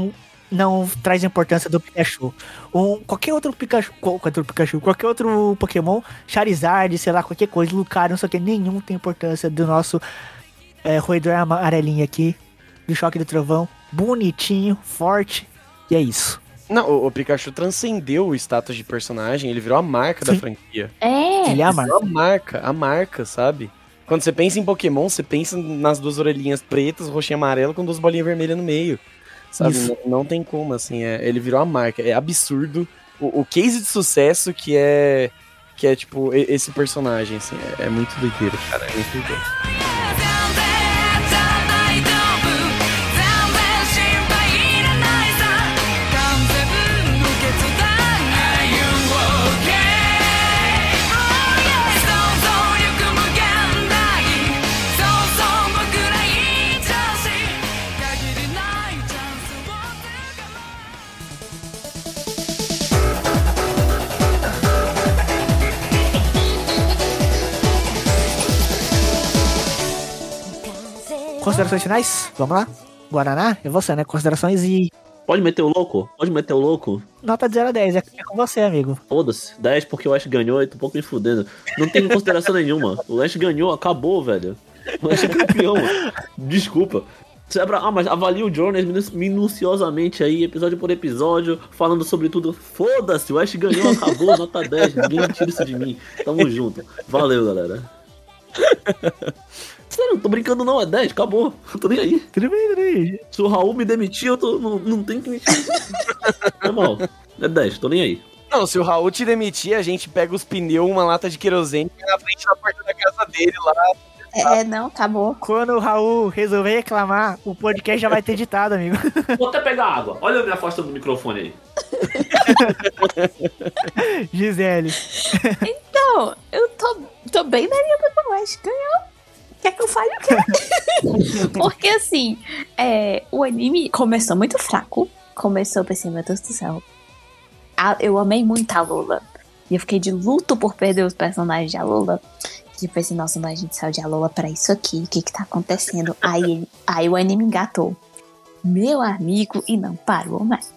B: não traz importância do Pikachu. Um, qualquer outro Pikachu, qualquer outro Pikachu, qualquer outro Pokémon, Charizard, sei lá, qualquer coisa, Lucario, não sei o que, nenhum tem importância do nosso é, roedor amarelinho aqui, do Choque do Trovão, bonitinho, forte, e é isso.
D: Não, o, o Pikachu transcendeu o status de personagem, ele virou a marca da franquia.
E: É.
B: Ele é a marca.
D: A marca, a marca, sabe? Quando você pensa em Pokémon, você pensa nas duas orelhinhas pretas, roxinha e amarela, com duas bolinhas vermelhas no meio. Sabe? Não, não tem como, assim, é, ele virou a marca. É absurdo o, o case de sucesso que é, que é tipo, esse personagem, assim. É, é muito doideiro, cara, é muito doideiro.
B: Considerações finais? Vamos lá? Guaraná? É você, né? Considerações e...
C: Pode meter o louco? Pode meter o louco?
B: Nota de zero a dez, é com você, amigo.
C: Foda-se, dez porque o Ash ganhou e tô um pouco me fudendo. Não tem consideração nenhuma. O Ash ganhou, acabou, velho. O Ash é campeão. Desculpa. Ah, mas avalia o Journey minuciosamente aí, episódio por episódio, falando sobre tudo. Foda-se, o Ash ganhou, acabou, nota dez. Ninguém tira isso de mim. Tamo junto. Valeu, galera. Sério, não tô brincando não, é dez, acabou. Não tô nem aí.
B: Tudo bem, tudo bem.
C: Se o Raul me demitir, eu tô, não, não tenho que mentir. É mal, é dez, tô nem aí.
D: Não, se o Raul te demitir, a gente pega os pneus, uma lata de querosene e na frente da porta da casa dele lá.
E: É, não, acabou.
B: Quando o Raul resolver reclamar, o podcast já vai ter editado, amigo.
C: Vou até pegar água. Olha eu me afastando do microfone aí.
B: Gisele.
E: Então, eu tô, tô bem na linha do West. Ganhou. Quer que eu fale o quê? Porque assim, é, o anime começou muito fraco. Começou, eu pensei, meu Deus do céu. A, eu amei muito a Alola. E eu fiquei de luto por perder os personagens de Alola. E eu pensei, nossa, mas a gente saiu de Alola pra isso aqui. O que que tá acontecendo? Aí, aí o anime engatou. Meu amigo, e não parou mais.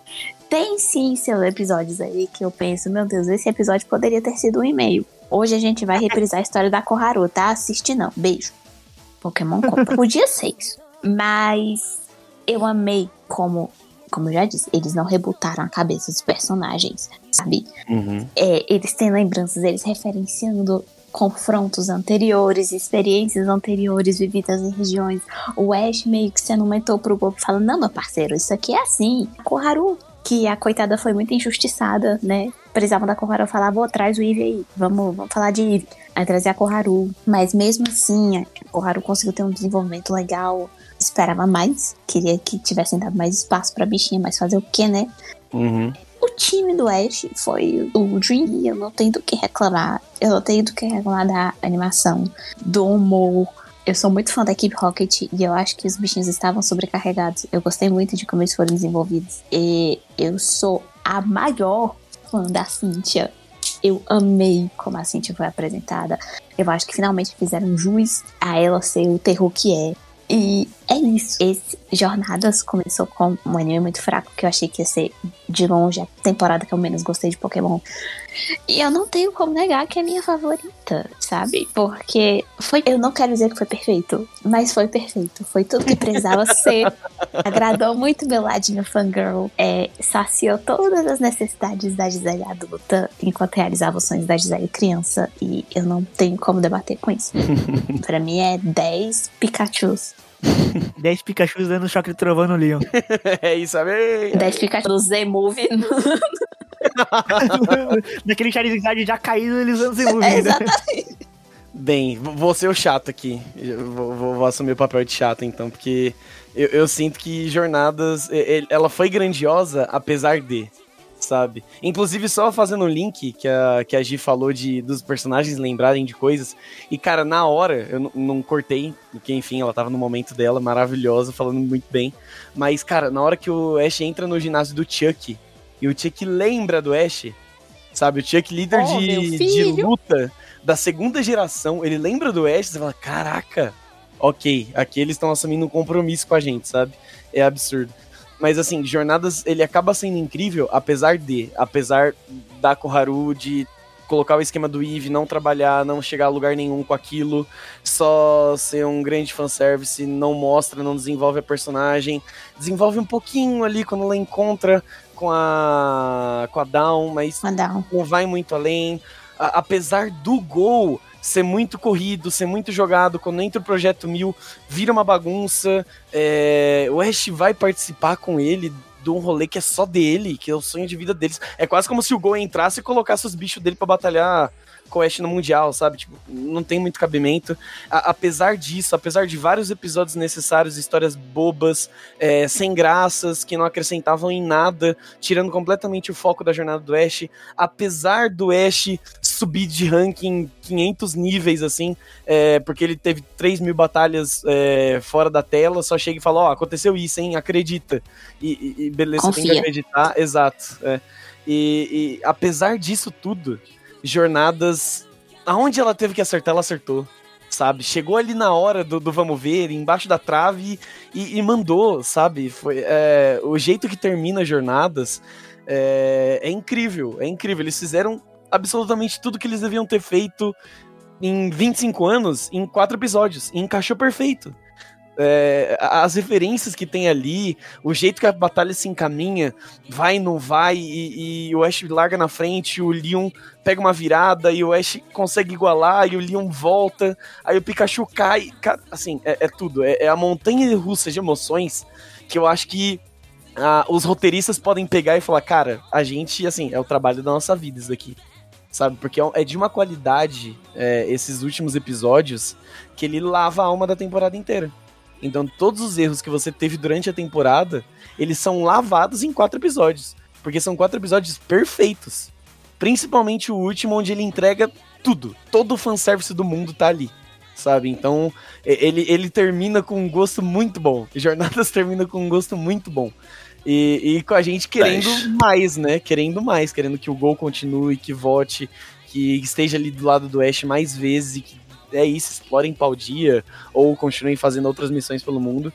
E: Tem sim seus episódios aí que eu penso, meu Deus, esse episódio poderia ter sido um e-mail. Hoje a gente vai reprisar a história da Koharu, tá? Assiste não, beijo. Pokémon Compra. Podia ser isso. Mas eu amei como, como eu já disse, eles não rebutaram a cabeça dos personagens, sabe?
D: Uhum.
E: É, eles têm lembranças, eles referenciando confrontos anteriores, experiências anteriores vividas em regiões. O Ash meio que sendo um mentor pro grupo, falando, não, meu parceiro, isso aqui é assim. A Koharu, que a coitada foi muito injustiçada, né? Precisavam da Koharu, falar, vou, traz o Eevee aí, vamos, vamos falar de Eevee. Aí trazer a Koharu. Mas mesmo assim, a Koharu conseguiu ter um desenvolvimento legal. Esperava mais, queria que tivessem dado mais espaço pra bichinha, mas fazer o quê, né?
D: Uhum.
E: O time do Ash foi o Dream, e eu não tenho do que reclamar. Eu não tenho do que reclamar da animação, do humor. Eu sou muito fã da Equipe Rocket e eu acho que os bichinhos estavam sobrecarregados. Eu gostei muito de como eles foram desenvolvidos. E eu sou a maior fã da Cynthia. Eu amei como a Cynthia foi apresentada. Eu acho que finalmente fizeram jus a ela ser o terror que é. E é isso. Esse Jornadas começou com um anime muito fraco, que eu achei que ia ser, de longe, a temporada que eu menos gostei de Pokémon. E eu não tenho como negar que é minha favorita, sabe? Porque foi, eu não quero dizer que foi perfeito, mas foi perfeito. Foi tudo que precisava ser. Agradou muito meu ladinho fangirl. É, saciou todas as necessidades da Gisele adulta, enquanto realizava os sonhos da Gisele criança. E eu não tenho como debater com isso. Pra mim é dez Pikachus.
B: dez Pikachus dando choque de trovão no Leon.
D: É isso, amém.
E: dez Pikachu do Z-Move.
B: Daquele Charizard já caído, eles usando Z-Move.
E: É, exatamente.
D: Bem, vou ser o chato aqui. Eu vou, vou, vou assumir o papel de chato, então, porque eu, eu sinto que Jornadas, ela foi grandiosa, apesar de, sabe? Inclusive, só fazendo um link que a, que a Gi falou de, dos personagens lembrarem de coisas. E, cara, na hora, eu não, não cortei, porque, enfim, ela tava no momento dela, maravilhosa, falando muito bem. Mas, cara, na hora que o Ash entra no ginásio do Chuck, e o Chuck lembra do Ash, sabe? O Chuck, líder
E: Oh, meu
D: de,
E: filho.
D: de luta da segunda geração, ele lembra do Ash, você fala, caraca, ok, aqui eles estão assumindo um compromisso com a gente, sabe? É absurdo. Mas assim, Jornadas, ele acaba sendo incrível, apesar de, apesar da Koharu de colocar o esquema do Eve, não trabalhar, não chegar a lugar nenhum com aquilo, só ser um grande fanservice, não mostra, não desenvolve a personagem, desenvolve um pouquinho ali quando ela encontra com a com a Dawn, mas
E: Down.
D: não vai muito além. A, apesar do Gol ser muito corrido, ser muito jogado, quando entra o Projeto Mil, vira uma bagunça, é, o Ash vai participar com ele de um rolê que é só dele, que é o sonho de vida deles. É quase como se o Gol entrasse e colocasse os bichos dele pra batalhar com o Ash no Mundial, sabe? Tipo, não tem muito cabimento. A, apesar disso, apesar de vários episódios necessários, histórias bobas, é, sem graças, que não acrescentavam em nada, tirando completamente o foco da jornada do Ash, apesar do Ash subir de ranking quinhentos níveis, assim, é, porque ele teve três mil batalhas é, fora da tela, só chega e fala, ó, oh, aconteceu isso, hein, acredita. E, e, e beleza,
E: Confia.
D: você tem que acreditar, exato. É. E, e apesar disso tudo, Jornadas, aonde ela teve que acertar, ela acertou, sabe? Chegou ali na hora do, do vamos ver, embaixo da trave e, e mandou, sabe? Foi, é, o jeito que termina Jornadas é, é incrível, é incrível. Eles fizeram absolutamente tudo que eles deviam ter feito em vinte e cinco anos, em quatro episódios, e encaixou perfeito. É, as referências que tem ali, o jeito que a batalha se encaminha, vai, não vai, e, e o Ash larga na frente, o Leon pega uma virada, e o Ash consegue igualar, e o Leon volta, aí o Pikachu cai, assim, é, é tudo, é, é a montanha russa de emoções que eu acho que ah, os roteiristas podem pegar e falar, cara, a gente, assim, é o trabalho da nossa vida isso daqui, sabe, porque é de uma qualidade é, esses últimos episódios que ele lava a alma da temporada inteira. Então todos os erros que você teve durante a temporada, eles são lavados em quatro episódios. Porque são quatro episódios perfeitos. Principalmente o último, onde ele entrega tudo. Todo o fanservice do mundo tá ali, sabe? Então ele, ele termina com um gosto muito bom. Jornadas termina com um gosto muito bom. E, e com a gente querendo Eish. mais, né? Querendo mais. Querendo que o Gol continue, que vote, que esteja ali do lado do Ash mais vezes e que é isso, explorem Paldea ou continuem fazendo outras missões pelo mundo,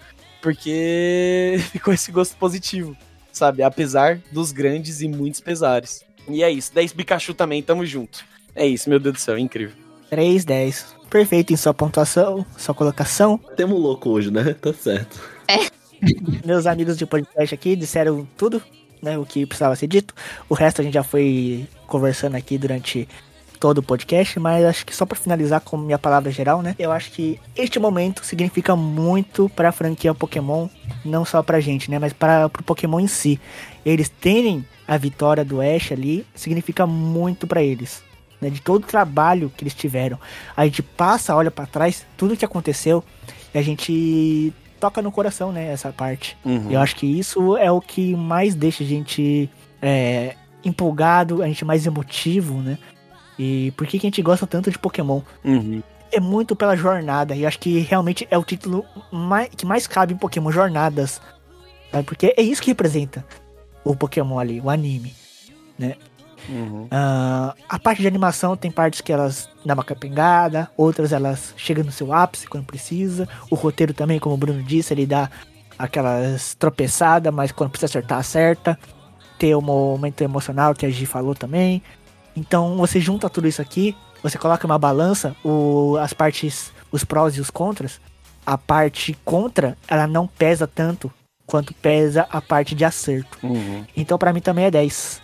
D: porque ficou esse gosto positivo, sabe? Apesar dos grandes e muitos pesares. E é isso, dez Pikachu também, tamo junto. É isso, meu Deus do céu, é incrível.
B: três, dez. Perfeito em sua pontuação, sua colocação.
C: Temos louco hoje, né? Tá certo.
E: É.
B: Meus amigos de podcast aqui disseram tudo, né? O que precisava ser dito. O resto a gente já foi conversando aqui durante todo o podcast, mas acho que só pra finalizar com minha palavra geral, né? Eu acho que este momento significa muito pra franquia Pokémon, não só pra gente, né? Mas para pro Pokémon em si. Eles terem a vitória do Ash ali, significa muito pra eles, né? De todo o trabalho que eles tiveram. A gente passa, olha pra trás, tudo que aconteceu, e a gente toca no coração, né? Essa parte. Uhum. Eu acho que isso é o que mais deixa a gente é, empolgado, a gente mais emotivo, né? E por que, que a gente gosta tanto de Pokémon?
D: Uhum.
B: É muito pela jornada. E acho que realmente é o título mais, que mais cabe em Pokémon, Jornadas. Sabe? Porque é isso que representa o Pokémon ali, o anime, né?
D: Uhum.
B: Uh, a parte de animação tem partes que elas dão uma capengada, outras elas chegam no seu ápice quando precisa. O roteiro também, como o Bruno disse, ele dá aquelas tropeçadas, mas quando precisa acertar, acerta. Tem o momento emocional que a Gi falou também. Então você junta tudo isso aqui, você coloca uma balança, o, as partes, os prós e os contras. A parte contra, ela não pesa tanto quanto pesa a parte de acerto.
D: Uhum.
B: Então pra mim também é dez.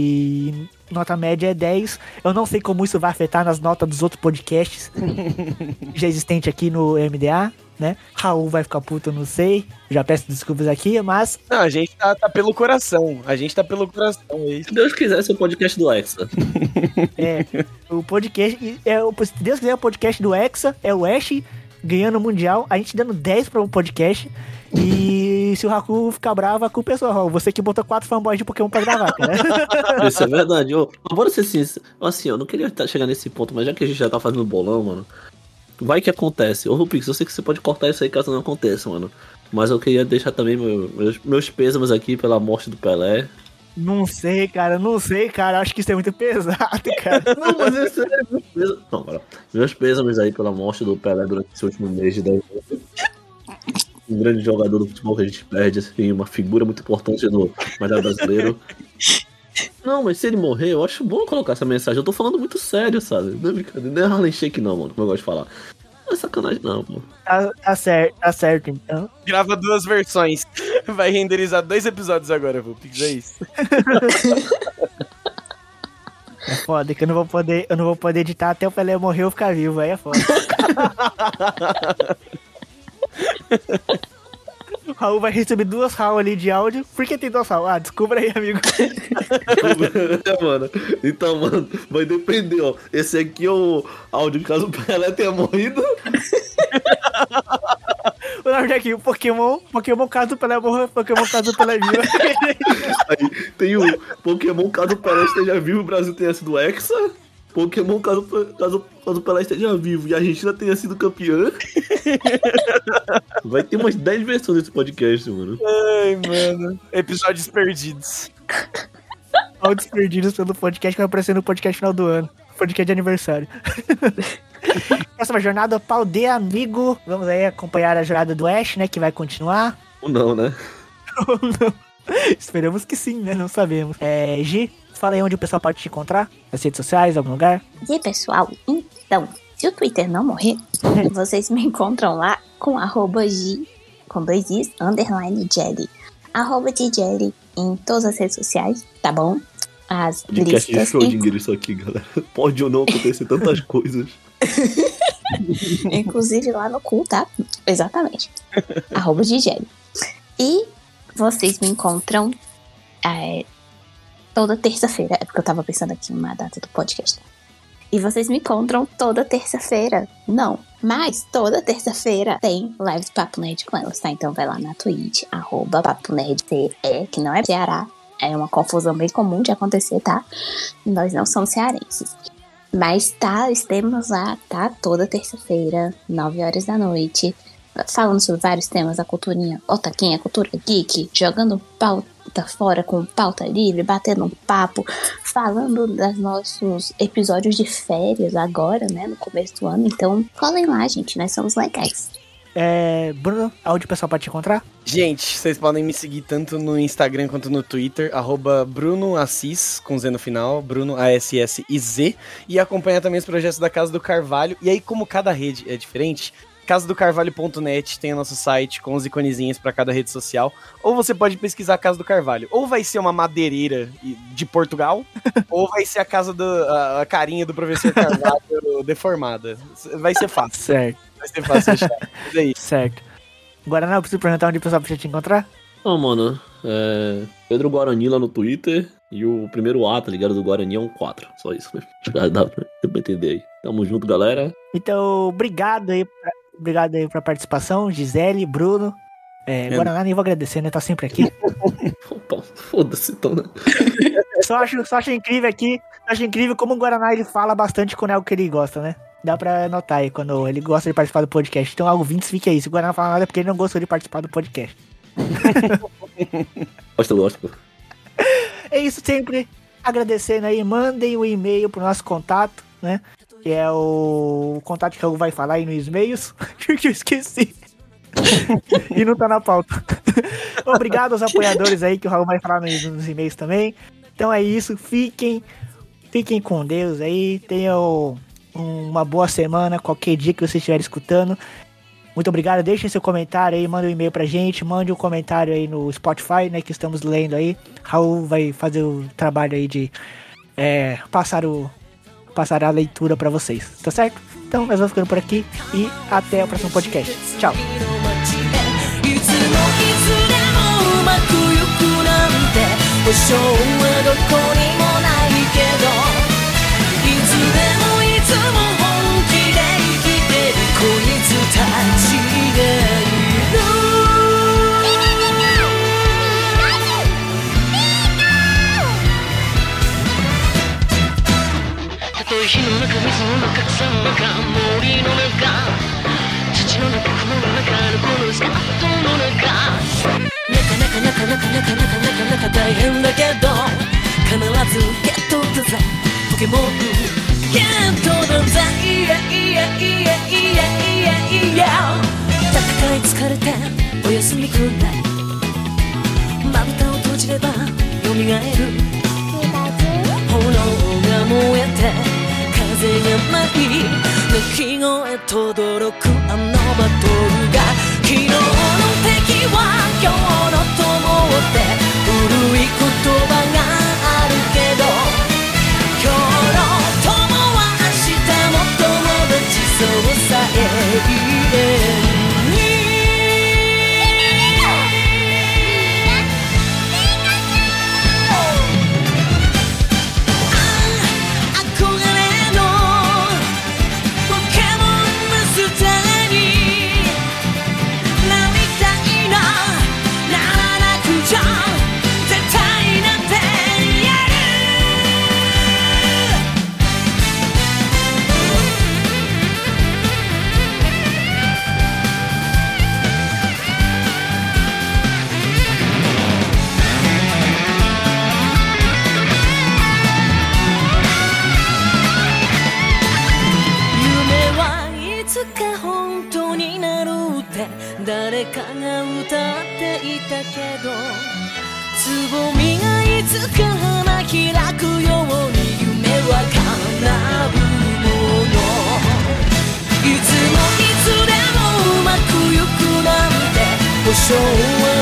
B: E nota média é dez. Eu não sei como isso vai afetar nas notas dos outros podcasts já existentes aqui no M D A, né? Raul vai ficar puto, eu não sei. Já peço desculpas aqui, mas...
D: Não, a gente tá, tá pelo coração. A gente tá pelo coração. É
C: se Deus quiser, esse é o podcast do Hexa.
B: É, o podcast... É, se Deus quiser, o podcast do Hexa é o Ash ganhando o Mundial. A gente dando dez para o podcast. E se o Haku ficar bravo, a culpa é sua, Raul. Você que botou quatro fanboys de Pokémon pra gravar, cara.
C: Isso é verdade. Ô, bora ser sincero. Assim, eu não queria chegar nesse ponto, mas já que a gente já tá fazendo bolão, mano, vai que acontece. Ô, Rupix, eu sei que você pode cortar isso aí caso não aconteça, mano. Mas eu queria deixar também meu, meus, meus pêsames aqui pela morte do Pelé.
B: Não sei, cara, não sei, cara. Acho que isso é muito pesado, cara.
C: Não, mas é sério. Meus pêsames, não, cara. Meus pêsames aí pela morte do Pelé durante esse último mês de dez anos. um grande jogador do futebol que a gente perde, assim, uma figura muito importante do Malhado brasileiro. Não, mas se ele morrer, eu acho bom colocar essa mensagem. Eu tô falando muito sério, sabe? Não é brincadeira, não é Harlem Shake não, mano, como eu gosto de falar. Não é sacanagem não, pô.
B: Tá, tá certo, tá certo, então.
D: Grava duas versões. Vai renderizar dois episódios agora, Vulpix, é isso.
B: É foda, que eu não vou poder, eu não vou poder editar até o Pelé morrer ou ficar vivo, aí é foda. O Raul vai receber duas Raul ali de áudio. Por que tem duas Raul? Ah, descubra aí, amigo.
C: É, mano. Então, mano, vai depender, ó. Esse aqui é o áudio caso o Pelé tenha morrido.
B: O nome aqui, o Pokémon, Pokémon caso o Pelé morra, Pokémon caso o Pelé viva.
C: Aí tem o Pokémon caso o Pelé esteja vivo e o Brasil tenha sido Hexa. Pokémon caso, caso, caso o Pelé esteja vivo e a Argentina tenha sido campeã. Vai ter umas dez versões desse podcast, mano.
D: Ai, mano. Episódios perdidos.
B: Áudios perdidos pelo podcast que vai aparecer no podcast final do ano. Podcast de aniversário. Próxima jornada, Pau de Amigo. Vamos aí acompanhar a jornada do Ash, né? Que vai continuar.
C: Ou não, né?
B: Ou não. Esperamos que sim, né? Não sabemos. É, Gi, fala aí onde o pessoal pode te encontrar. Nas redes sociais, algum lugar.
E: E aí, pessoal, então, se o Twitter não morrer, vocês me encontram lá com arroba G, com dois Is, underline Jelly. Arroba de Jelly em todas as redes sociais, tá bom? As
C: Podcast de
E: listas...
C: Schrödinger isso aqui, galera. Pode ou não acontecer tantas coisas.
E: Inclusive lá no cu, tá? Exatamente. Arroba de Jelly. E vocês me encontram é, toda terça-feira. É porque eu tava pensando aqui numa data do podcast. E vocês me encontram toda terça-feira. Não, mas toda terça-feira tem live do Papo Nerd com elas, tá? Então vai lá na Twitch, arroba Papo Nerd, é, que não é Ceará. É uma confusão bem comum de acontecer, tá? Nós não somos cearenses. Mas tá, estamos lá, tá? Toda terça-feira, nove horas da noite, falando sobre vários temas da culturinha otaquinha, cultura geek, jogando pauta fora com pauta livre, batendo um papo, falando dos nossos episódios de férias agora, né? No começo do ano. Então, colhem lá, gente, nós somos legais.
B: É, Bruno, aonde o pessoal pode te encontrar?
D: Gente, vocês podem me seguir tanto no Instagram quanto no Twitter, arroba Bruno Assis, com Z no final, Bruno A S S I Z, e acompanhar também os projetos da Casa do Carvalho. E aí, como cada rede é diferente, casa do carvalho ponto net tem o nosso site com os iconezinhos para cada rede social, ou você pode pesquisar a Casa do Carvalho. Ou vai ser uma madeireira de Portugal, ou vai ser a casa do, a, a carinha do professor Carvalho deformada. Vai ser fácil.
B: Certo.
D: Vai ser fácil achar. É isso.
B: Certo. Guaraná, eu preciso perguntar onde o pessoal precisa te encontrar?
C: Não, mano, é... Pedro Guarani lá no Twitter. E o primeiro A, tá ligado? Do Guarani é um quatro. Só isso, né? Dá, dá pra entender aí. Tamo junto, galera.
B: Então, obrigado aí, pra, obrigado aí pra participação, Gisele, Bruno. É, é. Guaraná, nem vou agradecer, né? Tá sempre aqui.
C: Opa, foda-se, então, né?
B: Só acho, só acho incrível aqui, acho incrível como o Guaraná ele fala bastante quando é algo que ele gosta, né? Dá pra notar aí quando ele gosta de participar do podcast. Então, ouvintes, fique aí. Se o Guaraná não fala nada é porque ele não gostou de participar do podcast.
C: Gosto, gosto.
B: É isso, sempre agradecendo aí. Mandem o um e-mail pro nosso contato, né? Que é o contato que o Raul vai falar aí nos e-mails. Que eu esqueci. E não tá na pauta. Obrigado aos apoiadores aí que o Raul vai falar nos, nos e-mails também. Então é isso. Fiquem, fiquem com Deus aí. Tenham uma boa semana, qualquer dia que você estiver escutando. Muito obrigado, deixem seu comentário aí, manda um e-mail pra gente, mande um comentário aí no Spotify, né, que estamos lendo aí. Raul vai fazer o trabalho aí de é, passar, o, passar a leitura pra vocês, tá certo? Então nós vamos ficando por aqui e até o próximo podcast. Tchau!
G: 戦い疲れておやすみくらいまぶたを閉じれば蘇る炎が燃えて風が舞い鳴き声とどろくあのバトルが昨日の敵は今日の友って古い言葉があるけど今日の友は明日も友達そうさえ言える誰かが歌っていたけどつぼみがいつか花開くように夢は叶うものいつもいつでもうまくいくなんて保証は